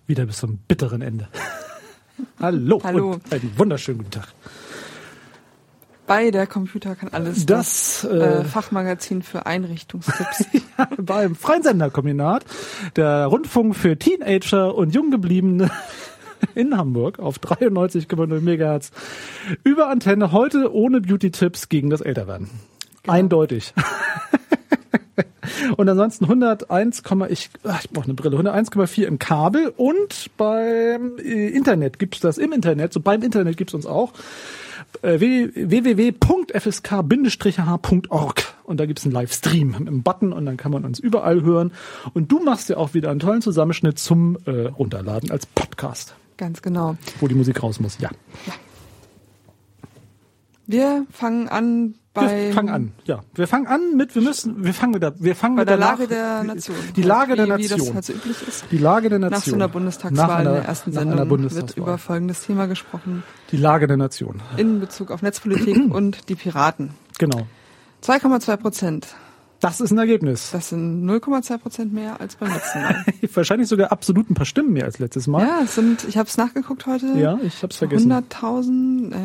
Wieder bis zum bitteren Ende. Hallo. Hallo. Und einen wunderschönen guten Tag. Bei der Computer kann alles. Das Fachmagazin für Einrichtungstipps. Ja, beim Freien Senderkombinat, der Rundfunk für Teenager und Junggebliebene in Hamburg auf 93,0 MHz. Über Antenne, heute ohne Beauty-Tipps gegen das Älterwerden. Genau. Eindeutig. Und ansonsten 101,4 im Kabel und beim Internet gibt's das im Internet. So beim Internet gibt's uns auch. www.fsk-h.org und da gibt's einen Livestream mit einem Button und dann kann man uns überall hören. Und du machst ja auch wieder einen tollen Zusammenschnitt zum Runterladen als Podcast. Ganz genau. Wo die Musik raus muss, ja. Wir fangen an Wir fangen mit der Lage der Nation. Die Lage der Nation. Wie das halt so üblich ist. Die Lage der Nation. Nach so einer Bundestagswahl in der ersten Sendung wird über folgendes Thema gesprochen. Die Lage der Nation. In Bezug auf Netzpolitik und die Piraten. Genau. 2,2%. Das ist ein Ergebnis. Das sind 0,2% mehr als beim letzten Mal. Wahrscheinlich sogar absolut ein paar Stimmen mehr als letztes Mal. Ja, ich habe es nachgeguckt heute. Ja, ich habe es vergessen. 100.000,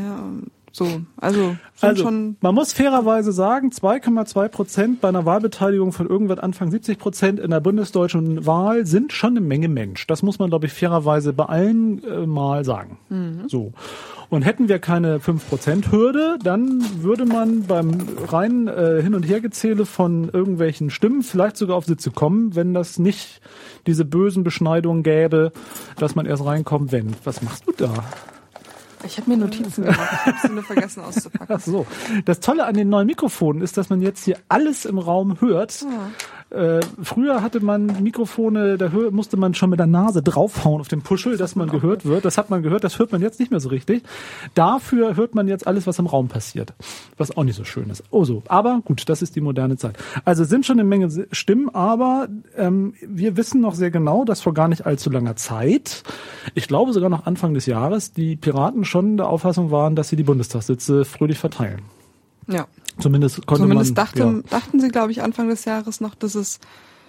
also schon. Man muss fairerweise sagen, 2,2% bei einer Wahlbeteiligung von irgendwann Anfang 70% in der bundesdeutschen Wahl sind schon eine Menge Mensch. Das muss man, glaube ich, fairerweise bei allen mal sagen. Mhm. So. Und hätten wir keine 5%-Hürde, dann würde man beim reinen Hin- und Hergezähle von irgendwelchen Stimmen vielleicht sogar auf Sitze kommen, wenn das nicht diese bösen Beschneidungen gäbe, dass man erst reinkommt, wenn. Was machst du da? Ich habe mir Notizen gemacht, ich habe sie nur vergessen auszupacken. Ach so. Das Tolle an den neuen Mikrofonen ist, dass man jetzt hier alles im Raum hört. Ja. Früher hatte man Mikrofone, da musste man schon mit der Nase draufhauen auf den Puschel, dass man gehört wird. Das hat man gehört, das hört man jetzt nicht mehr so richtig. Dafür hört man jetzt alles, was im Raum passiert. Was auch nicht so schön ist. Oh so. Aber gut, das ist die moderne Zeit. Also sind schon eine Menge Stimmen, aber wir wissen noch sehr genau, dass vor gar nicht allzu langer Zeit, ich glaube sogar noch Anfang des Jahres, die Piraten schon der Auffassung waren, dass sie die Bundestagssitze fröhlich verteilen. Ja. Zumindest dachten sie, glaube ich, Anfang des Jahres noch, dass es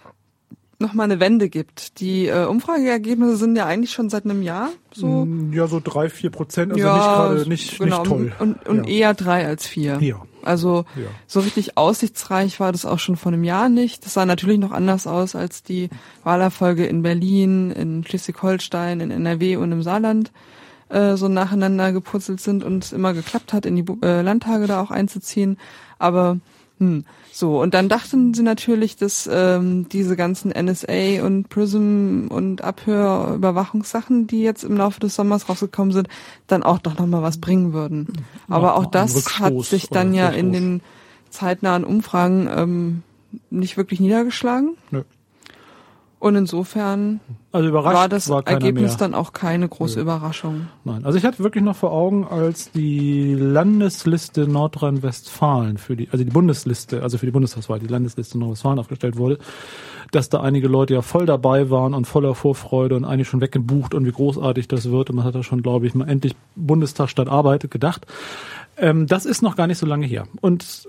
noch mal eine Wende gibt. Die Umfrageergebnisse sind ja eigentlich schon seit einem Jahr so. Ja, so 3-4%, also nicht toll. Und eher 3 als 4. Ja. Also so richtig aussichtsreich war das auch schon vor einem Jahr nicht. Das sah natürlich noch anders aus, als die Wahlerfolge in Berlin, in Schleswig-Holstein, in NRW und im Saarland so nacheinander gepurzelt sind und es immer geklappt hat, in die Landtage da auch einzuziehen. Aber so. Und dann dachten sie natürlich, dass diese ganzen NSA und PRISM und Abhörüberwachungssachen, die jetzt im Laufe des Sommers rausgekommen sind, dann auch doch nochmal was bringen würden. Aber auch das hat sich dann ja in den zeitnahen Umfragen nicht wirklich niedergeschlagen. Nö. Und insofern war das Ergebnis dann auch keine große Überraschung. Nein, also ich hatte wirklich noch vor Augen, als die Landesliste Nordrhein-Westfalen für die Bundesliste, also für die Bundestagswahl, die Landesliste Nordrhein-Westfalen aufgestellt wurde, dass da einige Leute ja voll dabei waren und voller Vorfreude und eigentlich schon weggebucht und wie großartig das wird. Und man hat da schon, glaube ich, mal endlich Bundestag statt Arbeit gedacht. Das ist noch gar nicht so lange her. Und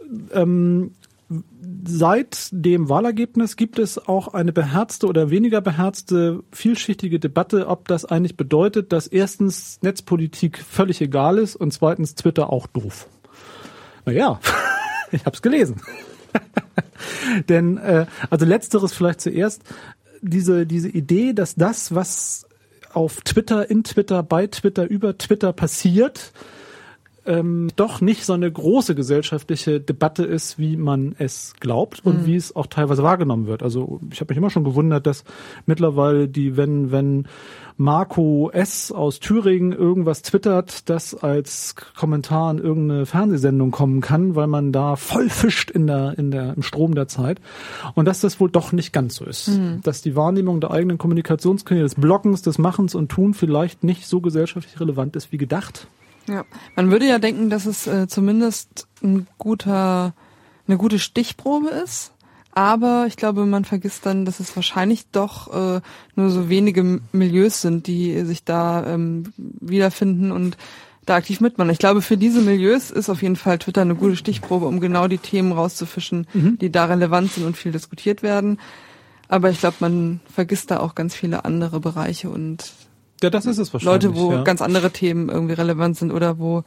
seit dem Wahlergebnis gibt es auch eine beherzte oder weniger beherzte, vielschichtige Debatte, ob das eigentlich bedeutet, dass erstens Netzpolitik völlig egal ist und zweitens Twitter auch doof. Naja, ich hab's gelesen. Denn, also letzteres vielleicht zuerst, diese Idee, dass das, was auf Twitter, in Twitter, bei Twitter, über Twitter passiert, doch nicht so eine große gesellschaftliche Debatte ist, wie man es glaubt und wie es auch teilweise wahrgenommen wird. Also ich habe mich immer schon gewundert, dass mittlerweile wenn Marco S. aus Thüringen irgendwas twittert, das als Kommentar in irgendeine Fernsehsendung kommen kann, weil man da voll fischt im Strom der Zeit. Und dass das wohl doch nicht ganz so ist. Dass die Wahrnehmung der eigenen Kommunikationskanäle, des Blockens, des Machens und Tun vielleicht nicht so gesellschaftlich relevant ist wie gedacht. Ja, man würde ja denken, dass es zumindest eine gute Stichprobe ist, aber ich glaube, man vergisst dann, dass es wahrscheinlich doch nur so wenige Milieus sind, die sich da wiederfinden und da aktiv mitmachen. Ich glaube, für diese Milieus ist auf jeden Fall Twitter eine gute Stichprobe, um genau die Themen rauszufischen, die da relevant sind und viel diskutiert werden. Aber ich glaube, man vergisst da auch ganz viele andere Bereiche und Ja, das ist es wahrscheinlich. Leute, wo ganz andere Themen irgendwie relevant sind oder wo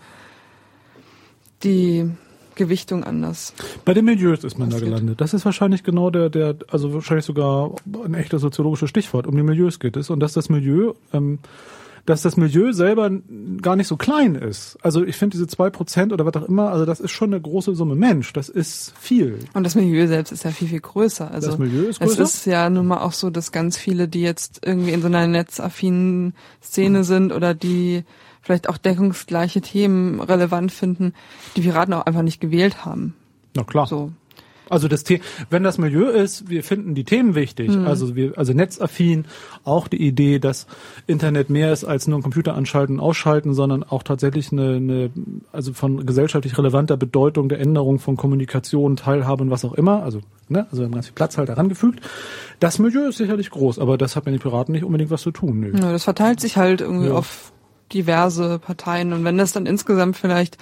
die Gewichtung anders. Bei den Milieus ist man da gelandet. Das ist wahrscheinlich genau also wahrscheinlich sogar ein echtes soziologisches Stichwort. Um die Milieus geht es. Und dass das Milieu selber gar nicht so klein ist. Also ich finde diese 2% oder was auch immer, also das ist schon eine große Summe Mensch. Das ist viel. Und das Milieu selbst ist ja viel, viel größer. Also das Milieu ist größer? Es ist ja nun mal auch so, dass ganz viele, die jetzt irgendwie in so einer netzaffinen Szene sind oder die vielleicht auch deckungsgleiche Themen relevant finden, die Piraten auch einfach nicht gewählt haben. Na klar. So. Also wenn das Milieu ist, wir finden die Themen wichtig, also netzaffin, auch die Idee, dass Internet mehr ist als nur ein Computer anschalten und ausschalten, sondern auch tatsächlich also von gesellschaftlich relevanter Bedeutung der Änderung von Kommunikation, Teilhabe und was auch immer, also wir haben ganz viel Platz halt herangefügt. Das Milieu ist sicherlich groß, aber das hat mit den Piraten nicht unbedingt was zu tun. Nö. Ja, das verteilt sich halt irgendwie auf diverse Parteien und wenn das dann insgesamt vielleicht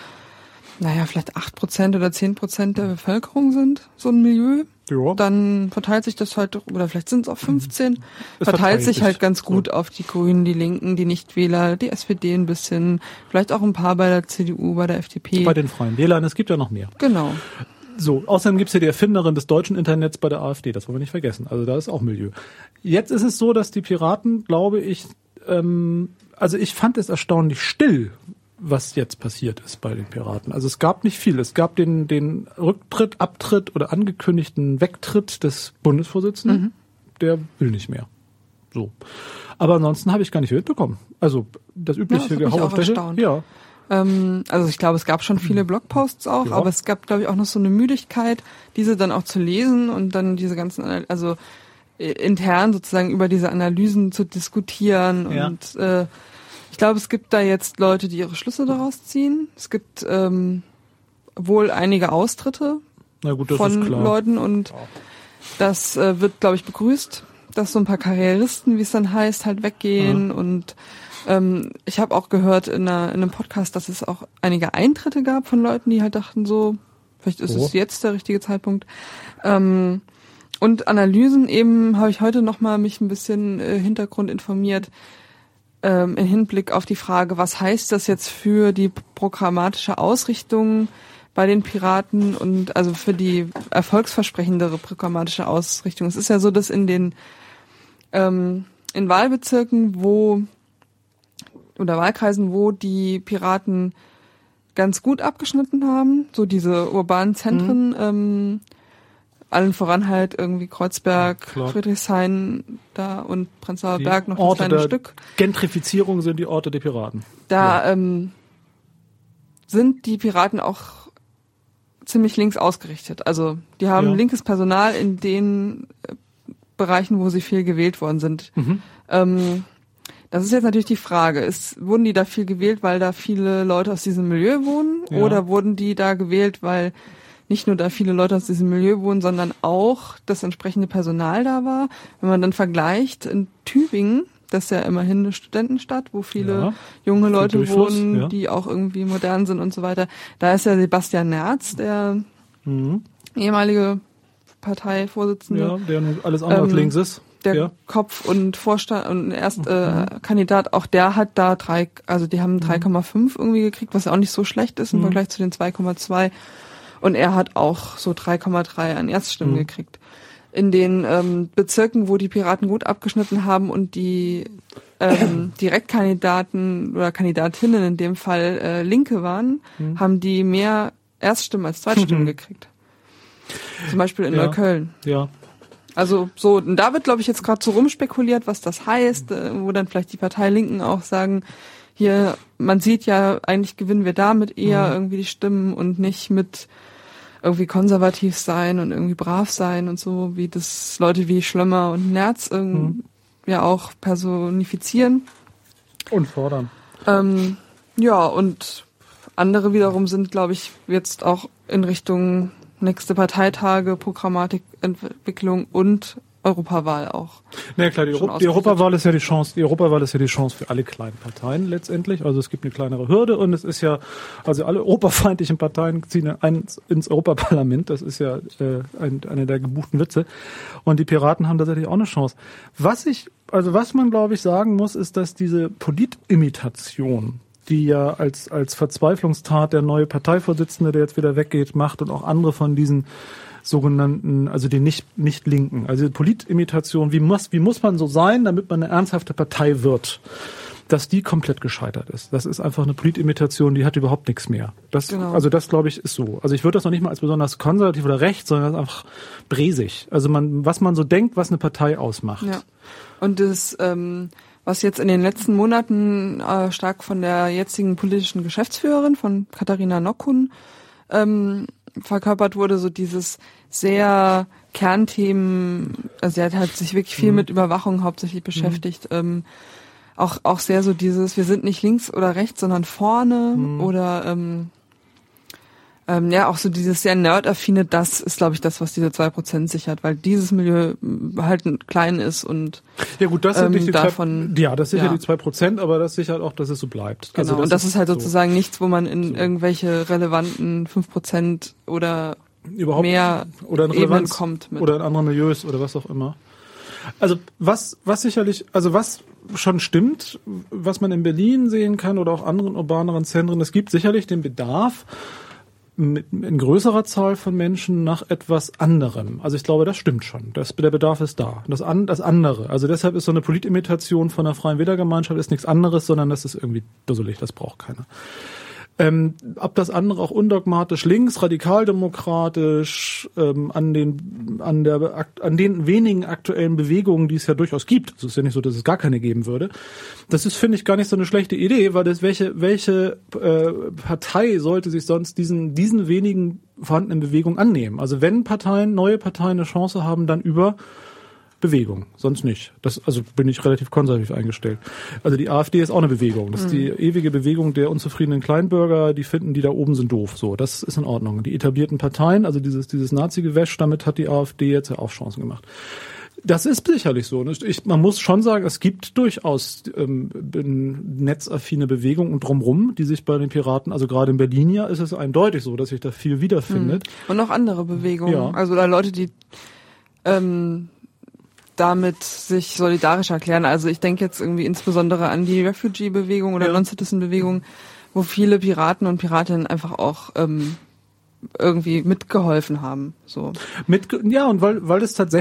8% oder 10% der Bevölkerung sind, so ein Milieu, dann verteilt sich das halt, oder vielleicht sind es auch 15, verteilt sich halt ganz gut auf die Grünen, die Linken, die Nichtwähler, die SPD ein bisschen, vielleicht auch ein paar bei der CDU, bei der FDP. Bei den Freien Wählern, es gibt ja noch mehr. Genau. So, außerdem gibt's hier die Erfinderin des deutschen Internets bei der AfD, das wollen wir nicht vergessen, also da ist auch Milieu. Jetzt ist es so, dass die Piraten, glaube ich, also ich fand es erstaunlich still, was jetzt passiert ist bei den Piraten. Also es gab nicht viel. Es gab den Rücktritt, Abtritt oder angekündigten Wegtritt des Bundesvorsitzenden. Der will nicht mehr. So. Aber ansonsten habe ich gar nicht mitbekommen. Also das übliche Gehau auf Dächer. Ja. Also ich glaube, es gab schon viele Blogposts auch, aber es gab, glaube ich, auch noch so eine Müdigkeit, diese dann auch zu lesen und dann diese ganzen, also intern sozusagen über diese Analysen zu diskutieren und ich glaube, es gibt da jetzt Leute, die ihre Schlüsse daraus ziehen. Es gibt wohl einige Austritte von Leuten und das wird, glaube ich, begrüßt, dass so ein paar Karrieristen, wie es dann heißt, halt weggehen und ich habe auch gehört in einem Podcast, dass es auch einige Eintritte gab von Leuten, die halt dachten so, vielleicht ist es jetzt der richtige Zeitpunkt. Und Analysen eben habe ich heute nochmal mich ein bisschen Hintergrund informiert, im Hinblick auf die Frage, was heißt das jetzt für die programmatische Ausrichtung bei den Piraten und also für die erfolgsversprechendere programmatische Ausrichtung. Es ist ja so, dass in den in Wahlbezirken, oder Wahlkreisen, wo die Piraten ganz gut abgeschnitten haben, so diese urbanen Zentren, allen voran halt irgendwie Kreuzberg, Friedrichshain da und Prenzlauer Berg noch ein kleines Stück. Gentrifizierung sind die Orte der Piraten. Da sind die Piraten auch ziemlich links ausgerichtet. Also die haben linkes Personal in den Bereichen, wo sie viel gewählt worden sind. Das ist jetzt natürlich die Frage. Wurden die da viel gewählt, weil da viele Leute aus diesem Milieu wohnen? Oder wurden die da gewählt, weil nicht nur da viele Leute aus diesem Milieu wohnen, sondern auch das entsprechende Personal da war? Wenn man dann vergleicht, in Tübingen, das ist ja immerhin eine Studentenstadt, wo viele junge Leute wohnen, die auch irgendwie modern sind und so weiter. Da ist ja Sebastian Nerz, der ehemalige Parteivorsitzende. Ja, der nun alles andere als links ist. Der Kopf und Vorstand und Kandidat, auch der hat da die haben 3,5 irgendwie gekriegt, was ja auch nicht so schlecht ist im Vergleich zu den 2,2. Und er hat auch so 3,3 an Erststimmen gekriegt. In den Bezirken, wo die Piraten gut abgeschnitten haben und die Direktkandidaten oder Kandidatinnen in dem Fall Linke waren, haben die mehr Erststimmen als Zweitstimmen gekriegt. Zum Beispiel in Neukölln. Ja. Also so, und da wird, glaube ich, jetzt gerade so rumspekuliert, was das heißt, wo dann vielleicht die Partei Linken auch sagen, hier, man sieht ja, eigentlich gewinnen wir damit eher irgendwie die Stimmen und nicht mit irgendwie konservativ sein und irgendwie brav sein und so, wie das Leute wie Schlömer und Nerz ja auch personifizieren. Und fordern. Ja, und andere wiederum sind, glaube ich, jetzt auch in Richtung nächste Parteitage, Programmatikentwicklung und Europawahl auch. Na ja, klar, die Europawahl ist ja die Chance. Die Europawahl ist ja die Chance für alle kleinen Parteien letztendlich. Also es gibt eine kleinere Hürde und es ist ja, also alle europafeindlichen Parteien ziehen ins Europaparlament. Das ist ja einer der gebuchten Witze. Und die Piraten haben tatsächlich auch eine Chance. Was man glaube ich sagen muss, ist, dass diese Politimitation, die ja als Verzweiflungstat der neue Parteivorsitzende, der jetzt wieder weggeht, macht und auch andere von diesen sogenannten, also die nicht Linken, also Politimitation, wie muss man so sein, damit man eine ernsthafte Partei wird, dass die komplett gescheitert ist. Das ist einfach eine Politimitation, die hat überhaupt nichts mehr. Also das glaube ich ist so. Also ich würde das noch nicht mal als besonders konservativ oder rechts, sondern einfach bresig. Also was man so denkt, was eine Partei ausmacht. Ja. Und das, was jetzt in den letzten Monaten stark von der jetzigen politischen Geschäftsführerin, von Katharina Nockun, verkörpert wurde, so dieses sehr Kernthemen, also sie hat halt sich wirklich viel mit Überwachung hauptsächlich beschäftigt, auch sehr so dieses, wir sind nicht links oder rechts, sondern vorne oder auch so dieses sehr nerdaffine, das ist, glaube ich, das, was diese 2% sichert, weil dieses Milieu halt klein ist und ja gut, das sind nicht die davon, das sichert die 2%, aber das sichert auch, dass es so bleibt. Genau, also das ist halt sozusagen nichts, wo man in irgendwelche relevanten 5% oder überhaupt mehr oder in Ebenen kommt mit. Oder in anderen Milieus oder was auch immer. Also was sicherlich, also was schon stimmt, was man in Berlin sehen kann oder auch anderen urbaneren Zentren, es gibt sicherlich den Bedarf in größerer Zahl von Menschen nach etwas anderem. Also ich glaube, das stimmt schon. Der Bedarf ist da. Das andere. Also deshalb ist so eine Politimitation von der Freien Wählergemeinschaft ist nichts anderes, sondern das ist irgendwie dusselig. Das braucht keiner. Ob das andere auch undogmatisch links, radikaldemokratisch, an den wenigen aktuellen Bewegungen, die es ja durchaus gibt. Es ist ja nicht so, dass es gar keine geben würde. Das ist, finde ich, gar nicht so eine schlechte Idee, weil welche Partei sollte sich sonst diesen wenigen vorhandenen Bewegungen annehmen? Also wenn neue Parteien eine Chance haben, dann über Bewegung, sonst nicht. Also bin ich relativ konservativ eingestellt. Also die AfD ist auch eine Bewegung. Das ist die ewige Bewegung der unzufriedenen Kleinbürger, die finden, die da oben sind doof. So, das ist in Ordnung. Die etablierten Parteien, also dieses Nazi-Gewäsch, damit hat die AfD jetzt ja auch Chancen gemacht. Das ist sicherlich so. Man muss schon sagen, es gibt durchaus netzaffine Bewegungen und drumrum, die sich bei den Piraten, also gerade in Berlin ja, ist es eindeutig so, dass sich da viel wiederfindet. Und noch andere Bewegungen. Ja. Also da Leute, die damit sich solidarisch erklären. Also ich denke jetzt irgendwie insbesondere an die Refugee-Bewegung oder Non-Citizen-Bewegung, wo viele Piraten und Piratinnen einfach auch irgendwie mitgeholfen haben. So. Und weil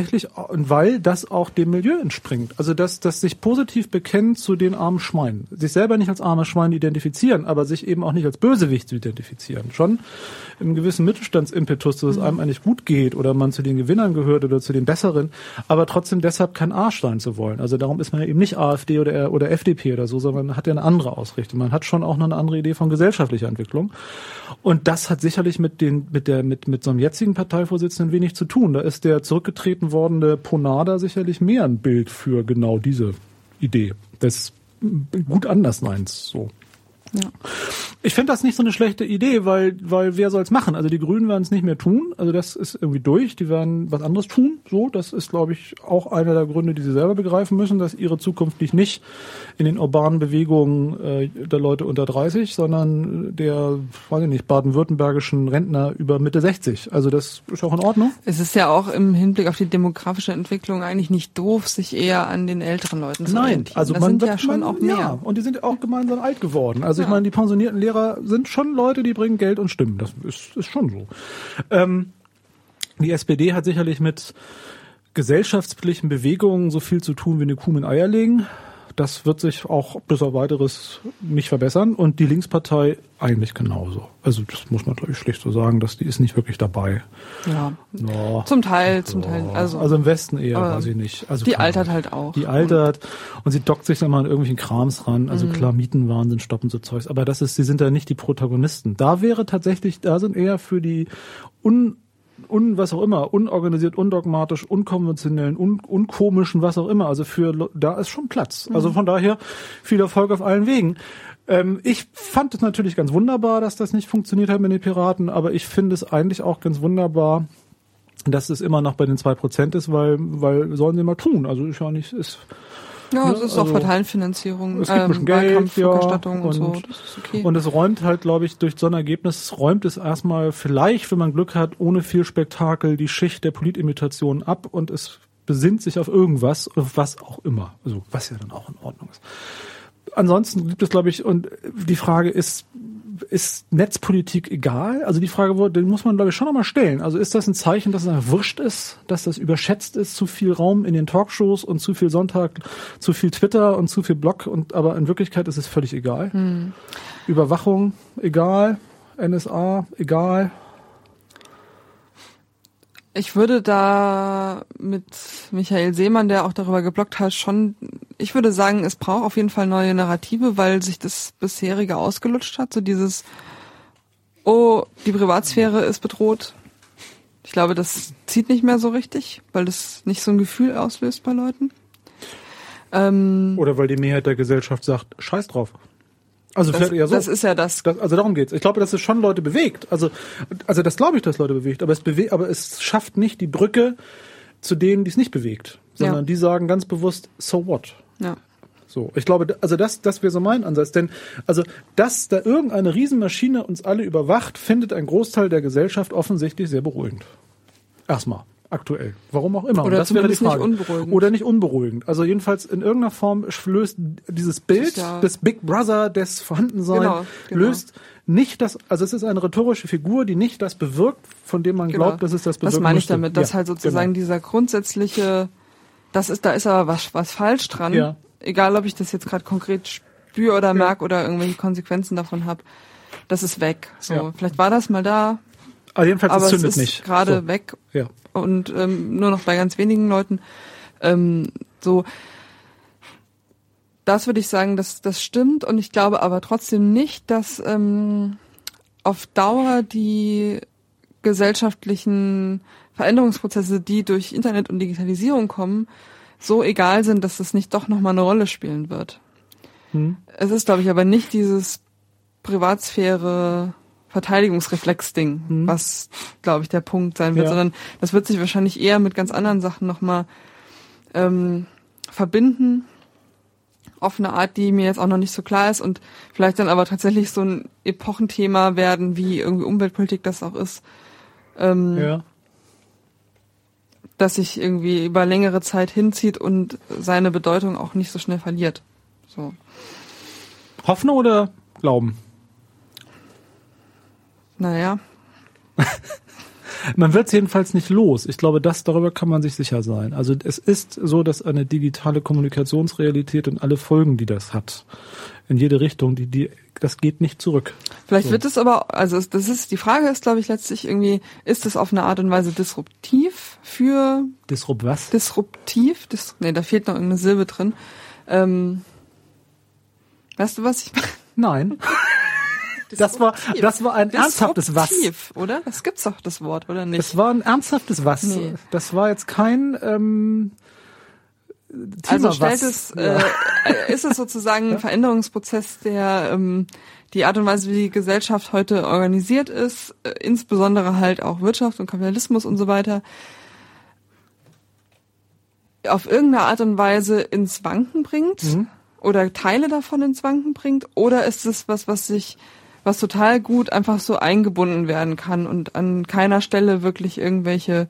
das auch dem Milieu entspringt. Also dass sich positiv bekennt zu den armen Schweinen. Sich selber nicht als arme Schweine identifizieren, aber sich eben auch nicht als Bösewicht zu identifizieren. Schon im gewissen Mittelstandsimpetus, dass es einem eigentlich gut geht oder man zu den Gewinnern gehört oder zu den Besseren, aber trotzdem deshalb kein Arsch sein zu wollen. Also darum ist man ja eben nicht AfD oder FDP oder so, sondern man hat ja eine andere Ausrichtung. Man hat schon auch noch eine andere Idee von gesellschaftlicher Entwicklung. Und das hat sicherlich mit so einem jetzigen Parteivorsitzenden wenig zu tun. Da ist der zurückgetreten wordene Ponada sicherlich mehr ein Bild für genau diese Idee. Das ist gut anders meins, so. Ja. Ich finde das nicht so eine schlechte Idee, weil wer soll's machen? Also die Grünen werden es nicht mehr tun. Also das ist irgendwie durch. Die werden was anderes tun. So, das ist, glaube ich, auch einer der Gründe, die sie selber begreifen müssen, dass ihre Zukunft liegt nicht in den urbanen Bewegungen der Leute unter 30, sondern der, weiß ich nicht, baden-württembergischen Rentner über Mitte 60. Also das ist auch in Ordnung. Es ist ja auch im Hinblick auf die demografische Entwicklung eigentlich nicht doof, sich eher an den älteren Leuten zu orientieren. Also das sind ja schon auch mehr. Ja, und die sind auch gemeinsam alt geworden. Also ich meine, die pensionierten Lehrer sind schon Leute, die bringen Geld und Stimmen. Das ist schon so. Die SPD hat sicherlich mit gesellschaftlichen Bewegungen so viel zu tun wie eine Kuh mit Eier legen. Das wird sich auch bis auf Weiteres nicht verbessern. Und die Linkspartei eigentlich genauso. Also das muss man, glaube ich, schlicht so sagen, dass die ist nicht wirklich dabei. Ja. No. Zum Teil. Also im Westen eher, weiß ich nicht. Also die altert halt auch. Die altert und sie dockt sich dann mal an irgendwelchen Krams ran. Also klar, Mietenwahnsinn, stoppen so Zeugs. Aber sie sind da nicht die Protagonisten. Da sind eher für die was auch immer, unorganisiert, undogmatisch, unkonventionellen, unkomischen, was auch immer. Also da ist schon Platz. Also von daher viel Erfolg auf allen Wegen. Ich fand es natürlich ganz wunderbar, dass das nicht funktioniert hat mit den Piraten, aber ich finde es eigentlich auch ganz wunderbar, dass es immer noch bei den 2% ist, weil sollen sie mal tun. Also ist ja nicht, ist. Ja, es ist auch Parteienfinanzierung, es gibt ein bisschen Geld, Wahlkampfrückerstattung und so. Das ist okay. Und es räumt halt, glaube ich, durch so ein Ergebnis räumt es erstmal vielleicht, wenn man Glück hat, ohne viel Spektakel die Schicht der Politimitation ab und es besinnt sich auf irgendwas, was auch immer. Also was ja dann auch in Ordnung ist. Ansonsten gibt es, glaube ich, und die Frage ist Netzpolitik egal? Also die Frage, den muss man, glaube ich, schon nochmal stellen. Also ist das ein Zeichen, dass es einfach wurscht ist, dass das überschätzt ist, zu viel Raum in den Talkshows und zu viel Sonntag, zu viel Twitter und zu viel Blog, aber in Wirklichkeit ist es völlig egal. Überwachung egal, NSA egal. Ich würde da mit Michael Seemann, der auch darüber gebloggt hat, ich würde sagen, es braucht auf jeden Fall neue Narrative, weil sich das bisherige ausgelutscht hat. So dieses, die Privatsphäre ist bedroht. Ich glaube, das zieht nicht mehr so richtig, weil das nicht so ein Gefühl auslöst bei Leuten. Oder weil die Mehrheit der Gesellschaft sagt, scheiß drauf. Also vielleicht eher so. Das ist ja das. Also darum geht's. Ich glaube, dass es schon Leute bewegt. Also das glaube ich, dass Leute bewegt. Aber es schafft nicht die Brücke zu denen, die es nicht bewegt. Sondern die sagen ganz bewusst, so what? Ja. So. Ich glaube, also das wäre so mein Ansatz. Denn, also, dass da irgendeine Riesenmaschine uns alle überwacht, findet ein Großteil der Gesellschaft offensichtlich sehr beruhigend. Erstmal. Aktuell. Warum auch immer. Oder das wäre die Frage. Nicht unberuhigend. Oder nicht unberuhigend. Also jedenfalls in irgendeiner Form löst dieses Bild des Big Brother, des Vorhandensein, löst nicht das, also es ist eine rhetorische Figur, die nicht das bewirkt, von dem man glaubt, dass es das bewirkt. Das meine ich damit, dass halt sozusagen dieser grundsätzliche, da ist aber was falsch dran. Ja. Egal, ob ich das jetzt gerade konkret spüre oder merke oder irgendwelche Konsequenzen davon habe. Das ist weg. So, vielleicht war das mal da. Aber jedenfalls, aber es zündet ist nicht. Gerade weg. Ja. Und nur noch bei ganz wenigen Leuten. Das würde ich sagen, das stimmt. Und ich glaube aber trotzdem nicht, dass auf Dauer die gesellschaftlichen Veränderungsprozesse, die durch Internet und Digitalisierung kommen, so egal sind, dass das nicht doch nochmal eine Rolle spielen wird. Es ist, glaube ich, aber nicht dieses Privatsphäre Verteidigungsreflex-Ding, was, glaube ich, der Punkt sein wird, sondern das wird sich wahrscheinlich eher mit ganz anderen Sachen nochmal verbinden, auf eine Art, die mir jetzt auch noch nicht so klar ist und vielleicht dann aber tatsächlich so ein Epochenthema werden, wie irgendwie Umweltpolitik das auch ist, dass sich irgendwie über längere Zeit hinzieht und seine Bedeutung auch nicht so schnell verliert. So. Hoffen oder glauben? Naja. Man wird es jedenfalls nicht los. Ich glaube, darüber kann man sich sicher sein. Also es ist so, dass eine digitale Kommunikationsrealität und alle Folgen, die das hat, in jede Richtung, das geht nicht zurück. Vielleicht wird es aber, also die Frage ist, glaube ich, letztlich irgendwie, ist es auf eine Art und Weise disruptiv für... Was? Disruptiv? Da fehlt noch irgendeine Silbe drin. Weißt du, was ich meine? Nein. Das war ein ernsthaftes Was. Oder? Das gibt's doch, das Wort, oder nicht? Das war ein ernsthaftes Was. Nee. Das war jetzt kein Thema also ist es sozusagen ein Veränderungsprozess, der die Art und Weise, wie die Gesellschaft heute organisiert ist, insbesondere halt auch Wirtschaft und Kapitalismus und so weiter, auf irgendeine Art und Weise ins Wanken bringt oder Teile davon ins Wanken bringt, oder ist es was total gut einfach so eingebunden werden kann und an keiner Stelle wirklich irgendwelche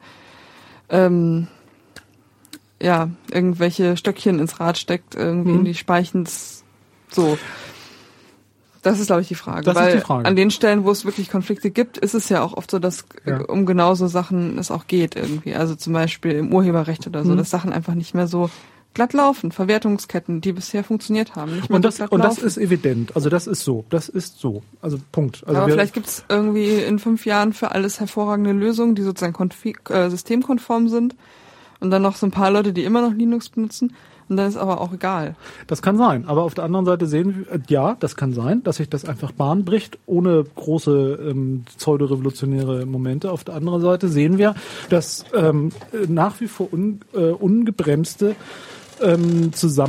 Stöckchen ins Rad steckt, irgendwie in die Speichens, so. Das ist, glaube ich, die Frage. Weil an den Stellen, wo es wirklich Konflikte gibt, ist es ja auch oft so, dass um genauso Sachen es auch geht irgendwie. Also zum Beispiel im Urheberrecht oder so, dass Sachen einfach nicht mehr so glatt laufen, Verwertungsketten, die bisher funktioniert haben. Nicht mehr und das ist evident. Also das ist so. Also Punkt. Also aber vielleicht gibt es irgendwie in 5 Jahren für alles hervorragende Lösungen, die sozusagen systemkonform sind. Und dann noch so ein paar Leute, die immer noch Linux benutzen. Und dann ist aber auch egal. Das kann sein. Aber auf der anderen Seite sehen wir, das kann sein, dass sich das einfach Bahn bricht, ohne große pseudorevolutionäre Momente. Auf der anderen Seite sehen wir, dass nach wie vor ungebremste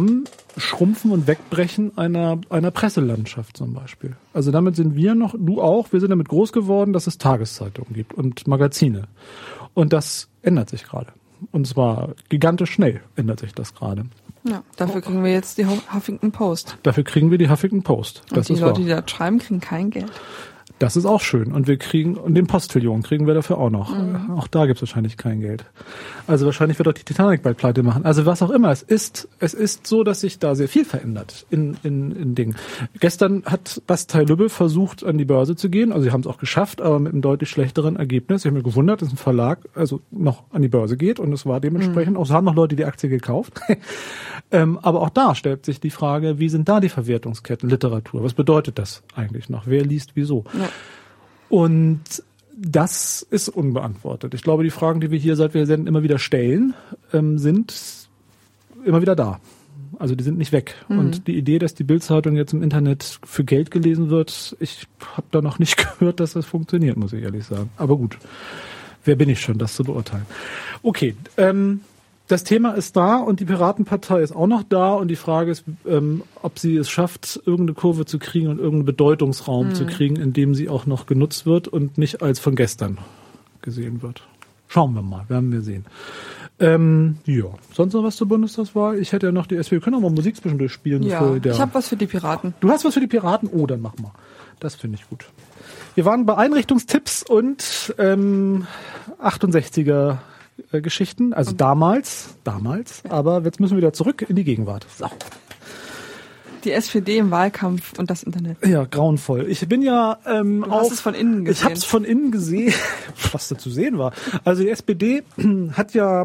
Schrumpfen und Wegbrechen einer Presselandschaft zum Beispiel. Also damit sind wir noch, du auch, wir sind damit groß geworden, dass es Tageszeitungen gibt und Magazine. Und das ändert sich gerade. Und zwar gigantisch schnell ändert sich das gerade. Ja, dafür kriegen wir jetzt die Huffington Post. Dafür kriegen wir die Huffington Post. Das und die Leute, die da schreiben, kriegen kein Geld. Das ist auch schön. Und den Postillon kriegen wir dafür auch noch. Mhm. Auch da gibt's wahrscheinlich kein Geld. Also wahrscheinlich wird auch die Titanic bald pleite machen. Also was auch immer. Es ist so, dass sich da sehr viel verändert in Dingen. Gestern hat Bastei Lübbe versucht, an die Börse zu gehen. Also sie haben es auch geschafft, aber mit einem deutlich schlechteren Ergebnis. Ich habe mir gewundert, dass ein Verlag also noch an die Börse geht. Und es war dementsprechend, auch es haben noch Leute die Aktie gekauft. Aber auch da stellt sich die Frage, wie sind da die Verwertungsketten Literatur? Was bedeutet das eigentlich noch? Wer liest wieso? Ja. Und das ist unbeantwortet. Ich glaube, die Fragen, die wir hier, seit wir senden, immer wieder stellen, sind immer wieder da. Also die sind nicht weg. Mhm. Und die Idee, dass die Bild-Zeitung jetzt im Internet für Geld gelesen wird, ich habe da noch nicht gehört, dass das funktioniert, muss ich ehrlich sagen. Aber gut, wer bin ich schon, das zu beurteilen? Okay, das Thema ist da und die Piratenpartei ist auch noch da und die Frage ist, ob sie es schafft, irgendeine Kurve zu kriegen und irgendeinen Bedeutungsraum zu kriegen, in dem sie auch noch genutzt wird und nicht als von gestern gesehen wird. Schauen wir mal, werden wir sehen. Ja, sonst noch was zur Bundestagswahl? Ich hätte ja noch die SPD. Wir können auch mal Musik zwischendurch spielen. Ja, ich habe was für die Piraten. Du hast was für die Piraten? Oh, dann mach mal. Das finde ich gut. Wir waren bei Einrichtungstipps und 68er Geschichten, also damals, aber jetzt müssen wir wieder zurück in die Gegenwart. So. Die SPD im Wahlkampf und das Internet. Ja, grauenvoll. Ich bin ja du hast es von innen gesehen. Ich habe es von innen gesehen, was da zu sehen war. Also die SPD hat ja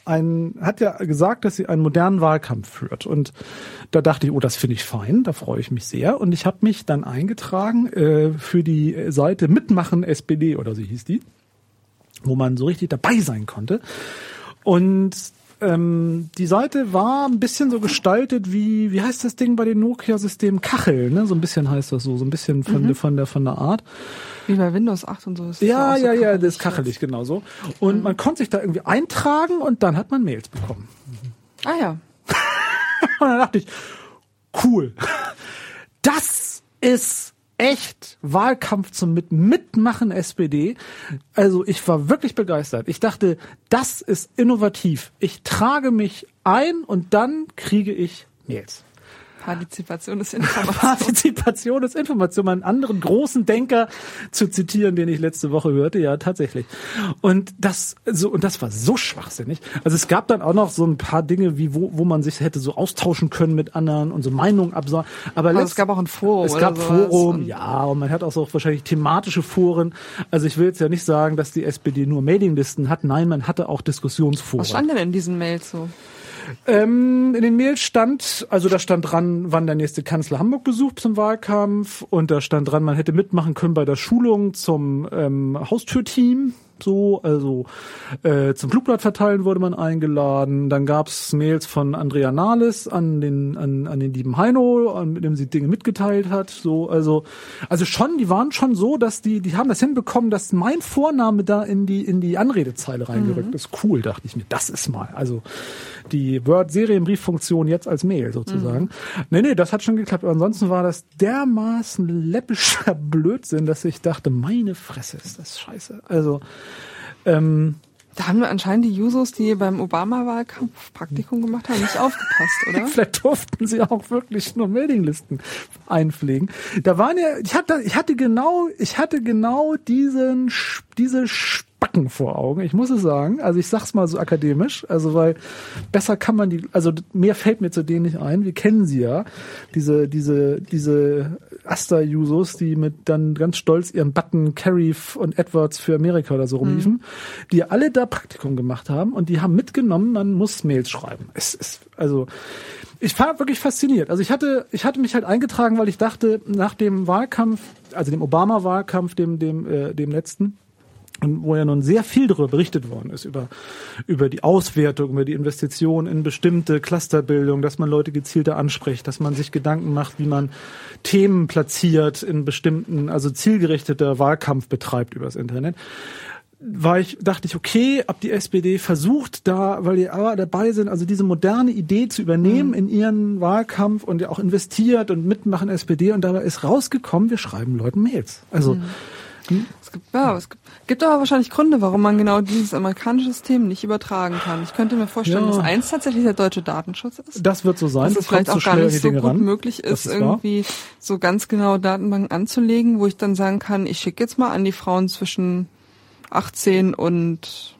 gesagt, dass sie einen modernen Wahlkampf führt. Und da dachte ich, oh, das finde ich fein, da freue ich mich sehr. Und ich habe mich dann eingetragen für die Seite Mitmachen SPD, oder so hieß die, wo man so richtig dabei sein konnte. Und die Seite war ein bisschen so gestaltet wie heißt das Ding bei den Nokia-Systemen? Kachel, ne? So ein bisschen heißt das so ein bisschen von der Art. Wie bei Windows 8 und so ist das. Ja, das ist kachelig, genau so. Und man konnte sich da irgendwie eintragen und dann hat man Mails bekommen. Ah ja. Und dann dachte ich, cool. Das ist echt Wahlkampf zum Mitmachen SPD. Also ich war wirklich begeistert. Ich dachte, das ist innovativ. Ich trage mich ein und dann kriege ich Mails. Partizipation ist Information. Partizipation ist Information. Einen anderen großen Denker zu zitieren, den ich letzte Woche hörte, ja, tatsächlich. Und das war so schwachsinnig. Also es gab dann auch noch so ein paar Dinge, wie wo man sich hätte so austauschen können mit anderen und so Meinungen absagen. Aber es gab auch ein Forum. Es gab Forum, ja, und man hat auch so wahrscheinlich thematische Foren. Also ich will jetzt ja nicht sagen, dass die SPD nur Mailinglisten hat. Nein, man hatte auch Diskussionsforen. Was stand denn in diesen Mails so? In den Mails stand dran, wann der nächste Kanzler Hamburg besucht zum Wahlkampf, und da stand dran, man hätte mitmachen können bei der Schulung zum Haustürteam. So, also zum Flugblatt verteilen wurde man eingeladen. Dann gab's Mails von Andrea Nahles an den lieben Heino, mit dem sie Dinge mitgeteilt hat. So, also schon, die waren schon so, dass die haben das hinbekommen, dass mein Vorname da in die Anredezeile reingerückt ist. Cool, dachte ich mir. Das ist mal, also die Word-Serienbrieffunktion jetzt als Mail sozusagen. Nee, das hat schon geklappt. Aber ansonsten war das dermaßen läppischer Blödsinn, dass ich dachte, meine Fresse, ist das scheiße. Also da haben wir anscheinend die Jusos, die beim Obama-Wahlkampf Praktikum gemacht haben, nicht aufgepasst, oder? Vielleicht durften sie auch wirklich nur Mailinglisten einpflegen. Da waren ja, ich hatte genau diese Spacken vor Augen. Ich muss es sagen. Also ich sag's mal so akademisch. Also weil besser kann man mehr fällt mir zu denen nicht ein. Wir kennen sie ja. Diese Asta-Jusos, die mit dann ganz stolz ihren Button Carey und Edwards für Amerika oder so rumliefen, die alle da Praktikum gemacht haben und die haben mitgenommen, man muss Mails schreiben. Ich war wirklich fasziniert. Also ich hatte mich halt eingetragen, weil ich dachte, nach dem Wahlkampf, also dem Obama-Wahlkampf, dem letzten, wo ja nun sehr viel darüber berichtet worden ist, über die Auswertung, über die Investition in bestimmte Clusterbildung, dass man Leute gezielter anspricht, dass man sich Gedanken macht, wie man Themen platziert in bestimmten, also zielgerichteter Wahlkampf betreibt übers Internet. dachte ich, okay, ob die SPD versucht da, weil die aber dabei sind, also diese moderne Idee zu übernehmen in ihren Wahlkampf und ja auch investiert und mitmachen SPD und dabei ist rausgekommen, wir schreiben Leuten Mails. Also Es gibt aber wahrscheinlich Gründe, warum man genau dieses amerikanische System nicht übertragen kann. Ich könnte mir vorstellen, dass eins tatsächlich der deutsche Datenschutz ist. Das wird so sein. Dass es vielleicht auch gar nicht so gut möglich ist, irgendwie so ganz genau Datenbanken anzulegen, wo ich dann sagen kann, ich schicke jetzt mal an die Frauen zwischen 18 und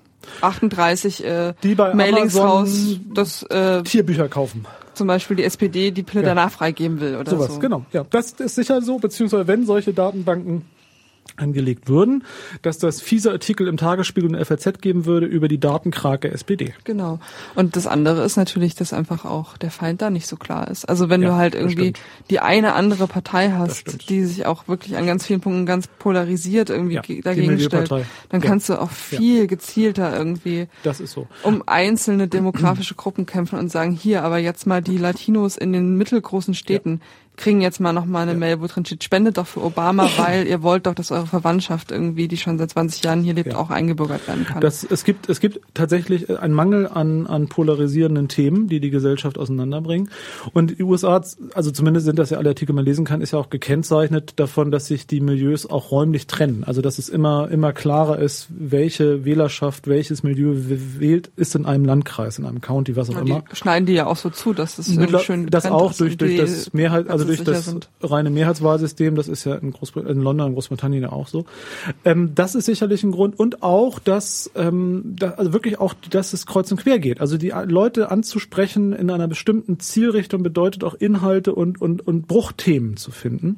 38 die bei Mailings Amazon raus, dass Tierbücher kaufen. Zum Beispiel die SPD die Pille danach freigeben will oder sowas, so. Genau, ja. Das ist sicher so, beziehungsweise wenn solche Datenbanken angelegt würden, dass das fiese Artikel im Tagesspiegel und der FAZ geben würde über die Datenkrake SPD. Genau. Und das andere ist natürlich, dass einfach auch der Feind da nicht so klar ist. Also wenn du halt irgendwie die eine andere Partei hast, die sich auch wirklich an ganz vielen Punkten ganz polarisiert irgendwie dagegen stellt, dann kannst du auch viel gezielter irgendwie das ist so. Um einzelne demografische Gruppen kämpfen und sagen, hier, aber jetzt mal die Latinos in den mittelgroßen Städten kriegen jetzt mal noch mal eine Mail, wo drin steht, spendet doch für Obama, weil ihr wollt doch, dass eure Verwandtschaft irgendwie, die schon seit 20 Jahren hier lebt, auch eingebürgert werden kann. Es gibt tatsächlich einen Mangel an polarisierenden Themen, die Gesellschaft auseinanderbringen. Und die USA, also zumindest sind das ja alle Artikel, man lesen kann, ist ja auch gekennzeichnet davon, dass sich die Milieus auch räumlich trennen. Also dass es immer klarer ist, welche Wählerschaft, welches Milieu wählt, ist in einem Landkreis, in einem County, was auch immer. Die schneiden die ja auch so zu, dass es schön getrennt ist. Das auch durch das Mehrheit, also durch das reine Mehrheitswahlsystem, das ist ja in London, in Großbritannien ja auch so. Das ist sicherlich ein Grund und auch, dass also wirklich auch, dass es kreuz und quer geht. Also die Leute anzusprechen in einer bestimmten Zielrichtung bedeutet auch Inhalte und Bruchthemen zu finden.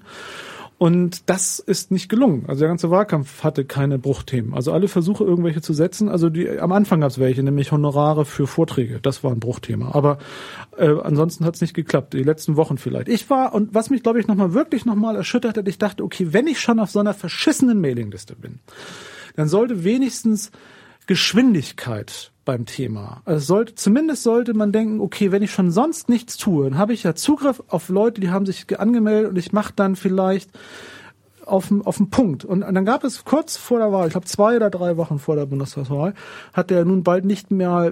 Und das ist nicht gelungen. Also der ganze Wahlkampf hatte keine Bruchthemen. Also alle Versuche, irgendwelche zu setzen, also am Anfang gab es welche, nämlich Honorare für Vorträge. Das war ein Bruchthema. Aber ansonsten hat es nicht geklappt. Die letzten Wochen vielleicht. Und was mich, glaube ich, wirklich nochmal erschüttert hat, ich dachte, okay, wenn ich schon auf so einer verschissenen Mailingliste bin, dann sollte wenigstens Geschwindigkeit beim Thema. Also zumindest sollte man denken, okay, wenn ich schon sonst nichts tue, dann habe ich ja Zugriff auf Leute, die haben sich angemeldet und ich mache dann vielleicht auf den Punkt. Und dann gab es kurz vor der Wahl, ich glaube 2 oder 3 Wochen vor der Bundestagswahl, hat der nun bald nicht mehr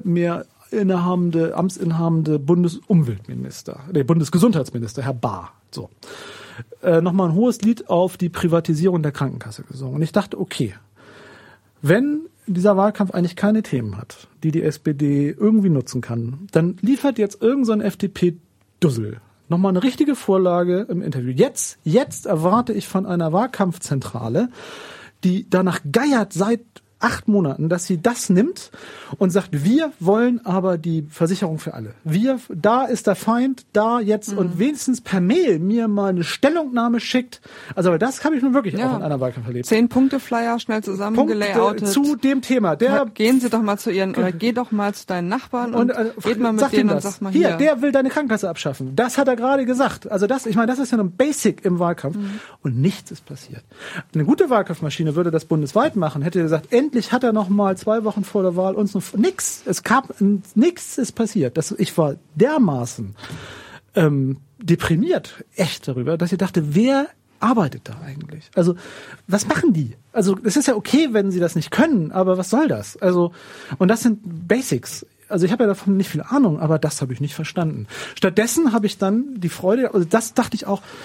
amtsinhabende Bundesgesundheitsminister, Herr Bahr, so, nochmal ein hohes Lied auf die Privatisierung der Krankenkasse gesungen. Und ich dachte, okay, wenn dieser Wahlkampf eigentlich keine Themen hat, die SPD irgendwie nutzen kann, dann liefert jetzt irgend so ein FDP-Dussel nochmal eine richtige Vorlage im Interview. Jetzt erwarte ich von einer Wahlkampfzentrale, die danach geiert seit 8 Monaten, dass sie das nimmt und sagt, wir wollen aber die Versicherung für alle. Da ist der Feind, da jetzt und wenigstens per Mail mir mal eine Stellungnahme schickt. Also aber das habe ich nun wirklich auch in einer Wahlkampf erlebt. 10-Punkte-Flyer schnell zusammengelayoutet. Zu dem Thema. Gehen Sie doch mal zu oder geh doch mal zu deinen Nachbarn und geht mal mit denen und sag mal hier. Der will deine Krankenkasse abschaffen. Das hat er gerade gesagt. Also das ist ja ein Basic im Wahlkampf. Und nichts ist passiert. Eine gute Wahlkampfmaschine würde das bundesweit machen, hätte gesagt, endlich hat er noch mal 2 Wochen vor der Wahl uns noch nichts ist passiert. Ich war dermaßen deprimiert, echt darüber, dass ich dachte, wer arbeitet da eigentlich? Also, was machen die? Also, es ist ja okay, wenn sie das nicht können, aber was soll das? Also, und das sind Basics. Also, ich habe ja davon nicht viel Ahnung, aber das habe ich nicht verstanden. Stattdessen habe ich dann die Freude, also das dachte ich auch,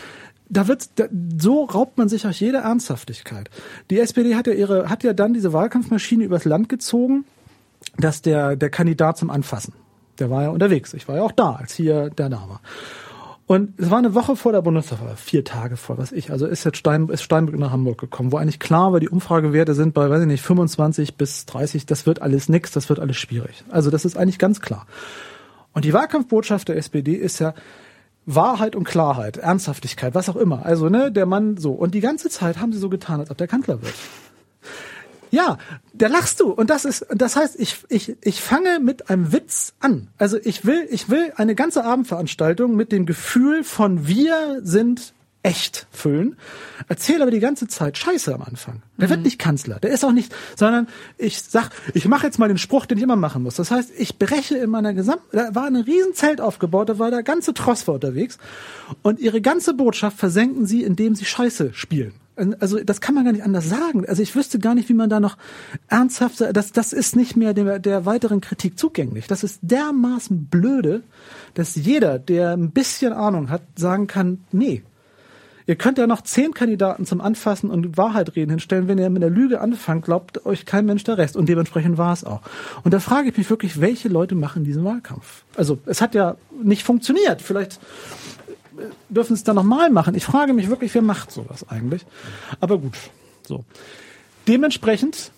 so raubt man sich auch jede Ernsthaftigkeit. Die SPD hat ja dann diese Wahlkampfmaschine übers Land gezogen, dass der Kandidat zum Anfassen, der war ja unterwegs. Ich war ja auch da, als hier der da war. Und es war eine Woche vor der Bundestagswahl, 4 Tage vor, also ist Steinbrück nach Hamburg gekommen, wo eigentlich klar war, die Umfragewerte sind bei, 25 bis 30, das wird alles nix, das wird alles schwierig. Also das ist eigentlich ganz klar. Und die Wahlkampfbotschaft der SPD ist ja Wahrheit und Klarheit, Ernsthaftigkeit, was auch immer. Also, der Mann so. Und die ganze Zeit haben sie so getan, als ob der Kanzler wird. Ja, da lachst du. Und das heißt, ich fange mit einem Witz an. Also ich will eine ganze Abendveranstaltung mit dem Gefühl von wir sind echt füllen, erzähle aber die ganze Zeit Scheiße am Anfang. Der wird nicht Kanzler, der ist auch nicht, sondern ich mache jetzt mal den Spruch, den ich immer machen muss. Das heißt, ich breche in meiner da war ein riesen Zelt aufgebaut, da war der ganze Tross unterwegs und ihre ganze Botschaft versenken sie, indem sie Scheiße spielen. Also das kann man gar nicht anders sagen. Also ich wüsste gar nicht, wie man da noch ernsthaft, das ist nicht mehr der weiteren Kritik zugänglich. Das ist dermaßen blöde, dass jeder, der ein bisschen Ahnung hat, sagen kann, nee. Ihr könnt ja noch 10 Kandidaten zum Anfassen und Wahrheit reden hinstellen. Wenn ihr mit der Lüge anfangt, glaubt euch kein Mensch der Rest. Und dementsprechend war es auch. Und da frage ich mich wirklich, welche Leute machen diesen Wahlkampf? Also es hat ja nicht funktioniert. Vielleicht dürfen es dann nochmal machen. Ich frage mich wirklich, wer macht sowas eigentlich? Aber gut, so. Dementsprechend,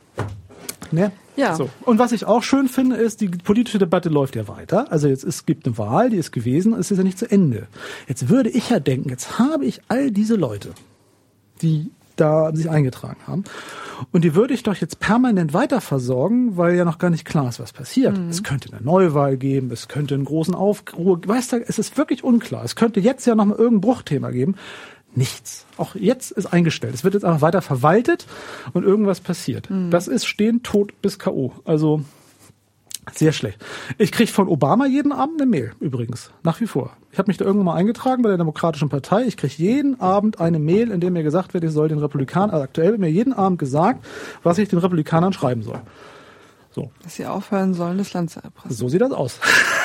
ne? Ja. So. Und was ich auch schön finde, ist, die politische Debatte läuft ja weiter. Also es gibt eine Wahl, die ist gewesen, es ist ja nicht zu Ende. Jetzt würde ich ja denken, jetzt habe ich all diese Leute, die da sich eingetragen haben, und die würde ich doch jetzt permanent weiter versorgen, weil ja noch gar nicht klar ist, was passiert. Es könnte eine Neuwahl geben, es könnte einen großen Aufruhr, weißt du, es ist wirklich unklar. Es könnte jetzt ja noch mal irgendein Bruchthema geben. Nichts. Auch jetzt ist eingestellt. Es wird jetzt einfach weiter verwaltet und irgendwas passiert. Das ist stehen, tot bis K.O. Also sehr schlecht. Ich kriege von Obama jeden Abend eine Mail, übrigens. Nach wie vor. Ich habe mich da irgendwann mal eingetragen bei der Demokratischen Partei. Ich kriege jeden Abend eine Mail, in der mir gesagt wird, ich soll den Republikanern, also aktuell wird mir jeden Abend gesagt, was ich den Republikanern schreiben soll. So. Dass sie aufhören sollen, das Land zu erpressen. So sieht das aus.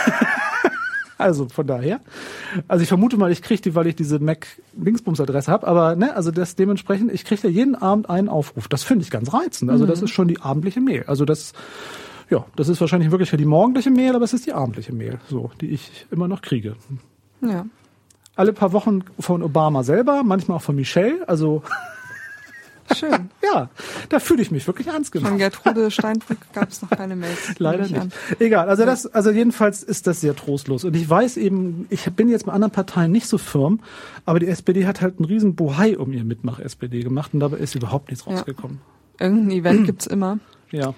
Also von daher. Also ich vermute mal, ich kriege die, weil ich diese Mac-Dingsbums-Adresse habe, aber ne, also das dementsprechend, ich kriege ja jeden Abend einen Aufruf. Das finde ich ganz reizend. Also das ist schon die abendliche Mail. Also das ist wahrscheinlich wirklich die morgendliche Mail, aber es ist die abendliche Mail, so, die ich immer noch kriege. Ja. Alle paar Wochen von Obama selber, manchmal auch von Michelle, also schön. Ja, da fühle ich mich wirklich ernst genommen. Von Gertrude Steinbrück gab es noch keine Mails. Leider nicht. Egal, also jedenfalls ist das sehr trostlos. Und ich weiß eben, ich bin jetzt mit anderen Parteien nicht so firm, aber die SPD hat halt einen riesen Bohai um ihr Mitmach-SPD gemacht und dabei ist überhaupt nichts rausgekommen. Irgendein Event gibt's immer. Ja.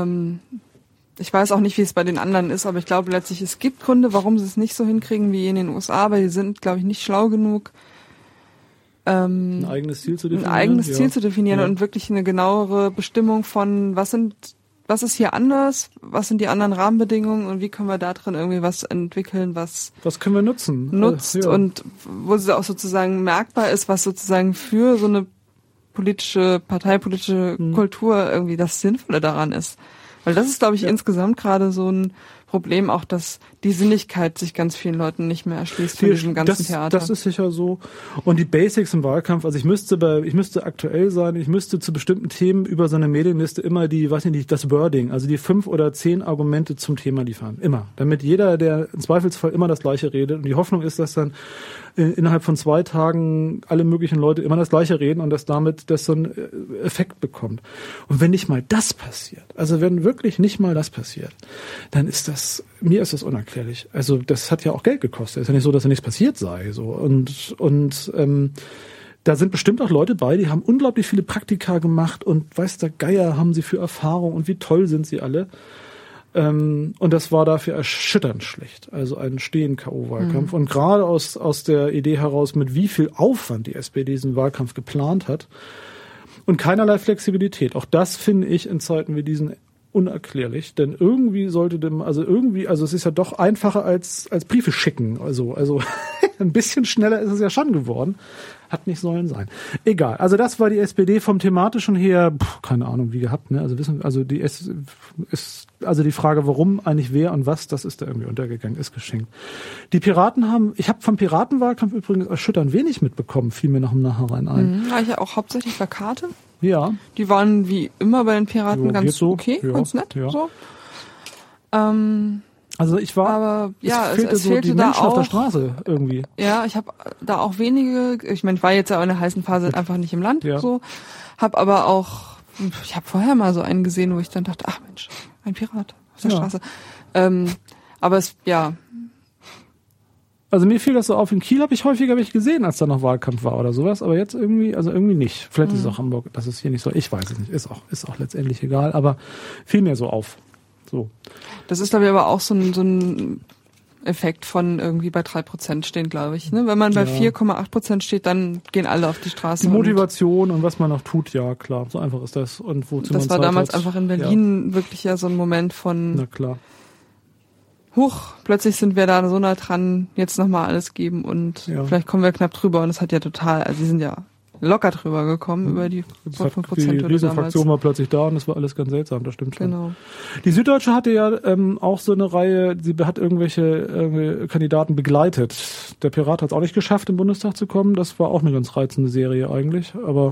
Ich weiß auch nicht, wie es bei den anderen ist, aber ich glaube letztlich, es gibt Gründe, warum sie es nicht so hinkriegen wie in den USA, aber die sind, glaube ich, nicht schlau genug, ein eigenes Ziel zu definieren. Und wirklich eine genauere Bestimmung von, was ist hier anders, was sind die anderen Rahmenbedingungen und wie können wir da drin irgendwie was entwickeln, was können wir nutzen? Nutzt und wo es auch sozusagen merkbar ist, was sozusagen für so eine parteipolitische Kultur irgendwie das Sinnvolle daran ist. Weil das ist, glaube ich, insgesamt gerade so ein Problem, auch dass die Sinnlichkeit sich ganz vielen Leuten nicht mehr erschließt von diesem ganzen Theater. Das ist sicher so. Und die Basics im Wahlkampf, also ich müsste aktuell sein, ich müsste zu bestimmten Themen über so eine Medienliste immer das Wording, also die 5 oder 10 Argumente zum Thema liefern. Immer. Damit jeder, der im Zweifelsfall immer das Gleiche redet. Und die Hoffnung ist, dass dann innerhalb von 2 Tagen alle möglichen Leute immer das Gleiche reden und dass damit das so einen Effekt bekommt. Und wenn nicht mal das passiert, also wenn wirklich nicht mal das passiert, dann mir ist das unerklärlich. Also das hat ja auch Geld gekostet. Es ist ja nicht so, dass da nichts passiert sei. So. Und da sind bestimmt auch Leute bei, die haben unglaublich viele Praktika gemacht und weiß der Geier haben sie für Erfahrung und wie toll sind sie alle. Und das war dafür erschütternd schlecht. Also ein Stehen-K.O.-Wahlkampf. Und gerade aus der Idee heraus, mit wie viel Aufwand die SPD diesen Wahlkampf geplant hat und keinerlei Flexibilität. Auch das finde ich in Zeiten wie diesen unerklärlich, denn irgendwie also es ist ja doch einfacher als Briefe schicken, also ein bisschen schneller ist es ja schon geworden, hat nicht sollen sein. Egal, also das war die SPD vom thematischen her, keine Ahnung wie gehabt, ne? Also die Frage, warum eigentlich wer und was, das ist da irgendwie untergegangen, ist geschenkt. Die Piraten ich habe vom Piratenwahlkampf übrigens erschütternd wenig mitbekommen, fiel mir noch im Nachhinein ein. War ich ja auch hauptsächlich Plakate. Ja. Die waren wie immer bei den Piraten ganz okay, ganz nett. Ja. So. Also ich war, aber ja, es fehlte die Menschen auf der Straße irgendwie. Ja, ich habe da auch wenige, ich meine, ich war jetzt ja in der heißen Phase einfach nicht im Land, so, ich habe vorher mal so einen gesehen, wo ich dann dachte, ach Mensch, ein Pirat auf der Straße. Aber also mir fiel das so auf, in Kiel habe ich häufiger gesehen, als da noch Wahlkampf war oder sowas, aber jetzt irgendwie nicht. Vielleicht ist es auch Hamburg, das ist hier nicht so, ich weiß es nicht, ist auch letztendlich egal, aber fiel mir so auf. So. Das ist, glaube ich, aber auch so ein Effekt von irgendwie bei 3% stehen, glaube ich. Ne? Wenn man bei 4,8% steht, dann gehen alle auf die Straße. Die Motivation und was man noch tut, ja klar, so einfach ist das. Und wozu das war damals einfach in Berlin wirklich ja so ein Moment von, na klar. Huch, plötzlich sind wir da so nah dran, jetzt nochmal alles geben und vielleicht kommen wir knapp drüber und es hat ja total, also sie sind ja locker drüber gekommen, über die 5%. Die Riso-Fraktion war plötzlich da und das war alles ganz seltsam, das stimmt schon. Genau. Die Süddeutsche hatte ja auch so eine Reihe, sie hat irgendwelche Kandidaten begleitet. Der Pirat hat es auch nicht geschafft, im Bundestag zu kommen, das war auch eine ganz reizende Serie eigentlich, aber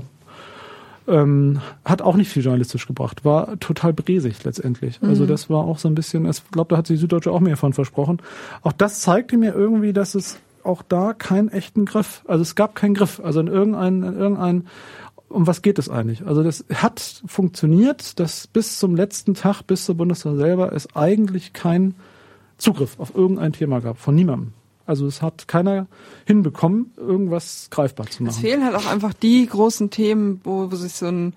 hat auch nicht viel journalistisch gebracht, war total bresig letztendlich. Also das war auch so ein bisschen, ich glaube, da hat sich die Süddeutsche auch mehr von versprochen. Auch das zeigte mir irgendwie, dass es auch da keinen echten Griff, also es gab keinen Griff, also in irgendein, um was geht es eigentlich? Also das hat funktioniert, dass bis zum letzten Tag, bis zur Bundestag selber, es eigentlich keinen Zugriff auf irgendein Thema gab, von niemandem. Also es hat keiner hinbekommen, irgendwas greifbar zu machen. Es fehlen halt auch einfach die großen Themen, wo sich so ein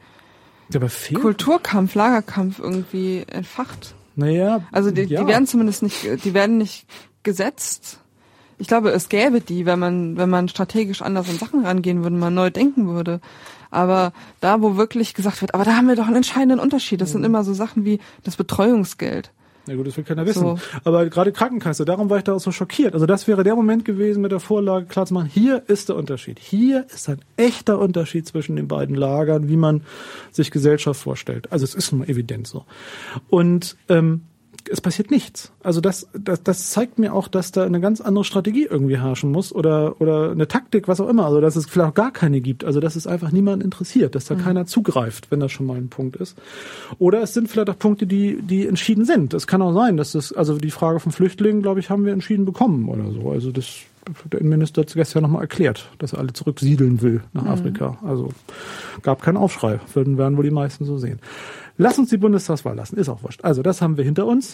Kulturkampf, Lagerkampf irgendwie entfacht. Naja, also die werden zumindest nicht, die werden nicht gesetzt. Ich glaube, es gäbe die, wenn man strategisch anders an Sachen rangehen würde, man neu denken würde. Aber da, wo wirklich gesagt wird, aber da haben wir doch einen entscheidenden Unterschied. Das sind immer so Sachen wie das Betreuungsgeld. Ja gut, das will keiner wissen. So. Aber gerade Krankenkasse, darum war ich da auch so schockiert. Also das wäre der Moment gewesen, mit der Vorlage klar zu machen, hier ist der Unterschied. Hier ist ein echter Unterschied zwischen den beiden Lagern, wie man sich Gesellschaft vorstellt. Also es ist nur evident so. Und es passiert nichts. Also das zeigt mir auch, dass da eine ganz andere Strategie irgendwie herrschen muss oder eine Taktik, was auch immer. Also dass es vielleicht auch gar keine gibt. Also dass es einfach niemanden interessiert, dass da keiner zugreift, wenn das schon mal ein Punkt ist. Oder es sind vielleicht auch Punkte, die entschieden sind. Es kann auch sein, dass also die Frage von Flüchtlingen, glaube ich, haben wir entschieden bekommen oder so. Also das der Innenminister hat gestern nochmal erklärt, dass er alle zurücksiedeln will nach Afrika. Also gab keinen Aufschrei. Werden wohl die meisten so sehen. Lass uns die Bundestagswahl lassen, ist auch wurscht. Also das haben wir hinter uns.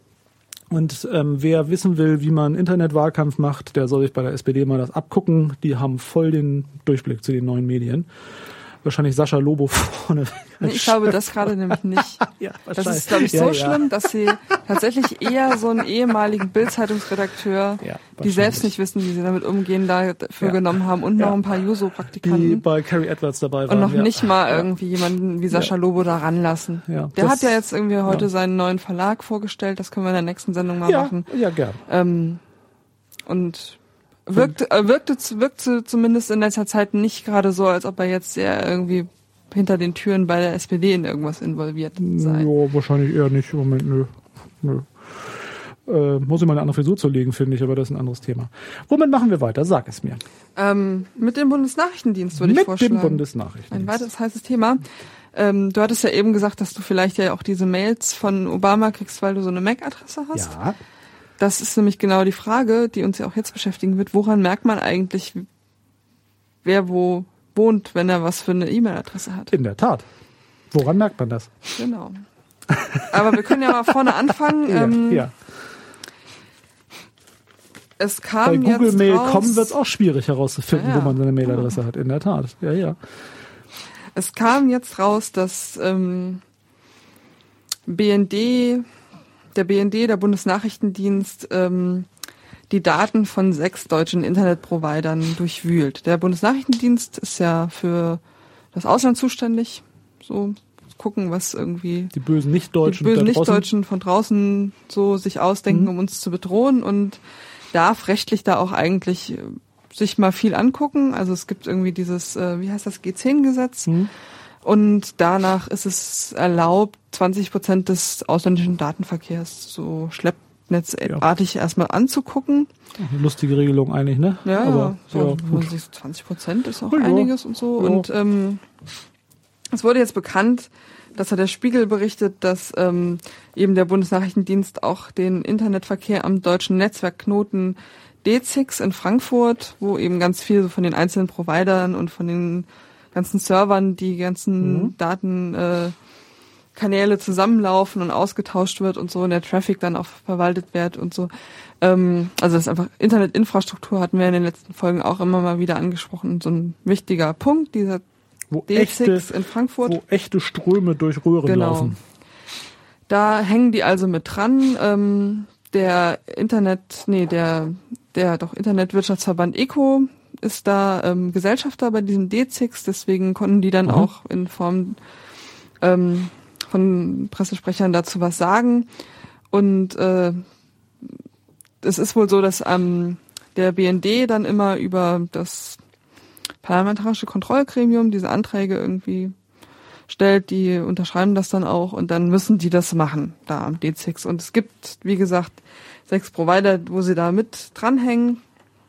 Und wer wissen will, wie man Internetwahlkampf macht, der soll sich bei der SPD mal das abgucken. Die haben voll den Durchblick zu den neuen Medien. Wahrscheinlich Sascha Lobo vorne. Nee, ich glaube das gerade nämlich nicht. Ja, das ist, glaube ich, so schlimm, dass sie tatsächlich eher so einen ehemaligen Bild-Zeitungsredakteur, die selbst nicht wissen, wie sie damit umgehen, dafür genommen haben und noch ein paar Juso-Praktikanten. Die bei Carrie Edwards dabei waren. Und noch nicht mal irgendwie jemanden wie Sascha Lobo da ranlassen. Ja, der hat ja jetzt irgendwie heute seinen neuen Verlag vorgestellt, das können wir in der nächsten Sendung mal machen. Ja, gern. Und wirkte zumindest in letzter Zeit nicht gerade so, als ob er jetzt sehr irgendwie hinter den Türen bei der SPD in irgendwas involviert sei. Ja, wahrscheinlich eher nicht im Moment, nö. Muss ich mal eine andere Frisur zulegen, finde ich, aber das ist ein anderes Thema. Womit machen wir weiter? Sag es mir. Mit dem Bundesnachrichtendienst würde ich vorschlagen. Mit dem Bundesnachrichtendienst. Ein weiteres heißes Thema. Du hattest ja eben gesagt, dass du vielleicht ja auch diese Mails von Obama kriegst, weil du so eine MAC-Adresse hast. Ja. Das ist nämlich genau die Frage, die uns ja auch jetzt beschäftigen wird. Woran merkt man eigentlich, wer wo wohnt, wenn er was für eine E-Mail-Adresse hat? In der Tat. Woran merkt man das? Genau. Aber wir können ja mal vorne anfangen. Ja. Es kam bei Google jetzt Mail.com wird es auch schwierig herauszufinden, wo man seine Mailadresse hat. In der Tat. Ja. Es kam jetzt raus, dass der BND, der Bundesnachrichtendienst, die Daten von 6 deutschen Internetprovidern durchwühlt. Der Bundesnachrichtendienst ist ja für das Ausland zuständig. So gucken, was irgendwie die bösen Nicht-Deutschen von draußen so sich ausdenken, um uns zu bedrohen, und darf rechtlich da auch eigentlich sich mal viel angucken. Also es gibt irgendwie dieses, wie heißt das, G10-Gesetz. Und danach ist es erlaubt, 20% des ausländischen Datenverkehrs so schleppnetzartig erstmal anzugucken. Eine lustige Regelung eigentlich, ne? Ja, aber so 20% ist auch einiges und so. Ja. Und es wurde jetzt bekannt, das hat der Spiegel berichtet, dass eben der Bundesnachrichtendienst auch den Internetverkehr am deutschen Netzwerkknoten D6 in Frankfurt, wo eben ganz viel so von den einzelnen Providern und von den ganzen Servern die ganzen Datenkanäle zusammenlaufen und ausgetauscht wird und so, und der Traffic dann auch verwaltet wird und so. Also das ist einfach Internetinfrastruktur, hatten wir in den letzten Folgen auch immer mal wieder angesprochen, so ein wichtiger Punkt, dieser D6 in Frankfurt. Wo echte Ströme durch Röhren laufen. Da hängen die also mit dran. Der Internetwirtschaftsverband ECO ist da Gesellschafter bei diesem D6, deswegen konnten die dann auch in Form von Pressesprechern dazu was sagen. Und es ist wohl so, dass der BND dann immer über das parlamentarische Kontrollgremium diese Anträge irgendwie stellt, die unterschreiben das dann auch und dann müssen die das machen, da am D6. Und es gibt, wie gesagt, 6 Provider, wo sie da mit dranhängen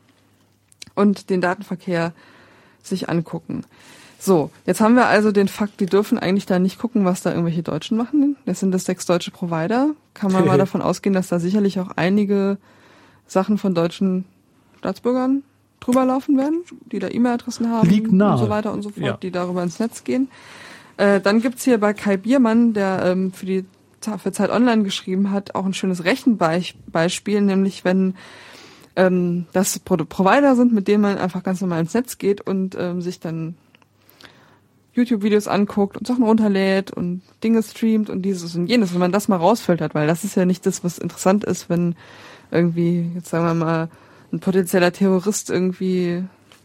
und den Datenverkehr sich angucken. So, jetzt haben wir also den Fakt, die dürfen eigentlich da nicht gucken, was da irgendwelche Deutschen machen. Das sind 6 deutsche Provider. Kann man mal davon ausgehen, dass da sicherlich auch einige Sachen von deutschen Staatsbürgern drüber laufen werden, die da E-Mail-Adressen haben Liegt nahe. und so weiter und so fort, die darüber ins Netz gehen. Dann gibt's hier bei Kai Biermann, der für Zeit Online geschrieben hat, auch ein schönes Rechenbeispiel, nämlich wenn das Provider sind, mit denen man einfach ganz normal ins Netz geht und sich dann YouTube-Videos anguckt und Sachen runterlädt und Dinge streamt und dieses und jenes, wenn man das mal rausfiltert, weil das ist ja nicht das, was interessant ist, wenn irgendwie, jetzt sagen wir mal, ein potenzieller Terrorist irgendwie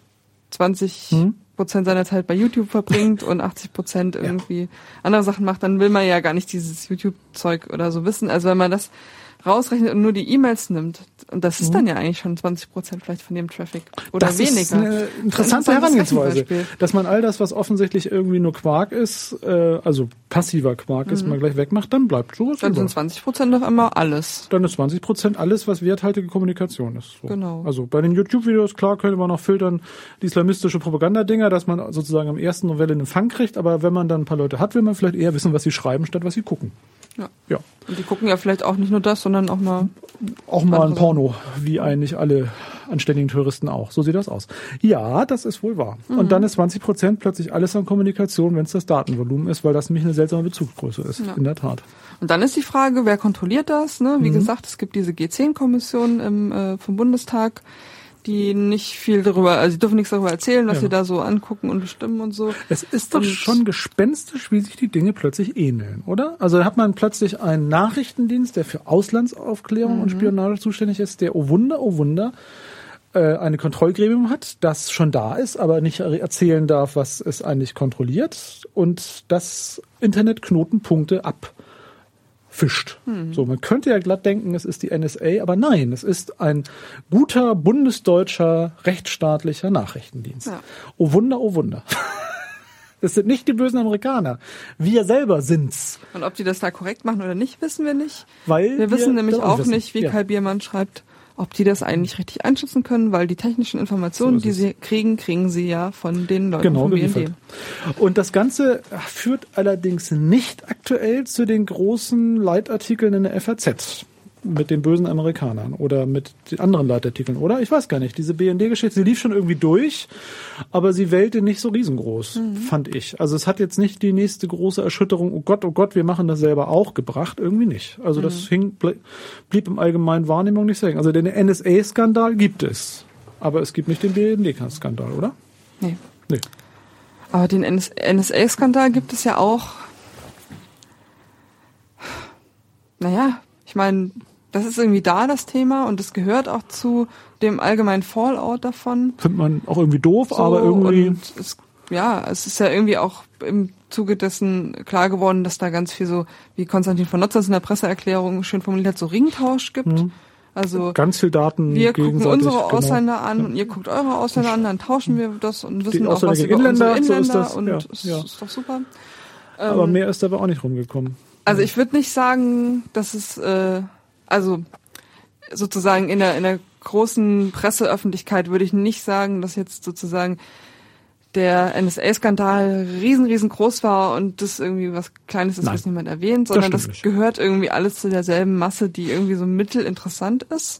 20% seiner Zeit bei YouTube verbringt und 80% irgendwie andere Sachen macht, dann will man ja gar nicht dieses YouTube-Zeug oder so wissen. Also wenn man das rausrechnet und nur die E-Mails nimmt, und das ist dann ja eigentlich schon 20% vielleicht von dem Traffic oder das weniger. Das ist eine interessante Herangehensweise, dass man all das, was offensichtlich irgendwie nur Quark ist, also passiver Quark ist, mal gleich wegmacht, dann bleibt sowas. Dann sind 20% auf einmal alles. Dann ist 20% alles, was werthaltige Kommunikation ist. So. Genau. Also bei den YouTube-Videos, klar, könnte man noch filtern, die islamistische Propagandadinger, dass man sozusagen am ersten Novelle einen Fang kriegt, aber wenn man dann ein paar Leute hat, will man vielleicht eher wissen, was sie schreiben, statt was sie gucken. Ja. Und die gucken ja vielleicht auch nicht nur das, sondern auch mal ein Porno, wie eigentlich alle anständigen Touristen auch. So sieht das aus. Ja, das ist wohl wahr. Und dann ist 20% plötzlich alles an Kommunikation, wenn es das Datenvolumen ist, weil das nämlich eine seltsame Bezugsgröße ist. Ja. In der Tat. Und dann ist die Frage, wer kontrolliert das? Ne? Wie gesagt, es gibt diese G10-Kommission vom Bundestag, die nicht viel darüber, also die dürfen nichts darüber erzählen, was sie da so angucken und bestimmen und so. Es ist doch schon gespenstisch, wie sich die Dinge plötzlich ähneln, oder? Also da hat man plötzlich einen Nachrichtendienst, der für Auslandsaufklärung und Spionage zuständig ist, der, oh Wunder, eine Kontrollgremium hat, das schon da ist, aber nicht erzählen darf, was es eigentlich kontrolliert und das Internetknotenpunkte abfischt. So, man könnte ja glatt denken, es ist die NSA, aber nein, es ist ein guter bundesdeutscher rechtsstaatlicher Nachrichtendienst. Ja. Oh Wunder. Es sind nicht die bösen Amerikaner. Wir selber sind's. Und ob die das da korrekt machen oder nicht, wissen wir nicht. Weil wir wissen nämlich auch nicht, wie Kai Biermann schreibt, ob die das eigentlich richtig einschätzen können, weil die technischen Informationen, die sie kriegen sie ja von den Leuten vom BND. Und das Ganze führt allerdings nicht aktuell zu den großen Leitartikeln in der FAZ mit den bösen Amerikanern oder mit den anderen Leitartikeln, oder? Ich weiß gar nicht. Diese BND-Geschichte, sie lief schon irgendwie durch, aber sie wellte nicht so riesengroß, fand ich. Also es hat jetzt nicht die nächste große Erschütterung, oh Gott, wir machen das selber auch, gebracht, irgendwie nicht. Also das blieb im allgemeinen Wahrnehmung nicht sagen. Also den NSA-Skandal gibt es, aber es gibt nicht den BND-Skandal, oder? Nee. Aber den NSA-Skandal gibt es ja auch. Naja, ich meine, das ist irgendwie da, das Thema, und es gehört auch zu dem allgemeinen Fallout davon. Findet man auch irgendwie doof, so, aber irgendwie... Und es ist ja irgendwie auch im Zuge dessen klar geworden, dass da ganz viel so, wie Konstantin von Notz das in der Presseerklärung schön formuliert hat, so Ringtausch gibt. Also ganz viel Daten. Wir gucken unsere Ausländer an und ihr guckt eure Ausländer an, dann tauschen wir das und wissen auch was über unsere Inländer, so ist das, und ist doch super. Aber mehr ist dabei auch nicht rumgekommen. Also ich würde nicht sagen, dass es also sozusagen in der großen Presseöffentlichkeit würde ich nicht sagen, dass jetzt sozusagen der NSA-Skandal riesengroß war und das irgendwie was Kleines ist, was niemand erwähnt, sondern das gehört irgendwie alles zu derselben Masse, die irgendwie so mittelinteressant ist.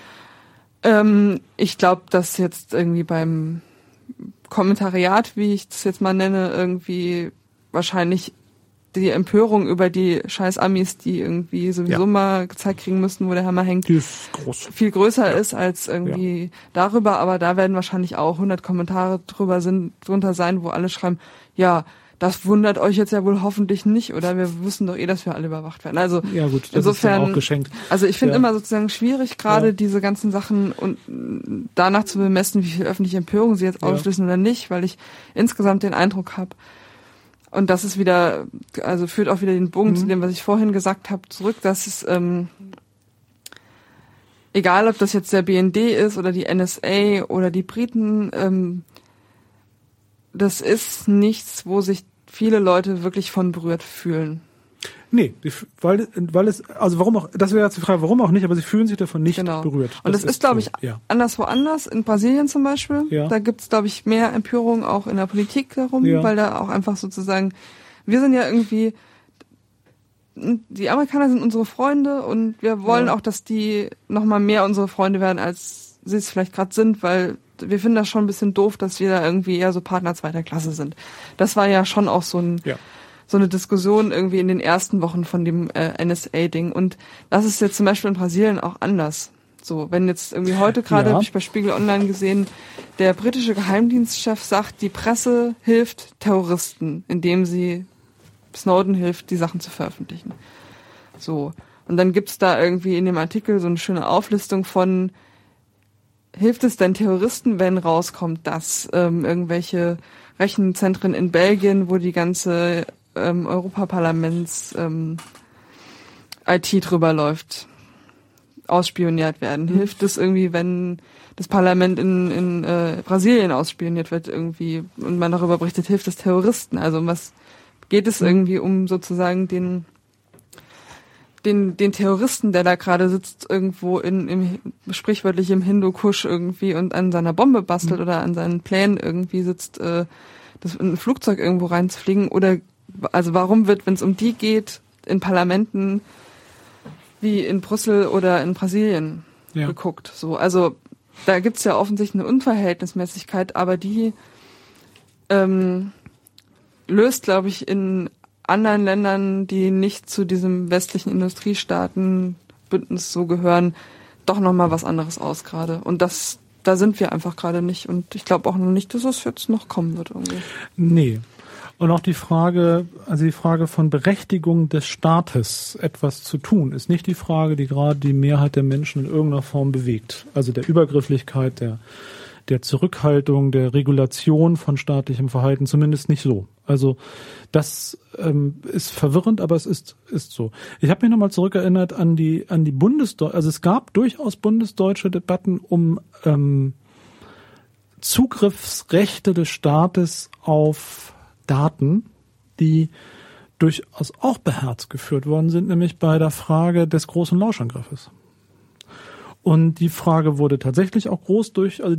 Ich glaube, dass jetzt irgendwie beim Kommentariat, wie ich das jetzt mal nenne, irgendwie wahrscheinlich die Empörung über die scheiß Amis, die irgendwie sowieso mal gezeigt kriegen müssten, wo der Hammer hängt, die ist groß. Viel größer ist als irgendwie darüber, aber da werden wahrscheinlich auch 100 Kommentare drunter sein, wo alle schreiben, ja, das wundert euch jetzt ja wohl hoffentlich nicht, oder wir wissen doch dass wir alle überwacht werden. Also ja gut, das insofern, ist dann auch geschenkt. Also ich finde immer sozusagen schwierig, gerade diese ganzen Sachen und danach zu bemessen, wie viel öffentliche Empörung sie jetzt auslösen oder nicht, weil ich insgesamt den Eindruck habe, und das ist wieder, also führt auch wieder den Bogen zu dem, was ich vorhin gesagt habe, zurück, dass es, egal ob das jetzt der BND ist oder die NSA oder die Briten, das ist nichts, wo sich viele Leute wirklich von berührt fühlen. Nee, weil es, also warum auch, das wäre jetzt die Frage, warum auch nicht, aber sie fühlen sich davon nicht berührt. Und das ist, glaube ich, anders woanders, in Brasilien zum Beispiel. Ja. Da gibt's, glaube ich, mehr Empörung auch in der Politik darum, weil da auch einfach sozusagen, wir sind ja irgendwie, die Amerikaner sind unsere Freunde und wir wollen auch, dass die nochmal mehr unsere Freunde werden, als sie es vielleicht gerade sind, weil wir finden das schon ein bisschen doof, dass wir da irgendwie eher so Partner zweiter Klasse sind. Das war ja schon auch so eine Diskussion irgendwie in den ersten Wochen von dem NSA-Ding. Und das ist jetzt zum Beispiel in Brasilien auch anders. So, wenn jetzt irgendwie heute gerade, habe ich bei Spiegel Online gesehen, der britische Geheimdienstchef sagt, die Presse hilft Terroristen, indem sie Snowden hilft, die Sachen zu veröffentlichen. So. Und dann gibt's da irgendwie in dem Artikel so eine schöne Auflistung von, hilft es denn Terroristen, wenn rauskommt, dass irgendwelche Rechenzentren in Belgien, wo die ganze Europaparlaments IT drüber läuft, ausspioniert werden? Hilft es irgendwie, wenn das Parlament in Brasilien ausspioniert wird irgendwie und man darüber berichtet, hilft es Terroristen? Also was geht es irgendwie um sozusagen den Terroristen, der da gerade sitzt irgendwo sprichwörtlich im Hindukusch irgendwie und an seiner Bombe bastelt oder an seinen Plänen irgendwie sitzt, das in ein Flugzeug irgendwo reinzufliegen? Oder also warum wird, wenn es um die geht, in Parlamenten wie in Brüssel oder in Brasilien geguckt? So, also da gibt's ja offensichtlich eine Unverhältnismäßigkeit, aber die löst, glaube ich, in anderen Ländern, die nicht zu diesem westlichen Industriestaatenbündnis so gehören, doch nochmal was anderes aus gerade. Und da sind wir einfach gerade nicht. Und ich glaube auch noch nicht, dass es jetzt noch kommen wird irgendwie. Nee. Und auch die Frage von Berechtigung des Staates, etwas zu tun, ist nicht die Frage, die gerade die Mehrheit der Menschen in irgendeiner Form bewegt. Also der Übergrifflichkeit, der Zurückhaltung, der Regulation von staatlichem Verhalten, zumindest nicht so. Also das ist verwirrend, aber es ist so. Ich habe mich nochmal zurückerinnert an die also es gab durchaus bundesdeutsche Debatten um Zugriffsrechte des Staates auf Daten, die durchaus auch beherzt geführt worden sind, nämlich bei der Frage des großen Lauschangriffes. Und die Frage wurde tatsächlich auch groß also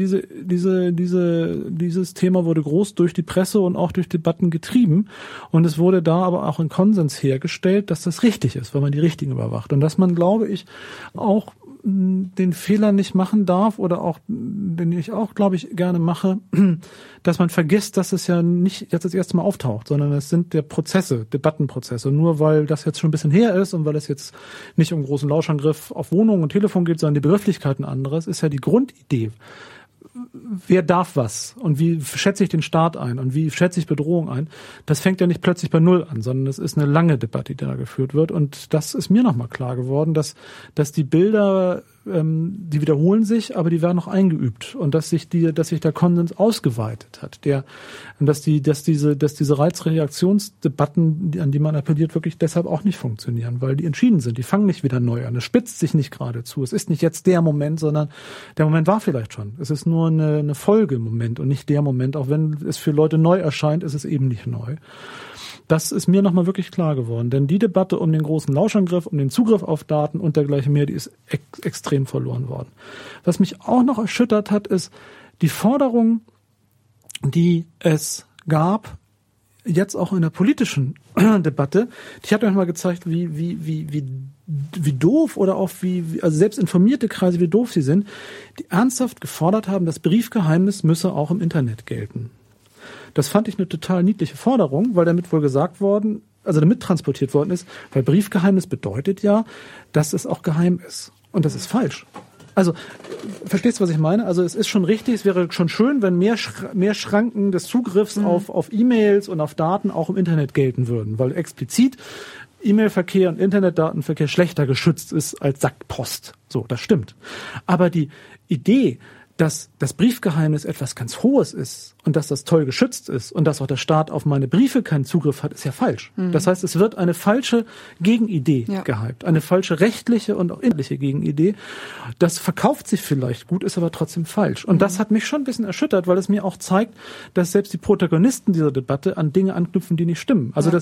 dieses Thema wurde groß durch die Presse und auch durch Debatten getrieben. Und es wurde da aber auch ein Konsens hergestellt, dass das richtig ist, weil man die Richtigen überwacht. Und dass man, glaube ich, auch den Fehler nicht machen darf oder auch, den ich auch, glaube ich, gerne mache, dass man vergisst, dass es ja nicht jetzt das erste Mal auftaucht, sondern es sind Debattenprozesse. Nur weil das jetzt schon ein bisschen her ist und weil es jetzt nicht um großen Lauschangriff auf Wohnungen und Telefon geht, sondern die Begrifflichkeiten anderes, ist ja die Grundidee. Wer darf was und wie schätze ich den Staat ein und wie schätze ich Bedrohung ein, das fängt ja nicht plötzlich bei Null an, sondern es ist eine lange Debatte, die da geführt wird. Und das ist mir nochmal klar geworden, dass die Bilder, die wiederholen sich, aber die werden noch eingeübt und dass sich der Konsens ausgeweitet hat, dass diese Reizreaktionsdebatten, an die man appelliert, wirklich deshalb auch nicht funktionieren, weil die entschieden sind, die fangen nicht wieder neu an, es spitzt sich nicht gerade zu, es ist nicht jetzt der Moment, sondern der Moment war vielleicht schon, es ist nur eine Folge im Moment und nicht der Moment, auch wenn es für Leute neu erscheint, ist es eben nicht neu. Das ist mir nochmal wirklich klar geworden, denn die Debatte um den großen Lauschangriff, um den Zugriff auf Daten und dergleichen mehr, die ist extrem verloren worden. Was mich auch noch erschüttert hat, ist die Forderung, die es gab, jetzt auch in der politischen Debatte. Die hat euch mal gezeigt, wie doof oder auch also selbst informierte Kreise, wie doof sie sind, die ernsthaft gefordert haben, das Briefgeheimnis müsse auch im Internet gelten. Das fand ich eine total niedliche Forderung, weil damit wohl damit transportiert worden ist, weil Briefgeheimnis bedeutet ja, dass es auch geheim ist. Und das ist falsch. Also, verstehst du, was ich meine? Also, es ist schon richtig, es wäre schon schön, wenn mehr Schranken des Zugriffs auf E-Mails und auf Daten auch im Internet gelten würden, weil explizit E-Mail-Verkehr und Internetdatenverkehr schlechter geschützt ist als Sackpost. So, das stimmt. Aber die Idee, dass das Briefgeheimnis etwas ganz Hohes ist und dass das toll geschützt ist und dass auch der Staat auf meine Briefe keinen Zugriff hat, ist ja falsch. Das heißt, es wird eine falsche Gegenidee gehypt, eine falsche rechtliche und auch inhaltliche Gegenidee. Das verkauft sich vielleicht gut, ist aber trotzdem falsch. Und das hat mich schon ein bisschen erschüttert, weil es mir auch zeigt, dass selbst die Protagonisten dieser Debatte an Dinge anknüpfen, die nicht stimmen. Also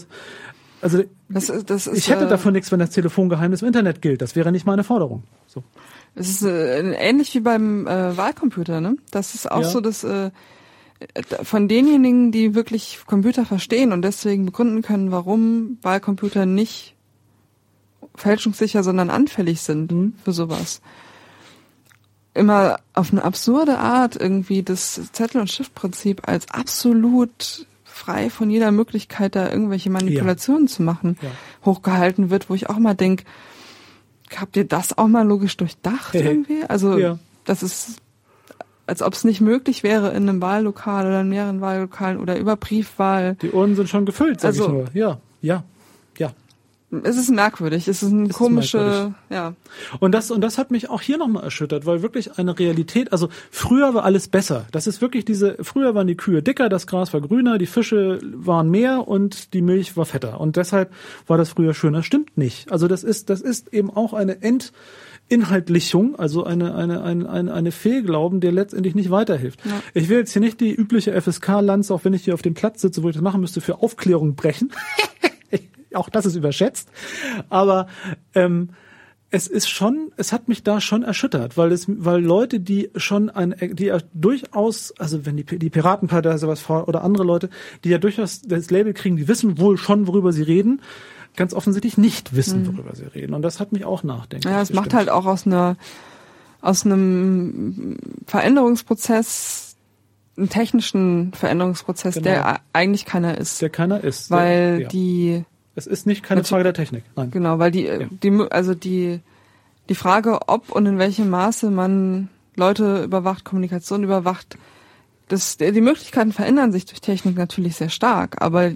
ich hätte davon nichts, wenn das Telefongeheimnis im Internet gilt. Das wäre nicht meine Forderung. So. Es ist ähnlich wie beim Wahlcomputer, ne? Das ist auch so, dass von denjenigen, die wirklich Computer verstehen und deswegen begründen können, warum Wahlcomputer nicht fälschungssicher, sondern anfällig sind für sowas. Immer auf eine absurde Art irgendwie das Zettel- und Stiftprinzip als absolut frei von jeder Möglichkeit, da irgendwelche Manipulationen zu machen, hochgehalten wird, wo ich auch mal denke, habt ihr das auch mal logisch durchdacht irgendwie? Also das ist, als ob es nicht möglich wäre in einem Wahllokal oder in mehreren Wahllokalen oder über Briefwahl. Die Urnen sind schon gefüllt, sag ich nur. Ja. Es ist merkwürdig, es ist eine komische, Und das hat mich auch hier nochmal erschüttert, weil wirklich eine Realität, also früher war alles besser. Das ist wirklich früher waren die Kühe dicker, das Gras war grüner, die Fische waren mehr und die Milch war fetter. Und deshalb war das früher schöner. Stimmt nicht. Also das ist eben auch eine Inhaltlichung, also eine Fehlglauben, der letztendlich nicht weiterhilft. Ja. Ich will jetzt hier nicht die übliche FSK-Lanze, auch wenn ich hier auf dem Platz sitze, wo ich das machen müsste, für Aufklärung brechen. Auch das ist überschätzt. Aber es hat mich da schon erschüttert, weil Leute, die ja durchaus, also wenn die Piratenpartei sowas vor oder andere Leute, die ja durchaus das Label kriegen, die wissen wohl schon, worüber sie reden, ganz offensichtlich nicht wissen, worüber sie reden. Und das hat mich auch nachdenken. Ja, es macht halt auch aus einem Veränderungsprozess, einen technischen Veränderungsprozess, der eigentlich keiner ist. Der keiner ist. Weil es ist nicht keine Frage der Technik. Nein. Genau, weil die Frage, ob und in welchem Maße man Leute überwacht, Kommunikation überwacht, die Möglichkeiten verändern sich durch Technik natürlich sehr stark, aber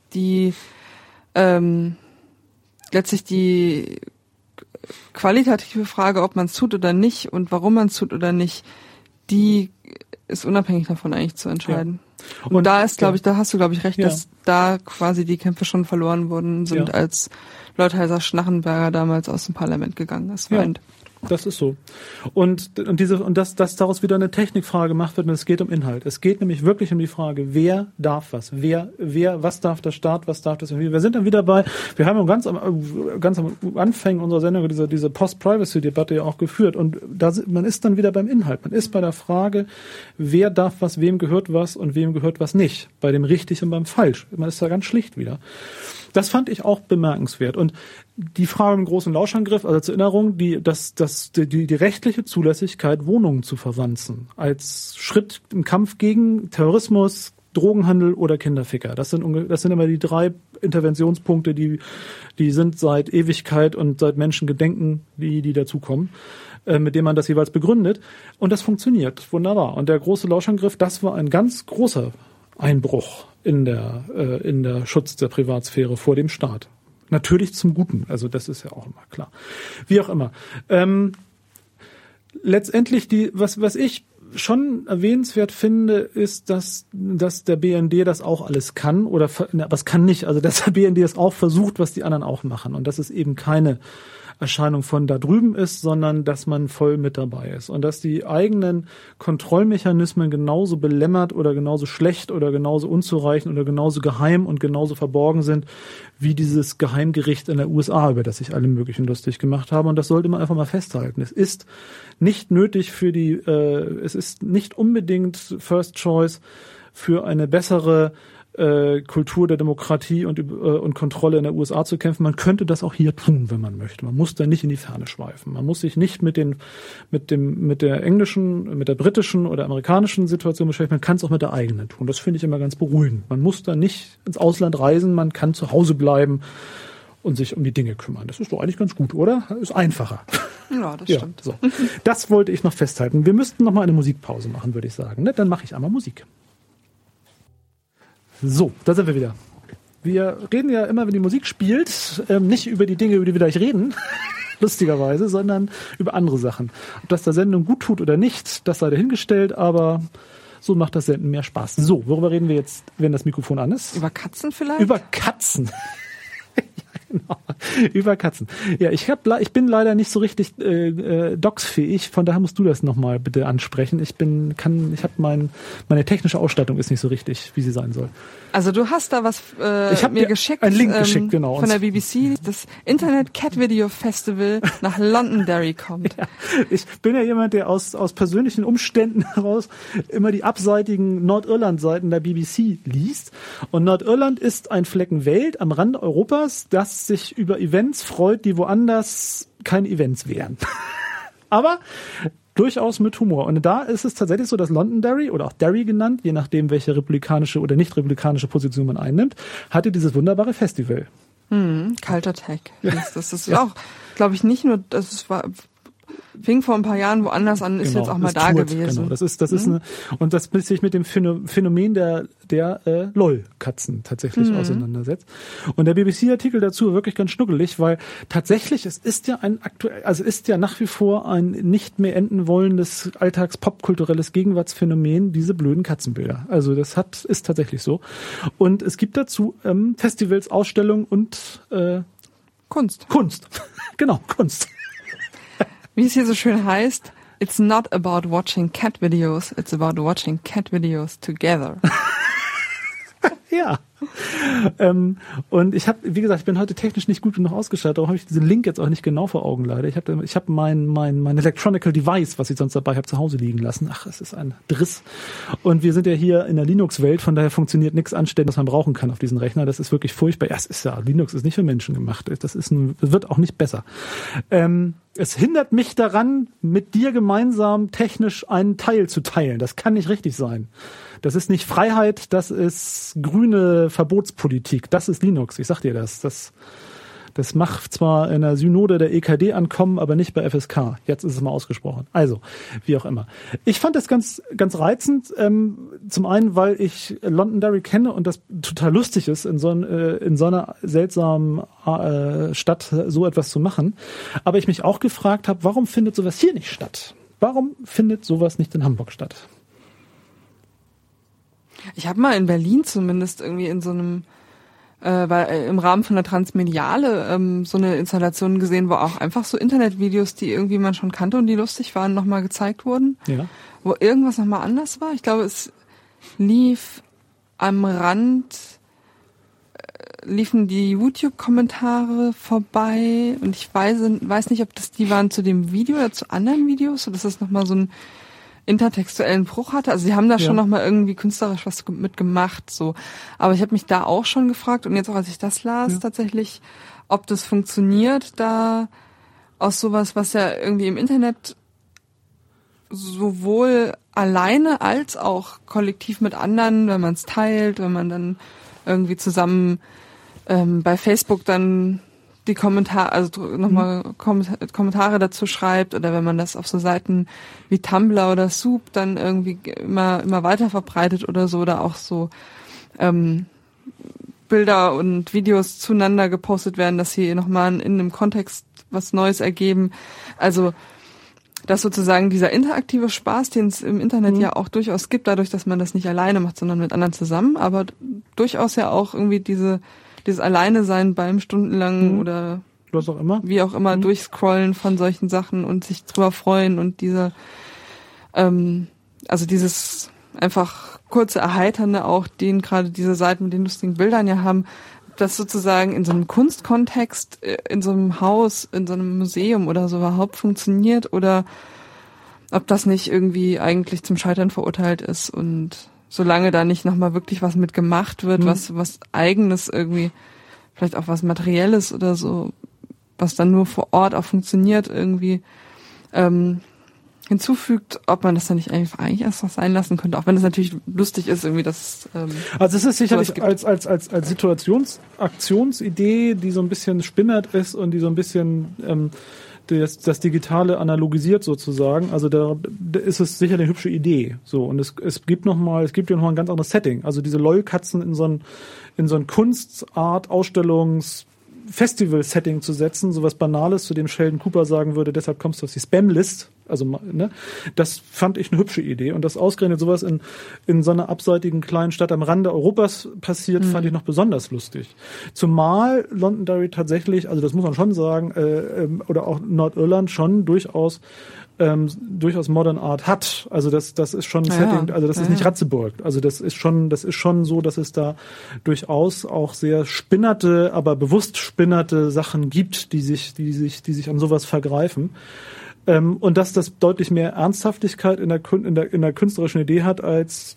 letztlich die qualitative Frage, ob man es tut oder nicht und warum man es tut oder nicht, die ist unabhängig davon eigentlich zu entscheiden. Ja. Und da ist, glaube ich, da hast du, glaube ich, recht, dass da quasi die Kämpfe schon verloren worden sind, als Leutheiser Schnarrenberger damals aus dem Parlament gegangen ist. Das ist so. Und dass daraus wieder eine Technikfrage gemacht wird, und es geht um Inhalt. Es geht nämlich wirklich um die Frage, wer darf was? Was darf der Staat, was darf das? Wir sind dann wieder wir haben ganz am Anfang unserer Sendung diese Post-Privacy-Debatte ja auch geführt. Und man ist dann wieder beim Inhalt. Man ist bei der Frage, wer darf was, wem gehört was und wem gehört was nicht. Bei dem richtig und beim falsch. Man ist da ganz schlicht wieder. Das fand ich auch bemerkenswert. Und die Frage im großen Lauschangriff, also zur Erinnerung, die rechtliche Zulässigkeit, Wohnungen zu verwanzen, als Schritt im Kampf gegen Terrorismus, Drogenhandel oder Kinderficker. Das sind immer die 3 Interventionspunkte, die sind seit Ewigkeit und seit Menschengedenken, die dazukommen, mit denen man das jeweils begründet. Und das funktioniert wunderbar. Und der große Lauschangriff, das war ein ganz großer Einbruch in der Schutz der Privatsphäre vor dem Staat. Natürlich zum Guten, also das ist ja auch immer klar. Wie auch immer. Letztendlich was ich schon erwähnenswert finde, ist, dass der BND das auch alles kann, aber es kann nicht, also dass der BND es auch versucht, was die anderen auch machen, und dass es eben keine Erscheinung von da drüben ist, sondern dass man voll mit dabei ist und dass die eigenen Kontrollmechanismen genauso belämmert oder genauso schlecht oder genauso unzureichend oder genauso geheim und genauso verborgen sind wie dieses Geheimgericht in der USA, über das sich alle möglichen lustig gemacht haben, und das sollte man einfach mal festhalten. Es ist nicht nötig es ist nicht unbedingt First Choice für eine bessere Kultur der Demokratie und Kontrolle in der USA zu kämpfen. Man könnte das auch hier tun, wenn man möchte. Man muss da nicht in die Ferne schweifen. Man muss sich nicht mit der englischen, mit der britischen oder amerikanischen Situation beschäftigen. Man kann es auch mit der eigenen tun. Das finde ich immer ganz beruhigend. Man muss da nicht ins Ausland reisen. Man kann zu Hause bleiben und sich um die Dinge kümmern. Das ist doch eigentlich ganz gut, oder? Ist einfacher. Ja, das stimmt. So. Das wollte ich noch festhalten. Wir müssten noch mal eine Musikpause machen, würde ich sagen. Ne? Dann mache ich einmal Musik. So, da sind wir wieder. Wir reden ja immer, wenn die Musik spielt, nicht über die Dinge, über die wir gleich reden, lustigerweise, sondern über andere Sachen. Ob das der Sendung gut tut oder nicht, das sei dahingestellt, aber so macht das Senden mehr Spaß. So, worüber reden wir jetzt, wenn das Mikrofon an ist? Über Katzen vielleicht? Über Katzen. Genau. Über Katzen. Ja, ich bin leider nicht so richtig docsfähig, von daher musst du das nochmal bitte ansprechen. Meine technische Ausstattung ist nicht so richtig, wie sie sein soll. Also du hast da was mir geschickt, einen Link geschickt, genau. Von der BBC, das Internet Cat Video Festival nach Londonderry kommt. Ja, ich bin ja jemand, der aus persönlichen Umständen heraus immer die abseitigen Nordirland-Seiten der BBC liest. Und Nordirland ist ein Flecken Welt am Rand Europas, das sich über Events freut, die woanders keine Events wären. Aber durchaus mit Humor. Und da ist es tatsächlich so, dass Londonderry oder auch Derry genannt, je nachdem, welche republikanische oder nicht republikanische Position man einnimmt, hatte dieses wunderbare Festival. Culture Tech. Ja. Das ist auch, glaube ich, nicht nur, fing vor ein paar Jahren woanders an, ist jetzt auch mal da gewesen. Genau, das ist und das sich mit dem Phänomen der LOL-Katzen tatsächlich auseinandersetzt. Und der BBC-Artikel dazu wirklich ganz schnuckelig, weil tatsächlich es ist ja nach wie vor ein nicht mehr enden wollendes alltags-popkulturelles Gegenwartsphänomen, diese blöden Katzenbilder. Also das ist tatsächlich so. Und es gibt dazu Festivals, Ausstellungen und Kunst. Genau, Kunst. Wie es hier so schön heißt, it's not about watching cat videos, it's about watching cat videos together. Ja. Und ich bin heute technisch nicht gut genug ausgestattet, darum habe ich diesen Link jetzt auch nicht genau vor Augen leider. Ich habe mein Electronical Device, was ich sonst dabei habe, zu Hause liegen lassen. Ach, es ist ein Driss. Und wir sind ja hier in der Linux-Welt, von daher funktioniert nichts anständig, was man brauchen kann auf diesen Rechner. Das ist wirklich furchtbar. Ja, Linux ist nicht für Menschen gemacht. Das wird auch nicht besser. Es hindert mich daran, mit dir gemeinsam technisch einen Teil zu teilen. Das kann nicht richtig sein. Das ist nicht Freiheit, das ist grüne Verbotspolitik. Das ist Linux, ich sag dir das. Das macht zwar in der Synode der EKD ankommen, aber nicht bei FSK. Jetzt ist es mal ausgesprochen. Also, wie auch immer. Ich fand das ganz, ganz reizend. Zum einen, weil ich Londonderry kenne und das total lustig ist, in so einer seltsamen Stadt so etwas zu machen. Aber ich mich auch gefragt habe, warum findet sowas hier nicht statt? Warum findet sowas nicht in Hamburg statt? Ich habe mal in Berlin zumindest irgendwie in so einem im Rahmen von der Transmediale so eine Installation gesehen, wo auch einfach so Internetvideos, die irgendwie man schon kannte und die lustig waren, nochmal gezeigt wurden. Ja. Wo irgendwas nochmal anders war. Ich glaube, es lief am Rand, liefen die YouTube-Kommentare vorbei und ich weiß nicht, ob das die waren zu dem Video oder zu anderen Videos, oder dass das nochmal so ein intertextuellen Bruch hatte. Also sie haben da schon nochmal irgendwie künstlerisch was mitgemacht, so. Aber ich habe mich da auch schon gefragt und jetzt auch, als ich das las, tatsächlich, ob das funktioniert, da aus sowas, was ja irgendwie im Internet sowohl alleine als auch kollektiv mit anderen, wenn man es teilt, wenn man dann irgendwie zusammen bei Facebook dann die Kommentare, also nochmal Kommentare dazu schreibt, oder wenn man das auf so Seiten wie Tumblr oder Soup dann irgendwie immer weiter verbreitet oder so, oder auch so Bilder und Videos zueinander gepostet werden, dass sie nochmal in einem Kontext was Neues ergeben. Also dass sozusagen dieser interaktive Spaß, den es im Internet ja auch durchaus gibt, dadurch, dass man das nicht alleine macht, sondern mit anderen zusammen, aber durchaus ja auch irgendwie dieses Alleine-Sein beim stundenlangen oder was auch immer, wie auch immer, durchscrollen von solchen Sachen und sich drüber freuen und also dieses einfach kurze Erheiternde auch, den gerade diese Seiten mit den lustigen Bildern ja haben, das sozusagen in so einem Kunstkontext, in so einem Haus, in so einem Museum oder so überhaupt funktioniert, oder ob das nicht irgendwie eigentlich zum Scheitern verurteilt ist, und solange da nicht nochmal wirklich was mit gemacht wird, was Eigenes irgendwie, vielleicht auch was Materielles oder so, was dann nur vor Ort auch funktioniert, irgendwie hinzufügt, ob man das dann nicht eigentlich erst noch sein lassen könnte, auch wenn es natürlich lustig ist, irgendwie das. Also es ist sicherlich als Situationsaktionsidee, die so ein bisschen spinnert ist und die so ein bisschen das Digitale analogisiert sozusagen. Also da ist es sicher eine hübsche Idee. So, und es gibt ja noch mal ein ganz anderes Setting. Also diese LOL-Katzen in so ein Kunstart, Ausstellungs Festival-Setting zu setzen, sowas Banales, zu dem Sheldon Cooper sagen würde, deshalb kommst du auf die Spam-List. Also, ne, das fand ich eine hübsche Idee. Und dass ausgerechnet sowas in so einer abseitigen kleinen Stadt am Rande Europas passiert, fand ich noch besonders lustig. Zumal Londonderry tatsächlich, also das muss man schon sagen, oder auch Nordirland schon durchaus Modern Art hat. Also das ist schon ein Setting, also das ist nicht Ratzeburg. Also das ist schon so, dass es da durchaus auch sehr spinnerte, aber bewusst spinnerte Sachen gibt, die sich an sowas vergreifen. Und dass das deutlich mehr Ernsthaftigkeit in der künstlerischen Idee hat, als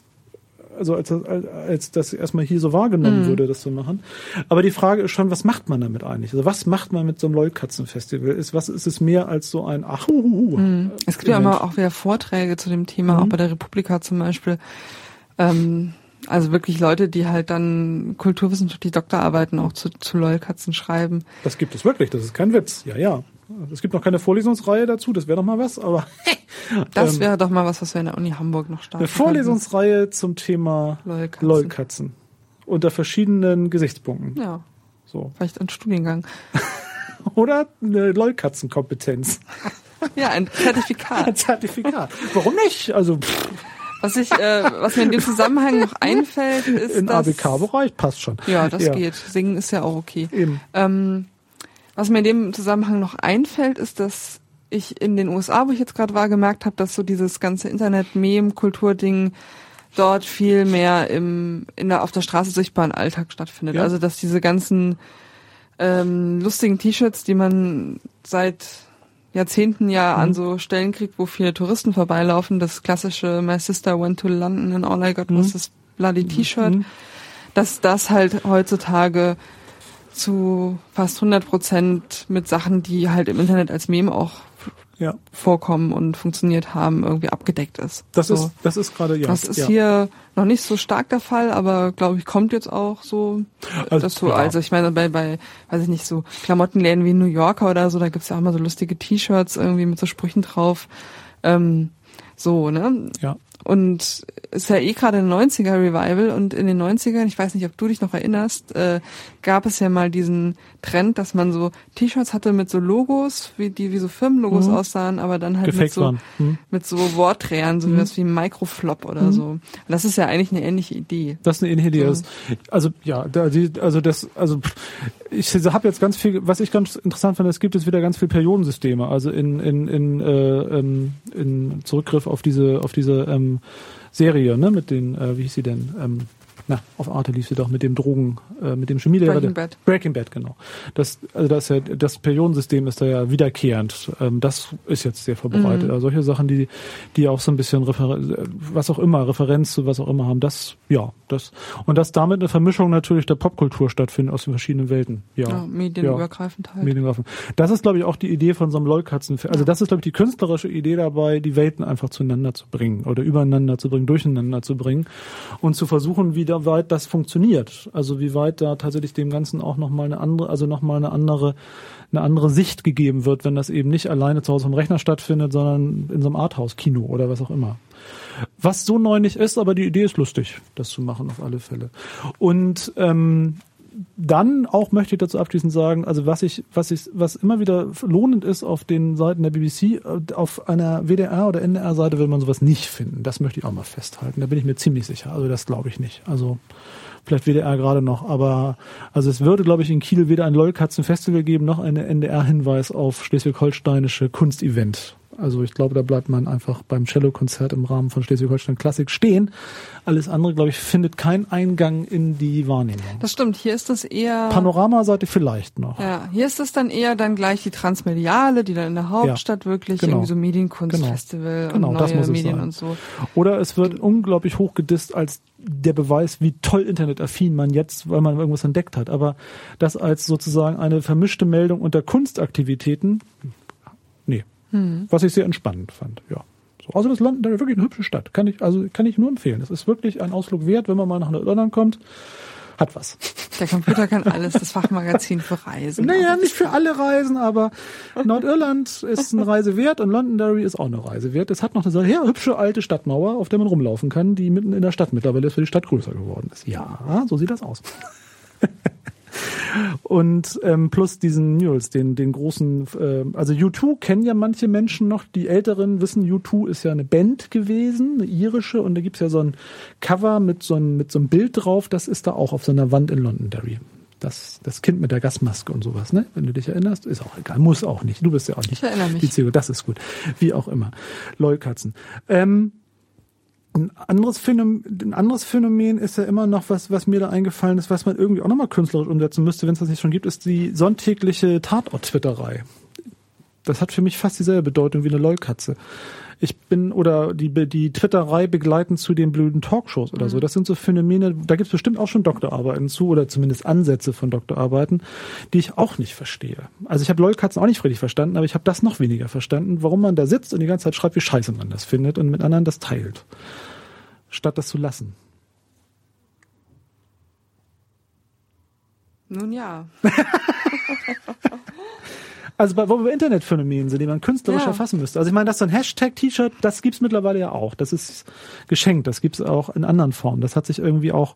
das erstmal hier so wahrgenommen würde, das zu machen. Aber die Frage ist schon, was macht man damit eigentlich? Also was macht man mit so einem Leutkatzenfestival? Was ist es mehr als so ein Es gibt ja immer auch wieder Vorträge zu dem Thema, auch bei der Republika zum Beispiel. Also wirklich Leute, die halt dann kulturwissenschaftliche Doktorarbeiten auch zu Leukatzen schreiben. Das gibt es wirklich, das ist kein Witz. Ja. Es gibt noch keine Vorlesungsreihe dazu, das wäre doch mal was, aber... Das wäre doch mal was wir in der Uni Hamburg noch starten. Eine Vorlesungsreihe zum Thema Leukatzen. Unter verschiedenen Gesichtspunkten. Ja, so. Vielleicht ein Studiengang. Oder eine Leukatzenkompetenz. Ja, ein Zertifikat. Ein Zertifikat. Warum nicht? Also... Was mir in dem Zusammenhang noch einfällt, ist im ABK-Bereich passt schon. Ja, das geht. Singen ist ja auch okay. Eben. Was mir in dem Zusammenhang noch einfällt, ist, dass ich in den USA, wo ich jetzt gerade war, gemerkt habe, dass so dieses ganze Internet-Meme-Kultur-Ding dort viel mehr auf der Straße sichtbaren Alltag stattfindet. Ja. Also dass diese ganzen lustigen T-Shirts, die man seit Jahrzehnten an so Stellen kriegt, wo viele Touristen vorbeilaufen, das klassische My Sister Went to London and All I Got was this bloody T-Shirt, dass das halt heutzutage zu fast 100% mit Sachen, die halt im Internet als Meme auch vorkommen und funktioniert haben, irgendwie abgedeckt ist. Das ist gerade, Das ist hier noch nicht so stark der Fall, aber glaube ich, kommt jetzt auch so dazu. Also ich meine, bei, weiß ich nicht, so Klamottenläden wie New Yorker oder so, da gibt's ja auch mal so lustige T-Shirts irgendwie mit so Sprüchen drauf. So, ne? Ja. Und ist ja gerade ein 90er-Revival und in den 90ern, ich weiß nicht, ob du dich noch erinnerst, gab es ja mal diesen Trend, dass man so T-Shirts hatte mit so Logos, wie so Firmenlogos aussahen, aber dann halt mit so Worträgern, so was wie Microflop oder so. Und das ist ja eigentlich eine ähnliche Idee. Das ist eine ähnliche Idee. Ich habe jetzt ganz viel, was ich ganz interessant fand, es gibt jetzt wieder ganz viele Periodensysteme, also in Zurückgriff auf diese Serie, ne, mit den, wie hieß sie denn? Auf Arte lief sie doch mit dem Drogen, mit dem Chemielehrer. Breaking Bad, genau. Das Periodensystem ist da ja wiederkehrend. Das ist jetzt sehr verbreitet. Also solche Sachen, die auch so ein bisschen Referenz zu was auch immer haben, und dass damit eine Vermischung natürlich der Popkultur stattfindet aus den verschiedenen Welten. Ja, medienübergreifend halt. Medienübergreifend. Das ist, glaube ich, auch die Idee von so einem Leukatzen. Also das ist, glaube ich, die künstlerische Idee dabei, die Welten einfach zueinander zu bringen oder übereinander zu bringen, durcheinander zu bringen und zu versuchen, wie weit das funktioniert. Also wie weit da tatsächlich dem Ganzen auch nochmal eine andere Sicht gegeben wird, wenn das eben nicht alleine zu Hause am Rechner stattfindet, sondern in so einem Arthouse-Kino oder was auch immer. Was so neu nicht ist, aber die Idee ist lustig, das zu machen auf alle Fälle. Und dann auch möchte ich dazu abschließend sagen, also was immer wieder lohnend ist auf den Seiten der BBC, auf einer WDR oder NDR-Seite will man sowas nicht finden. Das möchte ich auch mal festhalten. Da bin ich mir ziemlich sicher. Also das glaube ich nicht. Also vielleicht WDR gerade noch, aber also es würde, glaube ich, in Kiel weder ein Leukatzen-Festival geben, noch einen NDR-Hinweis auf schleswig-holsteinische Kunstevent. Also ich glaube, da bleibt man einfach beim Cello-Konzert im Rahmen von Schleswig-Holstein Klassik stehen. Alles andere, glaube ich, findet keinen Eingang in die Wahrnehmung. Das stimmt, hier ist das eher... Panoramaseite vielleicht noch. Ja, hier ist das dann eher dann gleich die Transmediale, die dann in der Hauptstadt wirklich irgendwie so Medienkunstfestival und neue Medien und so. Oder es wird unglaublich hochgedisst als der Beweis, wie toll internetaffin man jetzt, weil man irgendwas entdeckt hat. Aber das als sozusagen eine vermischte Meldung unter Kunstaktivitäten, nee. Was ich sehr entspannend fand, ja. So, also das London ist wirklich eine hübsche Stadt. Kann ich nur empfehlen. Das ist wirklich ein Ausflug wert, wenn man mal nach London kommt. Hat was. Der Computer kann alles, das Fachmagazin für Reisen. Naja, nicht für alle Reisen, aber Nordirland ist eine Reise wert und Londonderry ist auch eine Reise wert. Es hat noch eine sehr hübsche alte Stadtmauer, auf der man rumlaufen kann, die mitten in der Stadt mittlerweile ist, weil die Stadt größer geworden ist. Ja, so sieht das aus. Und plus diesen Mules, den großen, also U2 kennen ja manche Menschen noch, die Älteren wissen, U2 ist ja eine Band gewesen, eine irische, und da gibt's ja so ein Cover mit so einem Bild drauf, das ist da auch auf so einer Wand in Londonderry. Das Kind mit der Gasmaske und sowas, ne? Wenn du dich erinnerst, ist auch egal, muss auch nicht. Du bist ja auch nicht. Ich erinnere mich. Die Zielgruppe, das ist gut. Wie auch immer. Leukatzen. Ein anderes Phänomen ist ja immer noch, was mir da eingefallen ist, was man irgendwie auch nochmal künstlerisch umsetzen müsste, wenn es das nicht schon gibt, ist die sonntägliche Tatort-Twitterei. Das hat für mich fast dieselbe Bedeutung wie eine Leukatze. Die Twitterei begleitend zu den blöden Talkshows oder so. Das sind so Phänomene, da gibt es bestimmt auch schon Doktorarbeiten zu oder zumindest Ansätze von Doktorarbeiten, die ich auch nicht verstehe. Also ich habe Leukatzen auch nicht richtig verstanden, aber ich habe das noch weniger verstanden, warum man da sitzt und die ganze Zeit schreibt, wie scheiße man das findet und mit anderen das teilt, statt das zu lassen. Nun ja. Also wo wir bei Internetphänomenen sind, die man künstlerisch erfassen müsste. Also ich meine, das ist so ein Hashtag-T-Shirt, das gibt's mittlerweile ja auch. Das ist geschenkt, das gibt's auch in anderen Formen. Das hat sich irgendwie auch,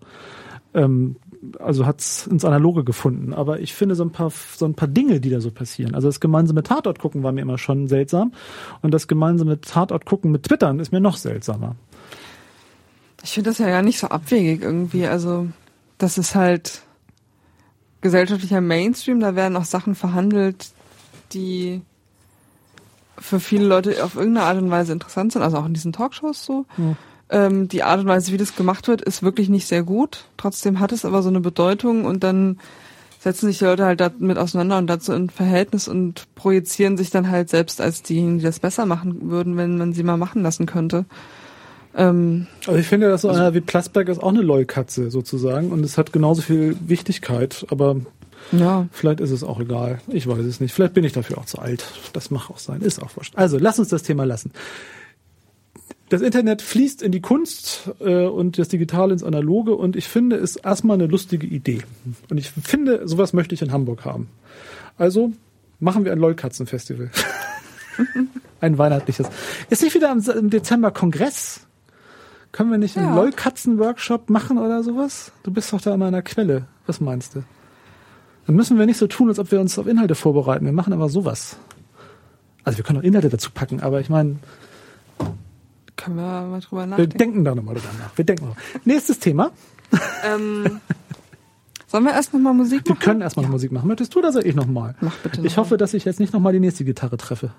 hat's ins Analoge gefunden. Aber ich finde so ein paar Dinge, die da so passieren. Also das gemeinsame Tatort gucken war mir immer schon seltsam. Und das gemeinsame Tatort gucken mit Twittern ist mir noch seltsamer. Ich finde das ja gar nicht so abwegig irgendwie. Also das ist halt gesellschaftlicher Mainstream. Da werden auch Sachen verhandelt, die für viele Leute auf irgendeine Art und Weise interessant sind, also auch in diesen Talkshows so. Ja. Die Art und Weise, wie das gemacht wird, ist wirklich nicht sehr gut. Trotzdem hat es aber so eine Bedeutung und dann setzen sich die Leute halt damit auseinander und dazu in Verhältnis und projizieren sich dann halt selbst als diejenigen, die das besser machen würden, wenn man sie mal machen lassen könnte. Also ich finde, dass so einer wie Plasberg ist auch eine Leukatze sozusagen und es hat genauso viel Wichtigkeit, aber ja, vielleicht ist es auch egal. Ich weiß es nicht. Vielleicht bin ich dafür auch zu alt. Das mag auch sein. Ist auch wurscht. Also, lass uns das Thema lassen. Das Internet fließt in die Kunst und das Digitale ins Analoge und ich finde, es ist erstmal eine lustige Idee. Und ich finde, sowas möchte ich in Hamburg haben. Also machen wir ein Leukatzenfestival. Ein weihnachtliches. Ist nicht wieder im Dezember Kongress? Können wir nicht einen Leukatzen-Workshop machen oder sowas? Du bist doch da immer an der Quelle. Was meinst du? Dann müssen wir nicht so tun, als ob wir uns auf Inhalte vorbereiten. Wir machen aber sowas. Also wir können auch Inhalte dazu packen, aber ich meine... Können wir mal drüber nachdenken. Wir denken da nochmal drüber nach. Nächstes Thema. Sollen wir erst nochmal Musik machen? Wir können erstmal noch Musik machen. Möchtest du oder soll ich nochmal? Mach bitte noch Ich hoffe, dass ich jetzt nicht nochmal die nächste Gitarre treffe.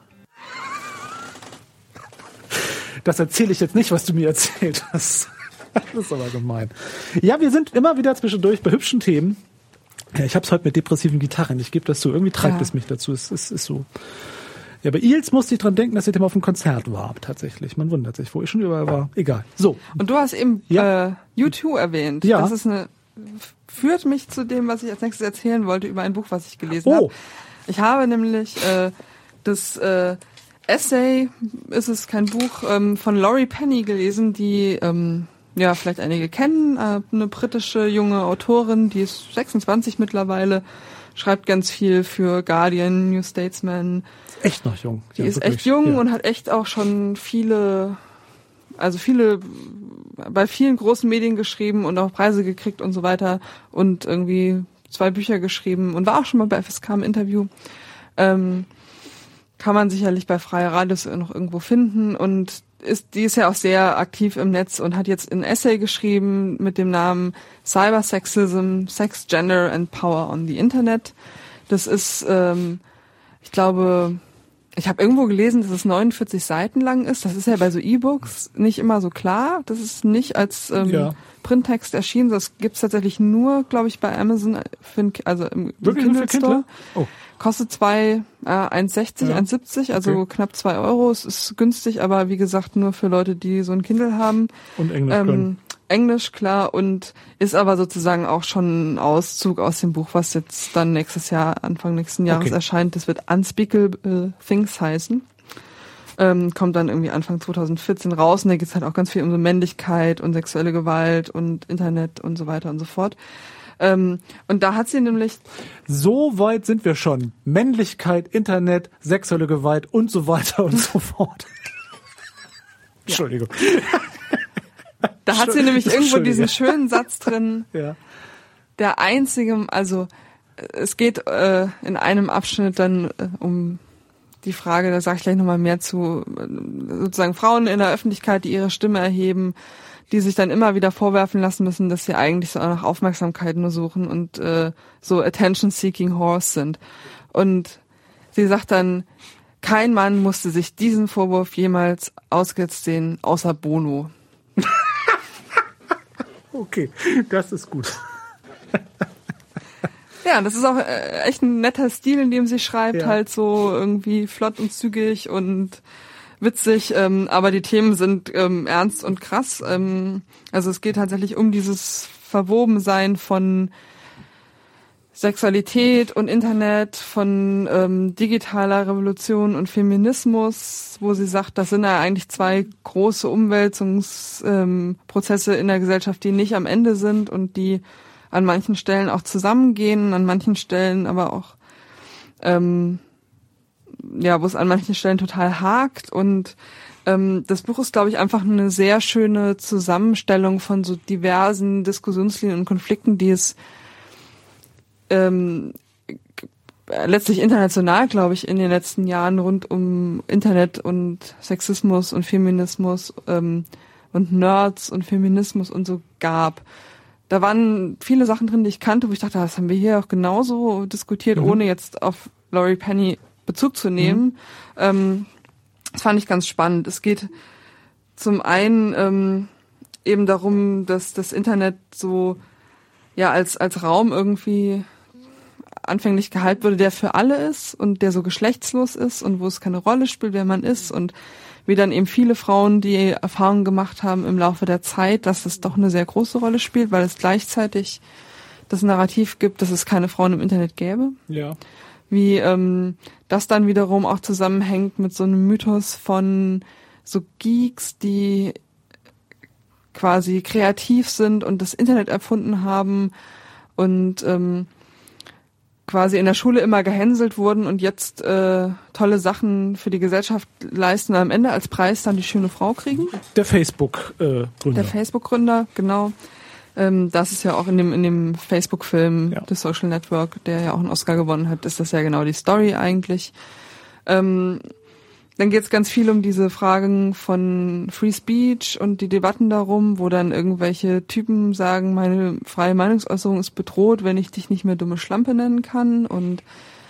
Das erzähle ich jetzt nicht, was du mir erzählt hast. Das ist aber gemein. Ja, wir sind immer wieder zwischendurch bei hübschen Themen. Ja, ich hab's heute mit depressiven Gitarren. Ich gebe das zu. Irgendwie treibt es mich dazu. Es ist so. Ja, bei Eels musste ich dran denken, dass ich mal auf einem Konzert war, tatsächlich. Man wundert sich, wo ich schon überall war. Egal. So. Und du hast eben U2 erwähnt. Ja. Das ist führt mich zu dem, was ich als nächstes erzählen wollte, über ein Buch, was ich gelesen habe. Ich habe nämlich das Essay, ist es kein Buch, von Laurie Penny gelesen, die vielleicht einige kennen, eine britische junge Autorin, die ist 26 mittlerweile, schreibt ganz viel für Guardian, New Statesman. Ist echt noch jung. Die ist echt jung und hat echt auch schon bei vielen großen Medien geschrieben und auch Preise gekriegt und so weiter und irgendwie 2 Bücher geschrieben und war auch schon mal bei FSK im Interview. Kann man sicherlich bei Freie Radios noch irgendwo finden und die ist ja auch sehr aktiv im Netz und hat jetzt ein Essay geschrieben mit dem Namen Cybersexism, Sex, Gender and Power on the Internet. Das ist, ich glaube, ich habe irgendwo gelesen, dass es 49 Seiten lang ist. Das ist ja bei so E-Books nicht immer so klar. Das ist nicht als Printtext erschienen. Das gibt's tatsächlich nur, glaube ich, bei Amazon, also im Kindle Store. Oh. Kostet 1,60, 1,70, also knapp 2 €. Es ist günstig, aber wie gesagt nur für Leute, die so ein Kindle haben. Und Englisch können. Englisch, klar, und ist aber sozusagen auch schon ein Auszug aus dem Buch, was jetzt dann Anfang nächsten Jahres erscheint. Das wird Unspeakable Things heißen. Kommt dann irgendwie Anfang 2014 raus und da geht's halt auch ganz viel um so Männlichkeit und sexuelle Gewalt und Internet und so weiter und so fort. Und da hat sie nämlich... So weit sind wir schon. Männlichkeit, Internet, sexuelle Gewalt und so weiter und so fort. Entschuldigung. Da hat sie nämlich irgendwo diesen schönen Satz drin. Ja. Der einzige, also es geht in einem Abschnitt dann um die Frage, da sage ich gleich nochmal mehr zu, sozusagen Frauen in der Öffentlichkeit, die ihre Stimme erheben, die sich dann immer wieder vorwerfen lassen müssen, dass sie eigentlich so nach Aufmerksamkeit nur suchen und so attention-seeking horse sind. Und sie sagt dann, kein Mann musste sich diesen Vorwurf jemals ausgesetzt sehen, außer Bono. Okay, das ist gut. Ja, das ist auch echt ein netter Stil, in dem sie schreibt, halt so irgendwie flott und zügig und witzig, aber die Themen sind ernst und krass. Also es geht tatsächlich um dieses Verwobensein von Sexualität und Internet, von digitaler Revolution und Feminismus, wo sie sagt, das sind ja eigentlich zwei große Umwälzungsprozesse in der Gesellschaft, die nicht am Ende sind und die an manchen Stellen auch zusammengehen, an manchen Stellen aber auch, wo es an manchen Stellen total hakt. Und das Buch ist, glaube ich, einfach eine sehr schöne Zusammenstellung von so diversen Diskussionslinien und Konflikten, die es letztlich international, glaube ich, in den letzten Jahren rund um Internet und Sexismus und Feminismus und Nerds und Feminismus und so gab. Da waren viele Sachen drin, die ich kannte, wo ich dachte, das haben wir hier auch genauso diskutiert, ohne jetzt auf Laurie Penny Bezug zu nehmen. Das fand ich ganz spannend. Es geht zum einen eben darum, dass das Internet so als Raum irgendwie anfänglich gehalten wurde, der für alle ist und der so geschlechtslos ist und wo es keine Rolle spielt, wer man ist, und wie dann eben viele Frauen die Erfahrung gemacht haben im Laufe der Zeit, dass es doch eine sehr große Rolle spielt, weil es gleichzeitig das Narrativ gibt, dass es keine Frauen im Internet gäbe. Ja. Wie das dann wiederum auch zusammenhängt mit so einem Mythos von so Geeks, die quasi kreativ sind und das Internet erfunden haben und quasi in der Schule immer gehänselt wurden und jetzt tolle Sachen für die Gesellschaft leisten und am Ende als Preis dann die schöne Frau kriegen. Der Facebook-Gründer. Der Facebook-Gründer, genau. Das ist ja auch in dem Facebook-Film, The Social Network, der ja auch einen Oscar gewonnen hat, ist das ja genau die Story eigentlich. Dann geht es ganz viel um diese Fragen von Free Speech und die Debatten darum, wo dann irgendwelche Typen sagen, meine freie Meinungsäußerung ist bedroht, wenn ich dich nicht mehr dumme Schlampe nennen kann. Und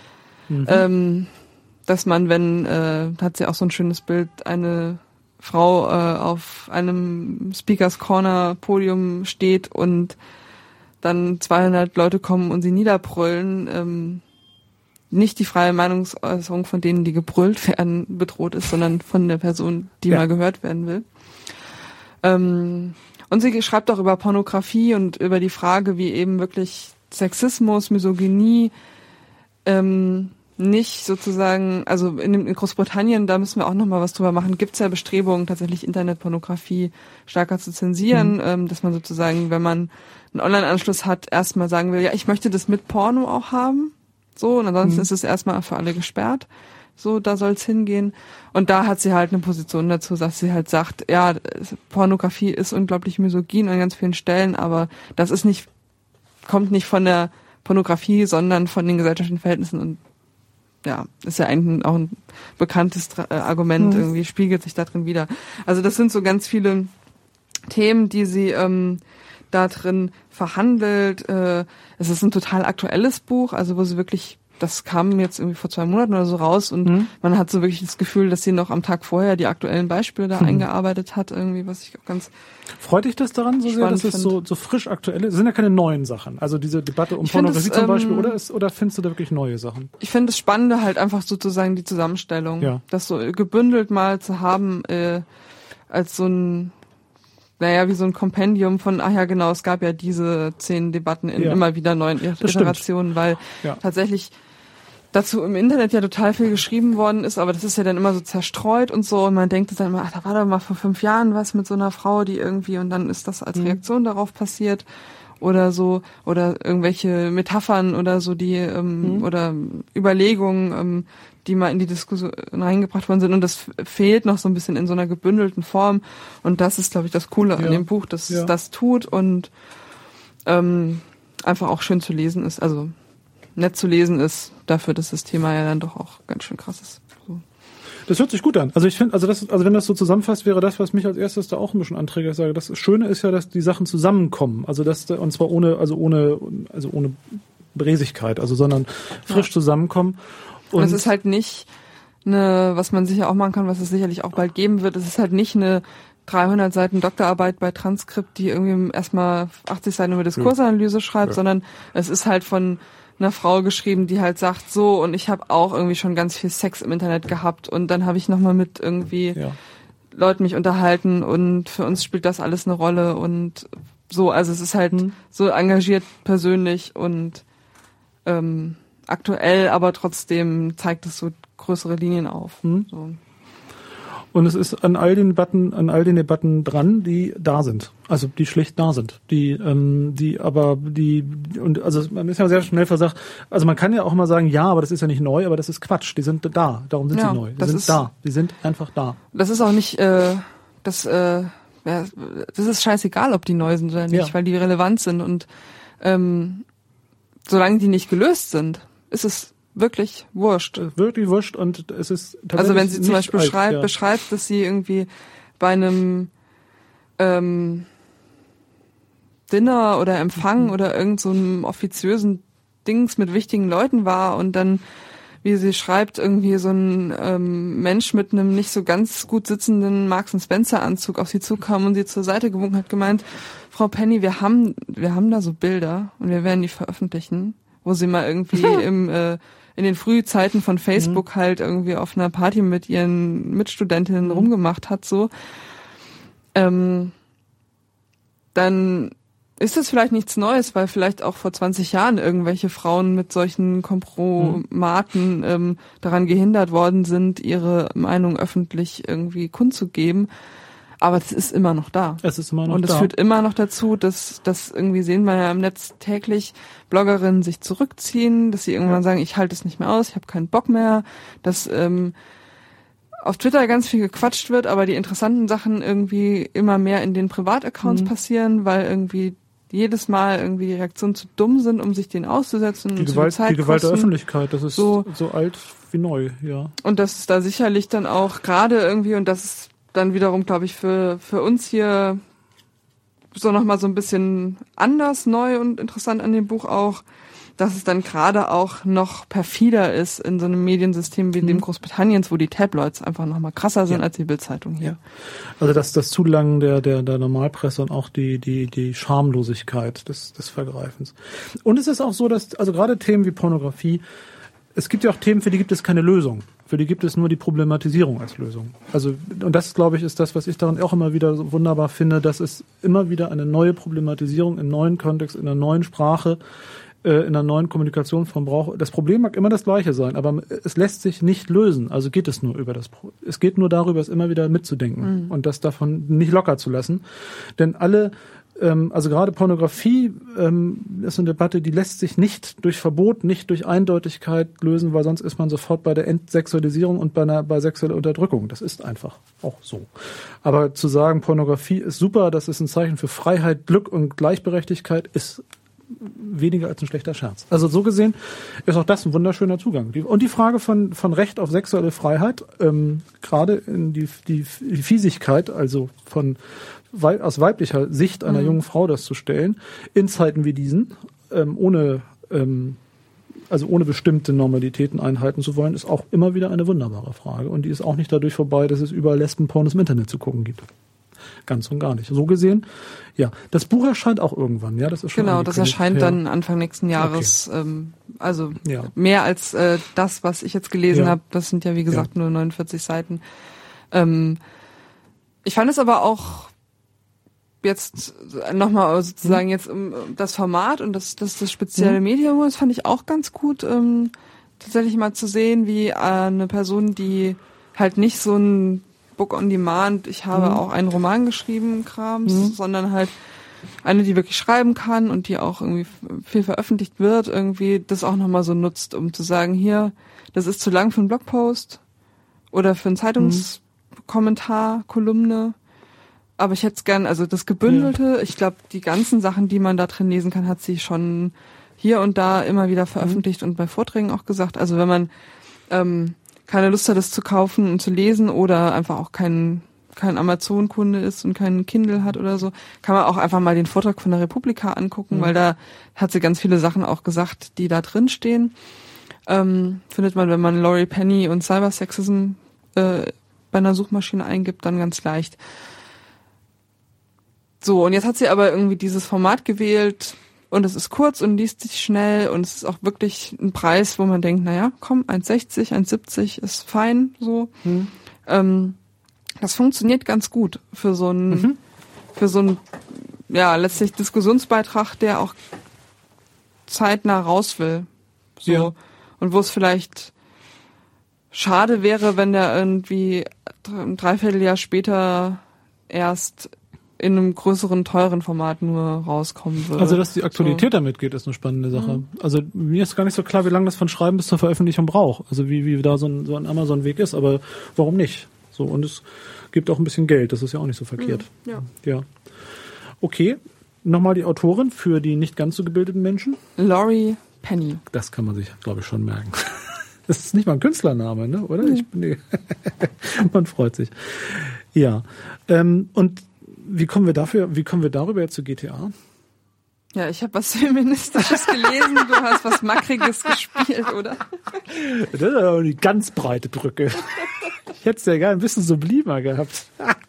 dass man, hat sie auch so ein schönes Bild, eine Frau auf einem Speakers Corner Podium steht und dann 200 Leute kommen und sie niederbrüllen, nicht die freie Meinungsäußerung von denen, die gebrüllt werden, bedroht ist, sondern von der Person, die mal gehört werden will. Und sie schreibt auch über Pornografie und über die Frage, wie eben wirklich Sexismus, Misogynie nicht sozusagen, also in Großbritannien, da müssen wir auch nochmal was drüber machen, gibt es ja Bestrebungen, tatsächlich Internetpornografie stärker zu zensieren, dass man sozusagen, wenn man einen Online-Anschluss hat, erstmal sagen will, ja, ich möchte das mit Porno auch haben. So, und ansonsten ist es erstmal für alle gesperrt. So, da soll es hingehen. Und da hat sie halt eine Position dazu, dass sie halt sagt, ja, Pornografie ist unglaublich misogyn an ganz vielen Stellen, aber das ist nicht, kommt nicht von der Pornografie, sondern von den gesellschaftlichen Verhältnissen. Und ja, ist ja eigentlich auch ein bekanntes Argument, irgendwie spiegelt sich da drin wieder. Also das sind so ganz viele Themen, die sie da drin verhandelt. Es ist ein total aktuelles Buch, also wo sie wirklich, das kam jetzt irgendwie vor 2 Monaten oder so raus und man hat so wirklich das Gefühl, dass sie noch am Tag vorher die aktuellen Beispiele da eingearbeitet hat, irgendwie, was ich auch ganz Freut dich das daran so sehr, dass es so frisch aktuell ist? Es sind ja keine neuen Sachen, also diese Debatte um Pornografie zum Beispiel, oder findest du da wirklich neue Sachen? Ich finde das Spannende halt einfach sozusagen die Zusammenstellung, das so gebündelt mal zu haben, als so ein, wie so ein Kompendium von, ach ja genau, es gab ja diese 10 Debatten in immer wieder neuen Iterationen, weil tatsächlich dazu im Internet ja total viel geschrieben worden ist, aber das ist ja dann immer so zerstreut und so und man denkt dann immer, ach, da war doch mal vor 5 Jahren was mit so einer Frau, die irgendwie, und dann ist das als Reaktion darauf passiert oder so, oder irgendwelche Metaphern oder so, die oder Überlegungen, die mal in die Diskussion reingebracht worden sind, und das fehlt noch so ein bisschen in so einer gebündelten Form, und das ist, glaube ich, das Coole an dem Buch, dass es das tut und einfach auch schön zu lesen ist, also nett zu lesen ist, dafür, dass das Thema ja dann doch auch ganz schön krass ist. So. Das hört sich gut an. Also ich finde, also wenn das so zusammenfasst, wäre das, was mich als erstes da auch ein bisschen anträgt. Ich sage, das Schöne ist ja, dass die Sachen zusammenkommen. Also und zwar ohne Bräsigkeit, sondern frisch zusammenkommen. Und es ist halt nicht was man sicher auch machen kann, was es sicherlich auch bald geben wird. Es ist halt nicht eine 300 Seiten Doktorarbeit bei Transkript, die irgendwie erstmal 80 Seiten über Diskursanalyse schreibt, sondern es ist halt von einer Frau geschrieben, die halt sagt, so, und ich habe auch irgendwie schon ganz viel Sex im Internet gehabt und dann habe ich nochmal mit irgendwie Leuten mich unterhalten und für uns spielt das alles eine Rolle und so, also es ist halt so engagiert persönlich und aktuell, aber trotzdem zeigt es so größere Linien auf. So. Und es ist an all den Debatten dran, die da sind. Also die schlicht da sind. Man ist ja sehr schnell versagt. Also man kann ja auch mal sagen, ja, aber das ist ja nicht neu, aber das ist Quatsch. Die sind da. Darum sind sie neu. Die sind da. Die sind einfach da. Das ist auch nicht, das ist scheißegal, ob die neu sind oder nicht, weil die relevant sind und solange die nicht gelöst sind, ist es wirklich wurscht. Wirklich wurscht und es ist tatsächlich. Also wenn sie zum Beispiel beschreibt, dass sie irgendwie bei einem Dinner oder Empfang oder irgend so einem offiziösen Dings mit wichtigen Leuten war und dann, wie sie schreibt, irgendwie so ein Mensch mit einem nicht so ganz gut sitzenden Marks & Spencer Anzug auf sie zukam und sie zur Seite gewunken hat, gemeint, Frau Penny, wir haben da so Bilder und wir werden die veröffentlichen, wo sie mal irgendwie in den Frühzeiten von Facebook halt irgendwie auf einer Party mit ihren Mitstudentinnen rumgemacht hat, so. Dann ist das vielleicht nichts Neues, weil vielleicht auch vor 20 Jahren irgendwelche Frauen mit solchen Kompromaten daran gehindert worden sind, ihre Meinung öffentlich irgendwie kundzugeben. Aber es ist immer noch da. Es ist immer noch da. Und es führt immer noch dazu, dass irgendwie sehen wir ja im Netz täglich Bloggerinnen sich zurückziehen, dass sie irgendwann sagen, ich halte es nicht mehr aus, ich habe keinen Bock mehr, dass auf Twitter ganz viel gequatscht wird, aber die interessanten Sachen irgendwie immer mehr in den Privataccounts passieren, weil irgendwie jedes Mal irgendwie die Reaktionen zu dumm sind, um sich den auszusetzen. Die Gewalt der Öffentlichkeit, das ist so alt wie neu, ja. Und das ist da sicherlich dann auch gerade irgendwie, und das ist dann wiederum, glaube ich, für uns hier so nochmal so ein bisschen anders, neu und interessant an dem Buch auch, dass es dann gerade auch noch perfider ist in so einem Mediensystem wie dem Großbritanniens, wo die Tabloids einfach nochmal krasser sind als die Bild-Zeitung hier. Ja. Also das Zulangen der Normalpresse und auch die Schamlosigkeit des Vergreifens. Und es ist auch so, dass, also gerade Themen wie Pornografie, es gibt ja auch Themen, für die gibt es keine Lösung. Für die gibt es nur die Problematisierung als Lösung. Also, und das, glaube ich, ist das, was ich daran auch immer wieder so wunderbar finde, dass es immer wieder eine neue Problematisierung im neuen Kontext, in einer neuen Sprache, in einer neuen Kommunikationsform braucht. Das Problem mag immer das gleiche sein, aber es lässt sich nicht lösen. Also geht es nur es geht nur darüber, es immer wieder mitzudenken und das davon nicht locker zu lassen. Denn also gerade Pornografie ist eine Debatte, die lässt sich nicht durch Verbot, nicht durch Eindeutigkeit lösen, weil sonst ist man sofort bei der Entsexualisierung und bei sexueller Unterdrückung. Das ist einfach auch so. Aber zu sagen, Pornografie ist super, das ist ein Zeichen für Freiheit, Glück und Gleichberechtigkeit, ist weniger als ein schlechter Scherz. Also so gesehen ist auch das ein wunderschöner Zugang. Und die Frage von Recht auf sexuelle Freiheit, gerade in die Fiesigkeit, also aus weiblicher Sicht einer jungen Frau das zu stellen, in Zeiten wie diesen, ohne bestimmte Normalitäten einhalten zu wollen, ist auch immer wieder eine wunderbare Frage. Und die ist auch nicht dadurch vorbei, dass es überall Lesbenpornos im Internet zu gucken gibt. Ganz und gar nicht. So gesehen, ja. Das Buch erscheint auch irgendwann, ja. Das ist schon genau, das erscheint dann Anfang nächsten Jahres. Okay. Mehr als das, was ich jetzt gelesen habe. Das sind ja, wie gesagt, nur 49 Seiten. Ich fand es aber auch jetzt nochmal sozusagen jetzt das Format und das spezielle Medium, das fand ich auch ganz gut, tatsächlich mal zu sehen, wie eine Person, die halt nicht so ein Book on Demand, ich habe auch einen Roman geschrieben, Krams, sondern halt eine, die wirklich schreiben kann und die auch irgendwie viel veröffentlicht wird, irgendwie das auch nochmal so nutzt, um zu sagen, hier, das ist zu lang für einen Blogpost oder für einen Zeitungskommentar, Kolumne. Aber ich hätte es gern, also das Gebündelte, ich glaube, die ganzen Sachen, die man da drin lesen kann, hat sie schon hier und da immer wieder veröffentlicht und bei Vorträgen auch gesagt. Also wenn man keine Lust hat, das zu kaufen und zu lesen oder einfach auch kein Amazon-Kunde ist und keinen Kindle hat oder so, kann man auch einfach mal den Vortrag von der Republika angucken, weil da hat sie ganz viele Sachen auch gesagt, die da drin stehen. Findet man, wenn man Laurie Penny und Cybersexism bei einer Suchmaschine eingibt, dann ganz leicht. So, und jetzt hat sie aber irgendwie dieses Format gewählt und es ist kurz und liest sich schnell und es ist auch wirklich ein Preis, wo man denkt, naja, komm, 1,60, 1,70 ist fein, so. Das funktioniert ganz gut für so einen, ja, letztlich Diskussionsbeitrag, der auch zeitnah raus will. So. Ja. Und wo es vielleicht schade wäre, wenn der irgendwie ein Dreivierteljahr später erst in einem größeren, teuren Format nur rauskommen würde. Also, dass die Aktualität damit geht, ist eine spannende Sache. Also, mir ist gar nicht so klar, wie lange das von Schreiben bis zur Veröffentlichung braucht. Also, wie da so ein Amazon-Weg ist, aber warum nicht? So, und es gibt auch ein bisschen Geld, das ist ja auch nicht so verkehrt. Ja. Okay, nochmal die Autorin für die nicht ganz so gebildeten Menschen. Laurie Penny. Das kann man sich, glaube ich, schon merken. Das ist nicht mal ein Künstlername, ne? Oder? Nee. Man freut sich. Ja. Und wie kommen wir darüber jetzt zu GTA? Ja, ich habe was Feministisches gelesen, du hast was Mackriges gespielt, oder? Das ist aber die ganz breite Brücke. Ich hätte es ja gerne ein bisschen sublimer gehabt.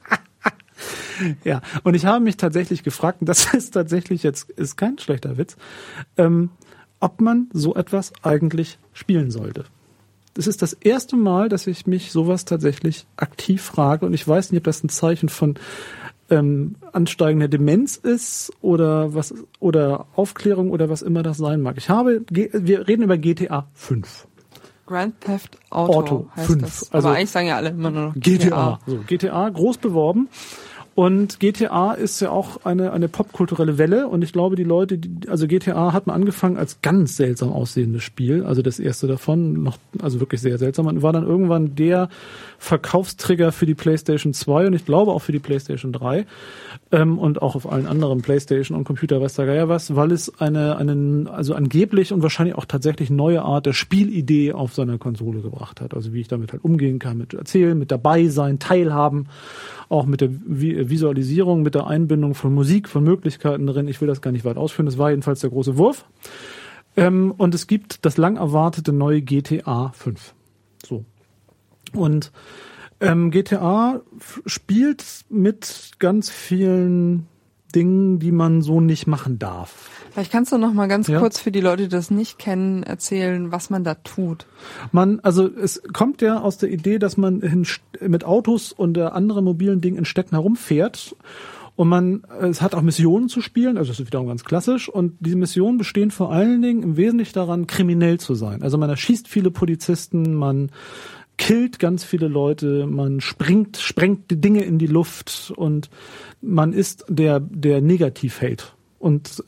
Ja, und ich habe mich tatsächlich gefragt, und das ist tatsächlich jetzt, ist kein schlechter Witz, ob man so etwas eigentlich spielen sollte. Das ist das erste Mal, dass ich mich sowas tatsächlich aktiv frage, und ich weiß nicht, ob das ein Zeichen von ansteigender Demenz ist oder was, oder Aufklärung oder was immer das sein mag. Wir reden über GTA 5. Grand Theft Auto heißt 5. das. Also aber eigentlich sagen ja alle immer nur noch GTA. So, GTA, groß beworben. Und GTA ist ja auch eine popkulturelle Welle, und ich glaube, die Leute, also GTA hat mal angefangen als ganz seltsam aussehendes Spiel, also das erste davon, also wirklich sehr seltsam, und war dann irgendwann der Verkaufstrigger für die PlayStation 2 und ich glaube auch für die PlayStation 3 und auch auf allen anderen PlayStation und Computer, weiß der Geier was, weil es also angeblich und wahrscheinlich auch tatsächlich neue Art der Spielidee auf seiner Konsole gebracht hat, also wie ich damit halt umgehen kann, mit erzählen, mit dabei sein, teilhaben, auch mit der Visualisierung, mit der Einbindung von Musik, von Möglichkeiten drin. Ich will das gar nicht weit ausführen. Das war jedenfalls der große Wurf. Und es gibt das lang erwartete neue GTA 5. So. Und GTA spielt mit ganz vielen Dingen, die man so nicht machen darf. Vielleicht kannst du noch mal ganz kurz für die Leute, die das nicht kennen, erzählen, was man da tut. Also es kommt ja aus der Idee, dass man mit Autos und anderen mobilen Dingen in Städten herumfährt, und es hat auch Missionen zu spielen, also das ist wiederum ganz klassisch, und diese Missionen bestehen vor allen Dingen im Wesentlichen daran, kriminell zu sein. Also man erschießt viele Polizisten, man killt ganz viele Leute, man sprengt die Dinge in die Luft, und man ist der Negativheld. Und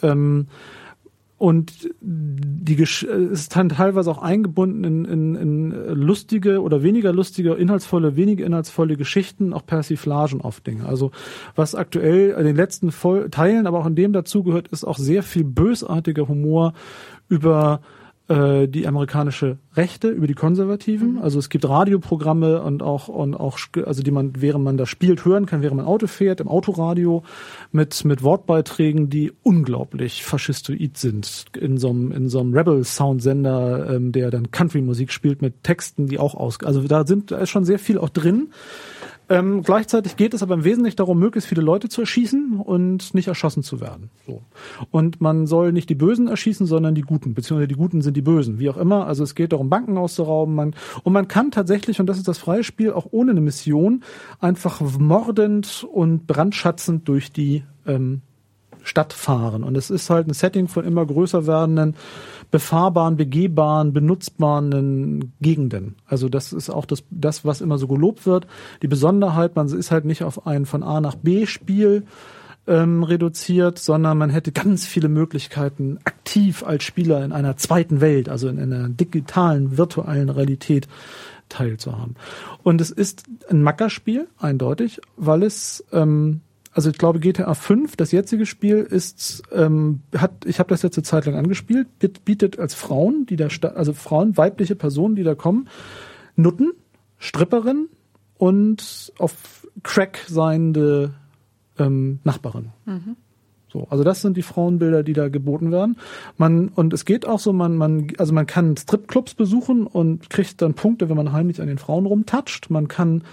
es ist dann teilweise auch eingebunden in lustige oder weniger lustige, inhaltsvolle, weniger inhaltsvolle Geschichten, auch Persiflagen auf Dinge. Also was aktuell in den letzten Teilen, aber auch in dem dazugehört, ist auch sehr viel bösartiger Humor über die amerikanische Rechte, über die Konservativen. Also es gibt Radioprogramme und auch also die man, während man das spielt, hören kann, während man Auto fährt, im Autoradio mit Wortbeiträgen, die unglaublich faschistoid sind, in so einem Rebel-Sound-Sender, der dann Country-Musik spielt mit Texten, die auch also da ist schon sehr viel auch drin. Gleichzeitig geht es aber im Wesentlichen darum, möglichst viele Leute zu erschießen und nicht erschossen zu werden. So. Und man soll nicht die Bösen erschießen, sondern die Guten, beziehungsweise die Guten sind die Bösen, wie auch immer. Also es geht darum, Banken auszurauben. Man kann tatsächlich, und das ist das freie Spiel, auch ohne eine Mission, einfach mordend und brandschatzend durch die Stadt fahren. Und es ist halt ein Setting von immer größer werdenden, befahrbaren, begehbaren, benutzbaren Gegenden. Also das ist auch das, was immer so gelobt wird. Die Besonderheit, man ist halt nicht auf ein von A nach B Spiel reduziert, sondern man hätte ganz viele Möglichkeiten, aktiv als Spieler in einer zweiten Welt, also in einer digitalen, virtuellen Realität teilzuhaben. Und es ist ein Mackerspiel, eindeutig, weil es also ich glaube GTA 5, das jetzige Spiel ist, ich habe das jetzt eine Zeit lang angespielt, bietet als Frauen, Frauen, weibliche Personen, die da kommen, Nutten, Stripperinnen und auf Crack seiende Nachbarin. Mhm. So, also das sind die Frauenbilder, die da geboten werden. Und es geht auch so, man kann Stripclubs besuchen und kriegt dann Punkte, wenn man heimlich an den Frauen rumtatscht. Man kann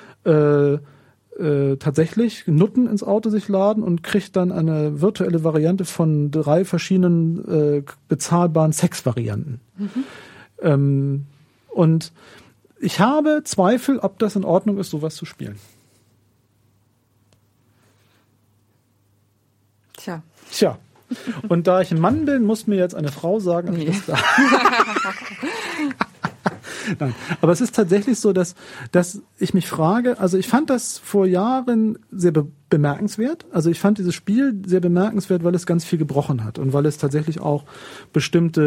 tatsächlich Nutten ins Auto sich laden und kriegt dann eine virtuelle Variante von 3 verschiedenen bezahlbaren Sexvarianten. Mhm. Und ich habe Zweifel, ob das in Ordnung ist, sowas zu spielen. Tja. Und da ich ein Mann bin, muss mir jetzt eine Frau sagen, ob ich das darf. Nein, aber es ist tatsächlich so, dass ich mich frage, also ich fand das vor Jahren sehr bemerkenswert. Also ich fand dieses Spiel sehr bemerkenswert, weil es ganz viel gebrochen hat und weil es tatsächlich auch bestimmte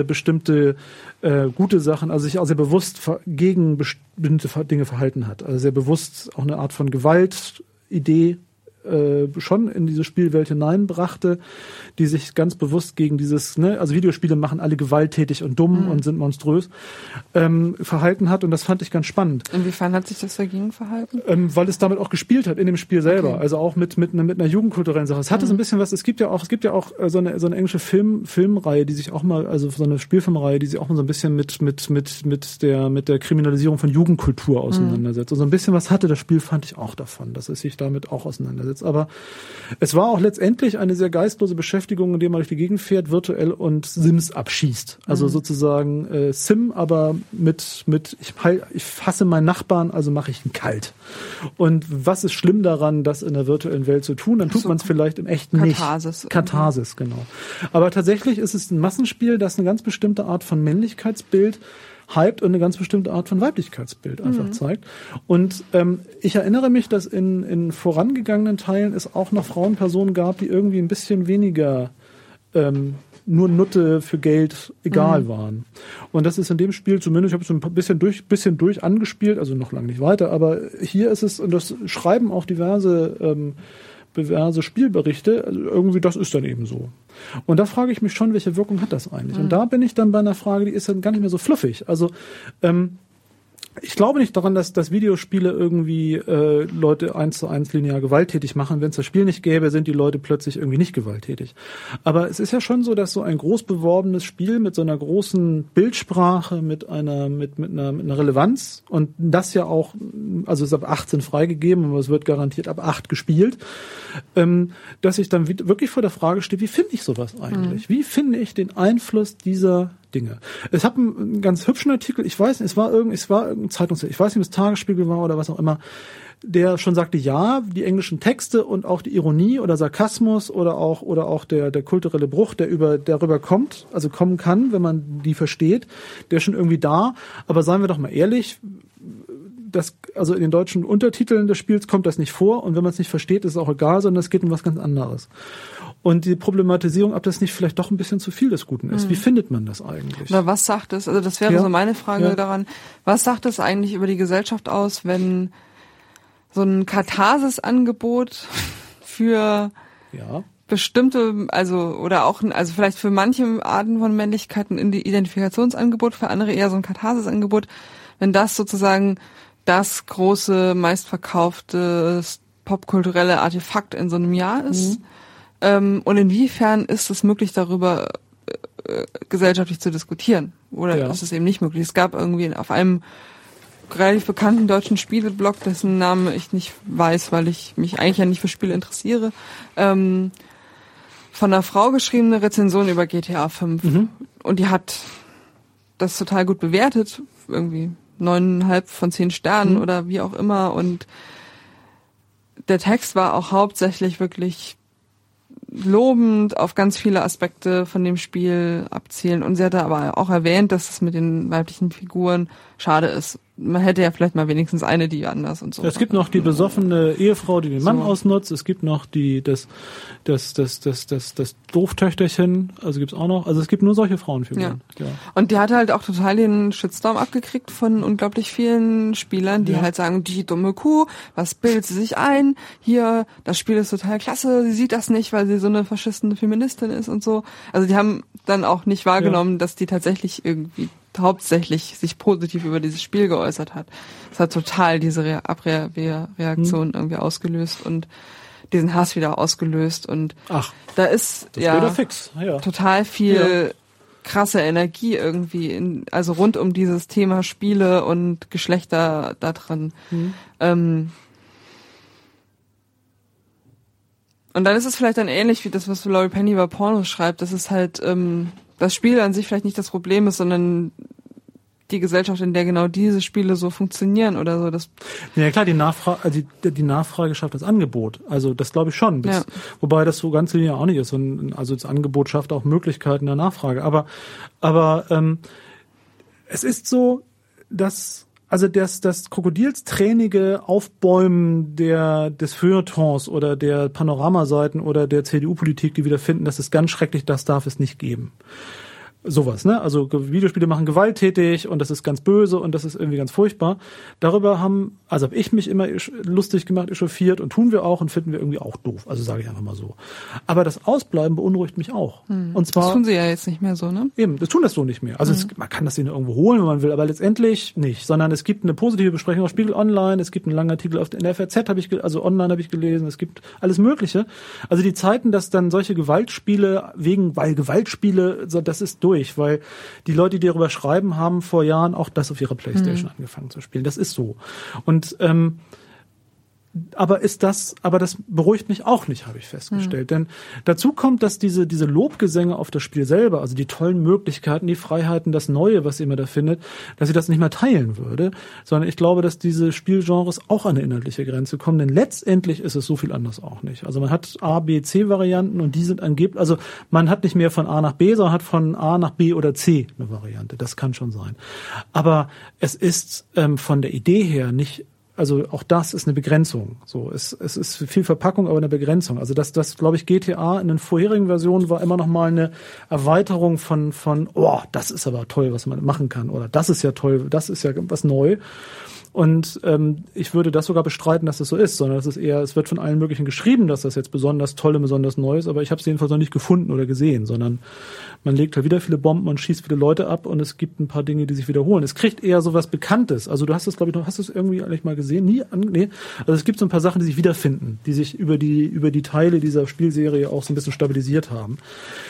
gute Sachen, also sich auch sehr bewusst gegen bestimmte Dinge verhalten hat. Also sehr bewusst auch eine Art von Gewaltidee schon in diese Spielwelt hineinbrachte, die sich ganz bewusst gegen dieses, also Videospiele machen alle gewalttätig und dumm und sind monströs, verhalten hat, und das fand ich ganz spannend. Inwiefern hat sich das dagegen verhalten? Weil es damit auch gespielt hat in dem Spiel selber, okay. Also auch mit einer jugendkulturellen Sache. Es hatte so ein bisschen was, es gibt ja auch so eine englische Filmreihe, die sich auch mal, also so eine Spielfilmreihe, die sich auch mal so ein bisschen mit der Kriminalisierung von Jugendkultur auseinandersetzt. Und so ein bisschen was hatte das Spiel, fand ich auch davon, dass es sich damit auch auseinandersetzt. Aber es war auch letztendlich eine sehr geistlose Beschäftigung, in der man durch die Gegend fährt, virtuell und Sims abschießt. Also sozusagen Sim, aber mit ich hasse meinen Nachbarn, also mache ich ihn kalt. Und was ist schlimm daran, das in der virtuellen Welt zu tun? Dann tut man es vielleicht im echten nicht. Katharsis, genau. Aber tatsächlich ist es ein Massenspiel, das eine ganz bestimmte Art von Männlichkeitsbild hypt und eine ganz bestimmte Art von Weiblichkeitsbild einfach zeigt. Und ich erinnere mich, dass in vorangegangenen Teilen es auch noch Frauenpersonen gab, die irgendwie ein bisschen weniger nur Nutte für Geld egal waren. Und das ist in dem Spiel zumindest, ich habe es ein bisschen durch angespielt, also noch lange nicht weiter, aber hier ist es, und das schreiben auch diverse Spielberichte, also irgendwie, das ist dann eben so. Und da frage ich mich schon, welche Wirkung hat das eigentlich? Und da bin ich dann bei einer Frage, die ist dann gar nicht mehr so fluffig. Also ich glaube nicht daran, dass Videospiele irgendwie Leute 1:1 linear gewalttätig machen. Wenn es das Spiel nicht gäbe, sind die Leute plötzlich irgendwie nicht gewalttätig. Aber es ist ja schon so, dass so ein groß beworbenes Spiel mit so einer großen Bildsprache, mit einer Relevanz, und das ja auch, also es ist ab 18 freigegeben, aber es wird garantiert ab 8 gespielt, dass ich dann wirklich vor der Frage stehe, wie finde ich sowas eigentlich? Wie finde ich den Einfluss dieser Dinge? Es hat einen ganz hübschen Artikel, ich weiß nicht, es war irgendein Zeitungsartikel, ich weiß nicht, ob es Tagesspiegel war oder was auch immer, der schon sagte, ja, die englischen Texte und auch die Ironie oder Sarkasmus oder auch der kulturelle Bruch, der darüber kommt, also kommen kann, wenn man die versteht, der ist schon irgendwie da. Aber seien wir doch mal ehrlich, also in den deutschen Untertiteln des Spiels kommt das nicht vor, und wenn man es nicht versteht, ist es auch egal, sondern es geht um was ganz anderes. Und die Problematisierung, ob das nicht vielleicht doch ein bisschen zu viel des Guten ist. Wie findet man das eigentlich? Oder was sagt es, also das wäre so meine Frage daran, was sagt es eigentlich über die Gesellschaft aus, wenn so ein Katharsis-Angebot für bestimmte, also vielleicht für manche Arten von Männlichkeit ein Identifikationsangebot, für andere eher so ein Katharsis-Angebot, wenn das sozusagen das große, meistverkaufte popkulturelle Artefakt in so einem Jahr ist. Und inwiefern ist es möglich, darüber gesellschaftlich zu diskutieren? Oder ist es eben nicht möglich? Es gab irgendwie auf einem relativ bekannten deutschen Spieleblog, dessen Namen ich nicht weiß, weil ich mich eigentlich ja nicht für Spiele interessiere, von einer Frau geschriebene Rezension über GTA 5. Und die hat das total gut bewertet, irgendwie 9,5 von 10 Sternen oder wie auch immer. Und der Text war auch hauptsächlich wirklich lobend auf ganz viele Aspekte von dem Spiel abzielen. Und sie hatte aber auch erwähnt, dass es mit den weiblichen Figuren schade ist. man hätte ja vielleicht mal wenigstens eine, die anders und so. Es gibt noch die besoffene Ehefrau, die den Mann ausnutzt. Es gibt noch das Dooftöchterchen. Also gibt's auch noch. Also es gibt nur solche Frauenfiguren. Ja. Und die hat halt auch total den Shitstorm abgekriegt von unglaublich vielen Spielern, die halt sagen, die dumme Kuh, was bildet sie sich ein? Hier, das Spiel ist total klasse. Sie sieht das nicht, weil sie so eine faschistende Feministin ist und so. Also die haben dann auch nicht wahrgenommen, dass die tatsächlich irgendwie hauptsächlich sich positiv über dieses Spiel geäußert hat. Das hat total diese Reaktion irgendwie ausgelöst und diesen Hass wieder ausgelöst und da ist fix. Ja. Total viel krasse Energie irgendwie also rund um dieses Thema Spiele und Geschlechter da dran. Und dann ist es vielleicht dann ähnlich wie das, was Laurie Penny über Pornos schreibt, dass es halt das Spiel an sich vielleicht nicht das Problem ist, sondern die Gesellschaft, in der genau diese Spiele so funktionieren oder so. Ja klar, die Nachfrage schafft das Angebot. Also das glaube ich schon. Wobei das so ganz linear auch nicht ist. Also das Angebot schafft auch Möglichkeiten der Nachfrage. Aber es ist so, dass das krokodilstränige Aufbäumen des Feuilletons oder der Panoramaseiten oder der CDU-Politik, die wieder finden, das ist ganz schrecklich, das darf es nicht geben. Sowas, ne? Also Videospiele machen gewalttätig und das ist ganz böse und das ist irgendwie ganz furchtbar. Darüber habe ich mich immer lustig gemacht, echauffiert und tun wir auch und finden wir irgendwie auch doof. Also sage ich einfach mal so. Aber das Ausbleiben beunruhigt mich auch. Und zwar, das tun sie ja jetzt nicht mehr so, ne? Eben, das tun das so nicht mehr. Also man kann das denen irgendwo holen, wenn man will, aber letztendlich nicht. Sondern es gibt eine positive Besprechung auf Spiegel Online, es gibt einen langen Artikel in der FAZ, online habe ich gelesen, es gibt alles Mögliche. Also die Zeiten, dass dann solche Gewaltspiele weil Gewaltspiele, das ist durch, weil die Leute, die darüber schreiben, haben vor Jahren auch das auf ihrer Playstation angefangen zu spielen. Das ist so. Und aber das beruhigt mich auch nicht, habe ich festgestellt. Denn dazu kommt, dass diese Lobgesänge auf das Spiel selber, also die tollen Möglichkeiten, die Freiheiten, das Neue, was ihr immer da findet, dass ich das nicht mehr teilen würde, sondern ich glaube, dass diese Spielgenres auch an eine inhaltliche Grenze kommen, denn letztendlich ist es so viel anders auch nicht. Also man hat A, B, C-Varianten und die sind angeblich, also man hat nicht mehr von A nach B, sondern hat von A nach B oder C eine Variante. Das kann schon sein. Aber es ist von der Idee her nicht. Also auch das ist eine Begrenzung. So, es ist viel Verpackung, aber eine Begrenzung. Also das glaube ich, GTA in den vorherigen Versionen war immer noch mal eine Erweiterung von das ist aber toll, was man machen kann, oder das ist ja toll, das ist ja was neu. Und ich würde das sogar bestreiten, dass das so ist, sondern es wird von allen möglichen geschrieben, dass das jetzt besonders toll und besonders neu ist, aber ich habe es jedenfalls noch nicht gefunden oder gesehen, sondern man legt halt wieder viele Bomben und schießt viele Leute ab und es gibt ein paar Dinge, die sich wiederholen. Es kriegt eher so was Bekanntes. Also du hast es, glaube ich, hast du es irgendwie eigentlich mal gesehen? Nee. Also es gibt so ein paar Sachen, die sich wiederfinden, die sich über die Teile dieser Spielserie auch so ein bisschen stabilisiert haben.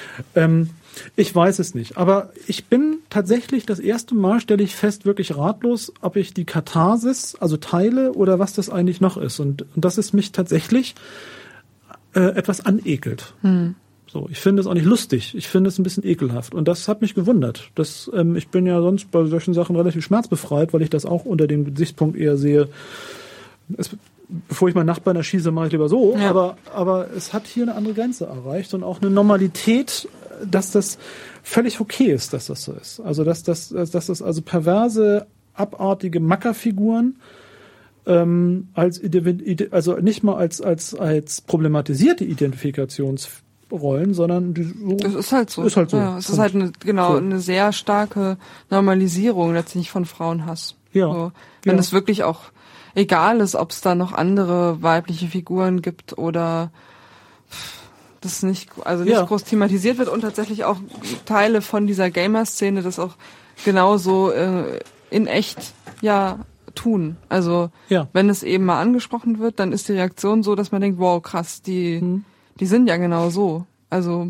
Ich weiß es nicht, aber ich bin tatsächlich das erste Mal, stelle ich fest, wirklich ratlos, ob ich die Katharsis, also teile oder was das eigentlich noch ist. Und dass es mich tatsächlich etwas anekelt. So, ich finde es auch nicht lustig. Ich finde es ein bisschen ekelhaft. Und das hat mich gewundert. Ich bin ja sonst bei solchen Sachen relativ schmerzbefreit, weil ich das auch unter dem Gesichtspunkt eher sehe. Bevor ich meinen Nachbarn erschieße, mache ich lieber so. Ja. Aber es hat hier eine andere Grenze erreicht und auch eine Normalität, dass das völlig okay ist, dass das so ist. Also dass das also perverse, abartige Mackerfiguren also nicht mal als problematisierte Identifikationsrollen, sondern das ist halt so. Ja, es ist halt eine sehr starke Normalisierung letztlich von Frauenhass. Ja. So, wenn es wirklich auch egal ist, ob es da noch andere weibliche Figuren gibt oder das nicht groß thematisiert wird und tatsächlich auch Teile von dieser Gamer-Szene das auch genauso in echt tun. Also wenn es eben mal angesprochen wird, dann ist die Reaktion so, dass man denkt, wow, krass, die sind ja genau so. Also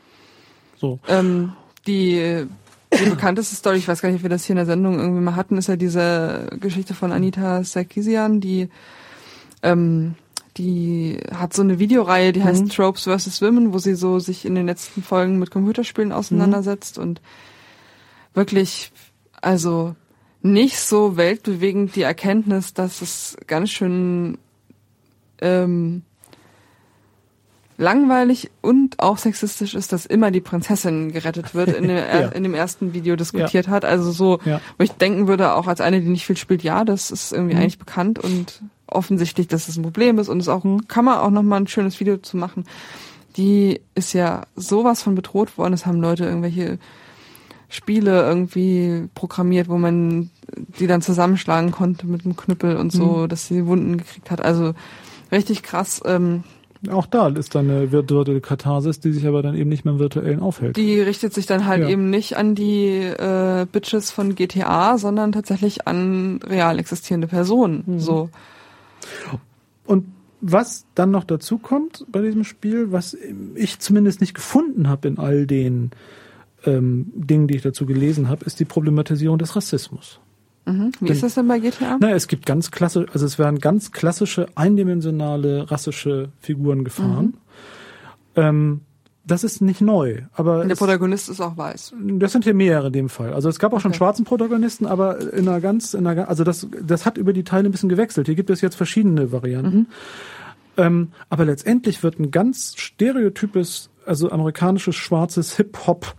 die bekannteste Story, ich weiß gar nicht, ob wir das hier in der Sendung irgendwie mal hatten, ist ja diese Geschichte von Anita Sarkeesian, die hat so eine Videoreihe, die heißt Tropes vs. Women, wo sie so sich in den letzten Folgen mit Computerspielen auseinandersetzt und wirklich, also nicht so weltbewegend die Erkenntnis, dass es ganz schön langweilig und auch sexistisch ist, dass immer die Prinzessin gerettet wird, in dem ersten Video diskutiert hat. Also so, wo ich denken würde, auch als eine, die nicht viel spielt, ja, das ist irgendwie eigentlich bekannt und offensichtlich, dass es ein Problem ist und es auch, kann man auch nochmal ein schönes Video zu machen. Die ist ja sowas von bedroht worden, es haben Leute irgendwelche Spiele irgendwie programmiert, wo man die dann zusammenschlagen konnte mit einem Knüppel und so, dass sie Wunden gekriegt hat. Also richtig krass. Auch da ist dann eine virtuelle Katharsis, die sich aber dann eben nicht mehr im Virtuellen aufhält. Die richtet sich dann halt eben nicht an die Bitches von GTA, sondern tatsächlich an real existierende Personen. So. Und was dann noch dazu kommt bei diesem Spiel, was ich zumindest nicht gefunden habe in all den Dingen, die ich dazu gelesen habe, ist die Problematisierung des Rassismus. Wie ist das denn bei GTA? Es gibt es werden ganz klassische, eindimensionale rassische Figuren gefahren. Das ist nicht neu, aber der Protagonist ist auch weiß. Das sind hier mehrere in dem Fall. Also es gab auch schon schwarzen Protagonisten, aber also das hat über die Teile ein bisschen gewechselt. Hier gibt es jetzt verschiedene Varianten. Aber letztendlich wird ein ganz stereotypes, also amerikanisches schwarzes Hip-Hop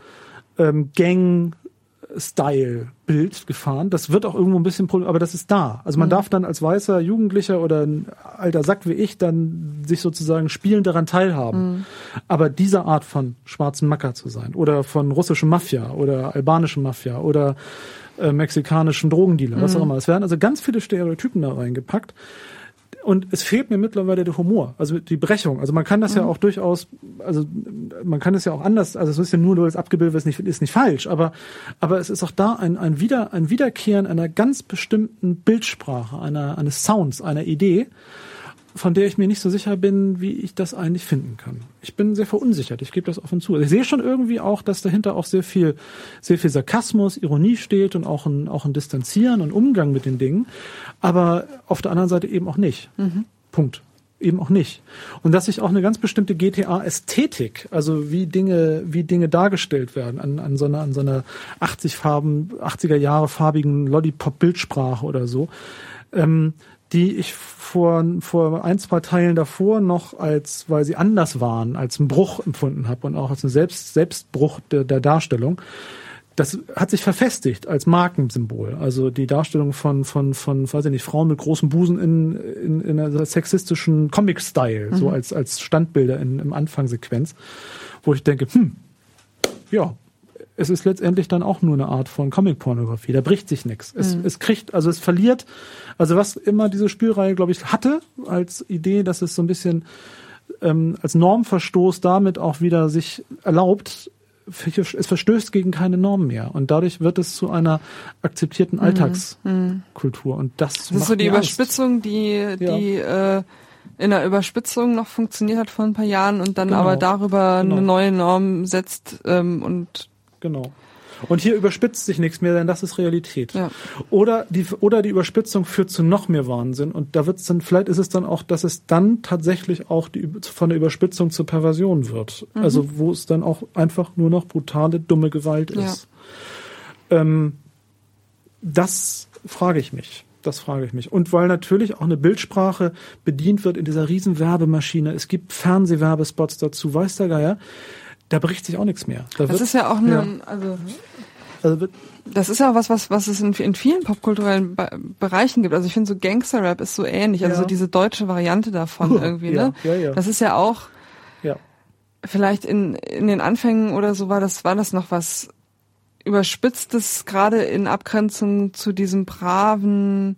Gang-Style-Bild gefahren. Das wird auch irgendwo ein bisschen, aber das ist da. Also man darf dann als weißer Jugendlicher oder ein alter Sack wie ich dann sich sozusagen spielend daran teilhaben. Aber diese Art von schwarzen Macker zu sein oder von russischem Mafia oder albanischem Mafia oder mexikanischen Drogendealer, was auch immer. Es werden also ganz viele Stereotypen da reingepackt. Und es fehlt mir mittlerweile der Humor, also die Brechung. Also man kann das ja auch durchaus, also man kann es ja auch anders, also es ist ja nur, weil es abgebildet ist nicht falsch, aber es ist auch da ein Wiederkehren einer ganz bestimmten Bildsprache, eines Sounds, einer Idee, von der ich mir nicht so sicher bin, wie ich das eigentlich finden kann. Ich bin sehr verunsichert, ich gebe das offen zu. Also ich sehe schon irgendwie auch, dass dahinter auch sehr viel Sarkasmus, Ironie steht und auch ein Distanzieren und Umgang mit den Dingen, aber auf der anderen Seite eben auch nicht. Punkt. Eben auch nicht. Und dass sich auch eine ganz bestimmte GTA-Ästhetik, also wie Dinge dargestellt werden, an so einer 80er Jahre farbigen Lollipop-Bildsprache oder so, die ich vor ein, zwei Teilen davor noch weil sie anders waren, als einen Bruch empfunden habe und auch als einen Selbstbruch der Darstellung. Das hat sich verfestigt als Markensymbol. Also die Darstellung von weiß ich nicht, Frauen mit großem Busen in einer sexistischen Comic-Style, so als Standbilder im Anfangssequenz, wo ich denke, es ist letztendlich dann auch nur eine Art von Comic-Pornografie. Da bricht sich nichts. Es verliert, also was immer diese Spielreihe, glaube ich, hatte als Idee, dass es so ein bisschen als Normverstoß damit auch wieder sich erlaubt, es verstößt gegen keine Norm mehr. Und dadurch wird es zu einer akzeptierten Alltagskultur. Und das ist so die Überspitzung, die in der Überspitzung noch funktioniert hat vor ein paar Jahren und dann aber darüber eine neue Norm setzt und genau. Und hier überspitzt sich nichts mehr, denn das ist Realität. Ja. Oder die Überspitzung führt zu noch mehr Wahnsinn. Und da wird's dann, vielleicht ist es dann auch, dass es dann tatsächlich auch von der Überspitzung zur Perversion wird. Also wo es dann auch einfach nur noch brutale, dumme Gewalt ist. Das frage ich mich. Und weil natürlich auch eine Bildsprache bedient wird in dieser riesen Werbemaschine. Es gibt Fernsehwerbespots dazu, weiß der Geier. Da bricht sich auch nichts mehr. Das ist ja auch das ist ja auch was es in vielen popkulturellen Bereichen gibt. Also ich finde so Gangster-Rap ist so ähnlich, also so diese deutsche Variante davon irgendwie, ne? Ja. Das ist ja auch vielleicht in den Anfängen oder so war das noch was Überspitztes, gerade in Abgrenzung zu diesem braven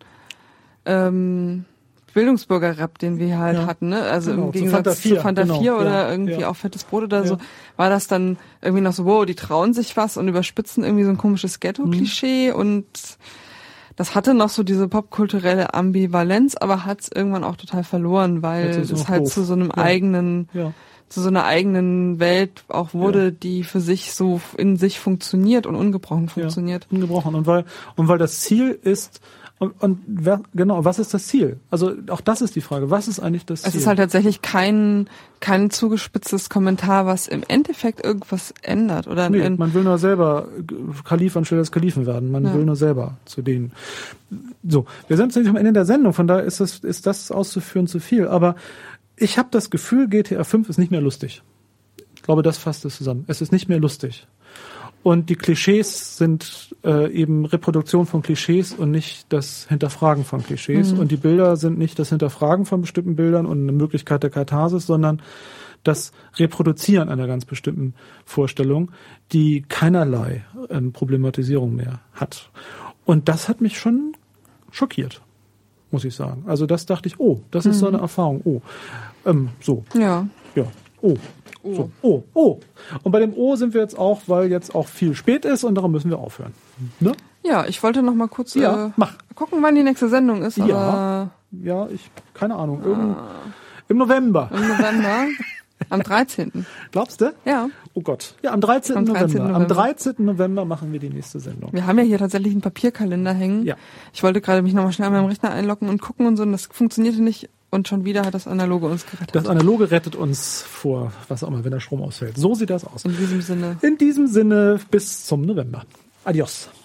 Bildungsbürger-Rap, den wir halt hatten, ne? Also im Gegensatz zu Fanta 4 oder irgendwie auch Fettes Brot oder so, war das dann irgendwie noch so, wow, die trauen sich was und überspitzen irgendwie so ein komisches Ghetto-Klischee und das hatte noch so diese popkulturelle Ambivalenz, aber hat es irgendwann auch total verloren, weil es halt zu so einem zu so einer eigenen Welt auch wurde, die für sich so in sich funktioniert und ungebrochen funktioniert. Ungebrochen. Und weil das Ziel ist, was ist das Ziel? Also auch das ist die Frage. Was ist eigentlich das Ziel? Es ist halt tatsächlich kein zugespitztes Kommentar, was im Endeffekt irgendwas ändert. Oder man will nur selber Kalif anstelle des Kalifen werden. Man will nur selber zu denen. So, wir sind jetzt am Ende der Sendung, von daher ist das auszuführen zu viel. Aber Ich habe das Gefühl, GTA 5 ist nicht mehr lustig. Ich glaube, das fasst es zusammen. Es ist nicht mehr lustig. Und die Klischees sind eben Reproduktion von Klischees und nicht das Hinterfragen von Klischees. Und die Bilder sind nicht das Hinterfragen von bestimmten Bildern und eine Möglichkeit der Katharsis, sondern das Reproduzieren einer ganz bestimmten Vorstellung, die keinerlei Problematisierung mehr hat. Und das hat mich schon schockiert, muss ich sagen. Also das dachte ich, oh, das ist so eine Erfahrung. Oh, so. Ja. Ja, oh. So, oh. Und bei dem O sind wir jetzt auch, weil jetzt auch viel spät ist und darum müssen wir aufhören. Ne? Ja, ich wollte noch mal kurz mach. gucken, wann die nächste Sendung ist. Ja, keine Ahnung, im November. Im November, am 13. Glaubst du? Ja. Oh Gott. Ja, am 13. November. Am 13. November machen wir die nächste Sendung. Wir haben ja hier tatsächlich einen Papierkalender hängen. Ja. Ich wollte gerade mich nochmal schnell an meinem Rechner einloggen und gucken und so, und das funktionierte nicht. Und schon wieder hat das Analoge uns gerettet. Das Analoge rettet uns vor, was auch immer, wenn der Strom ausfällt. So sieht das aus. In diesem Sinne. In diesem Sinne, bis zum November. Adios.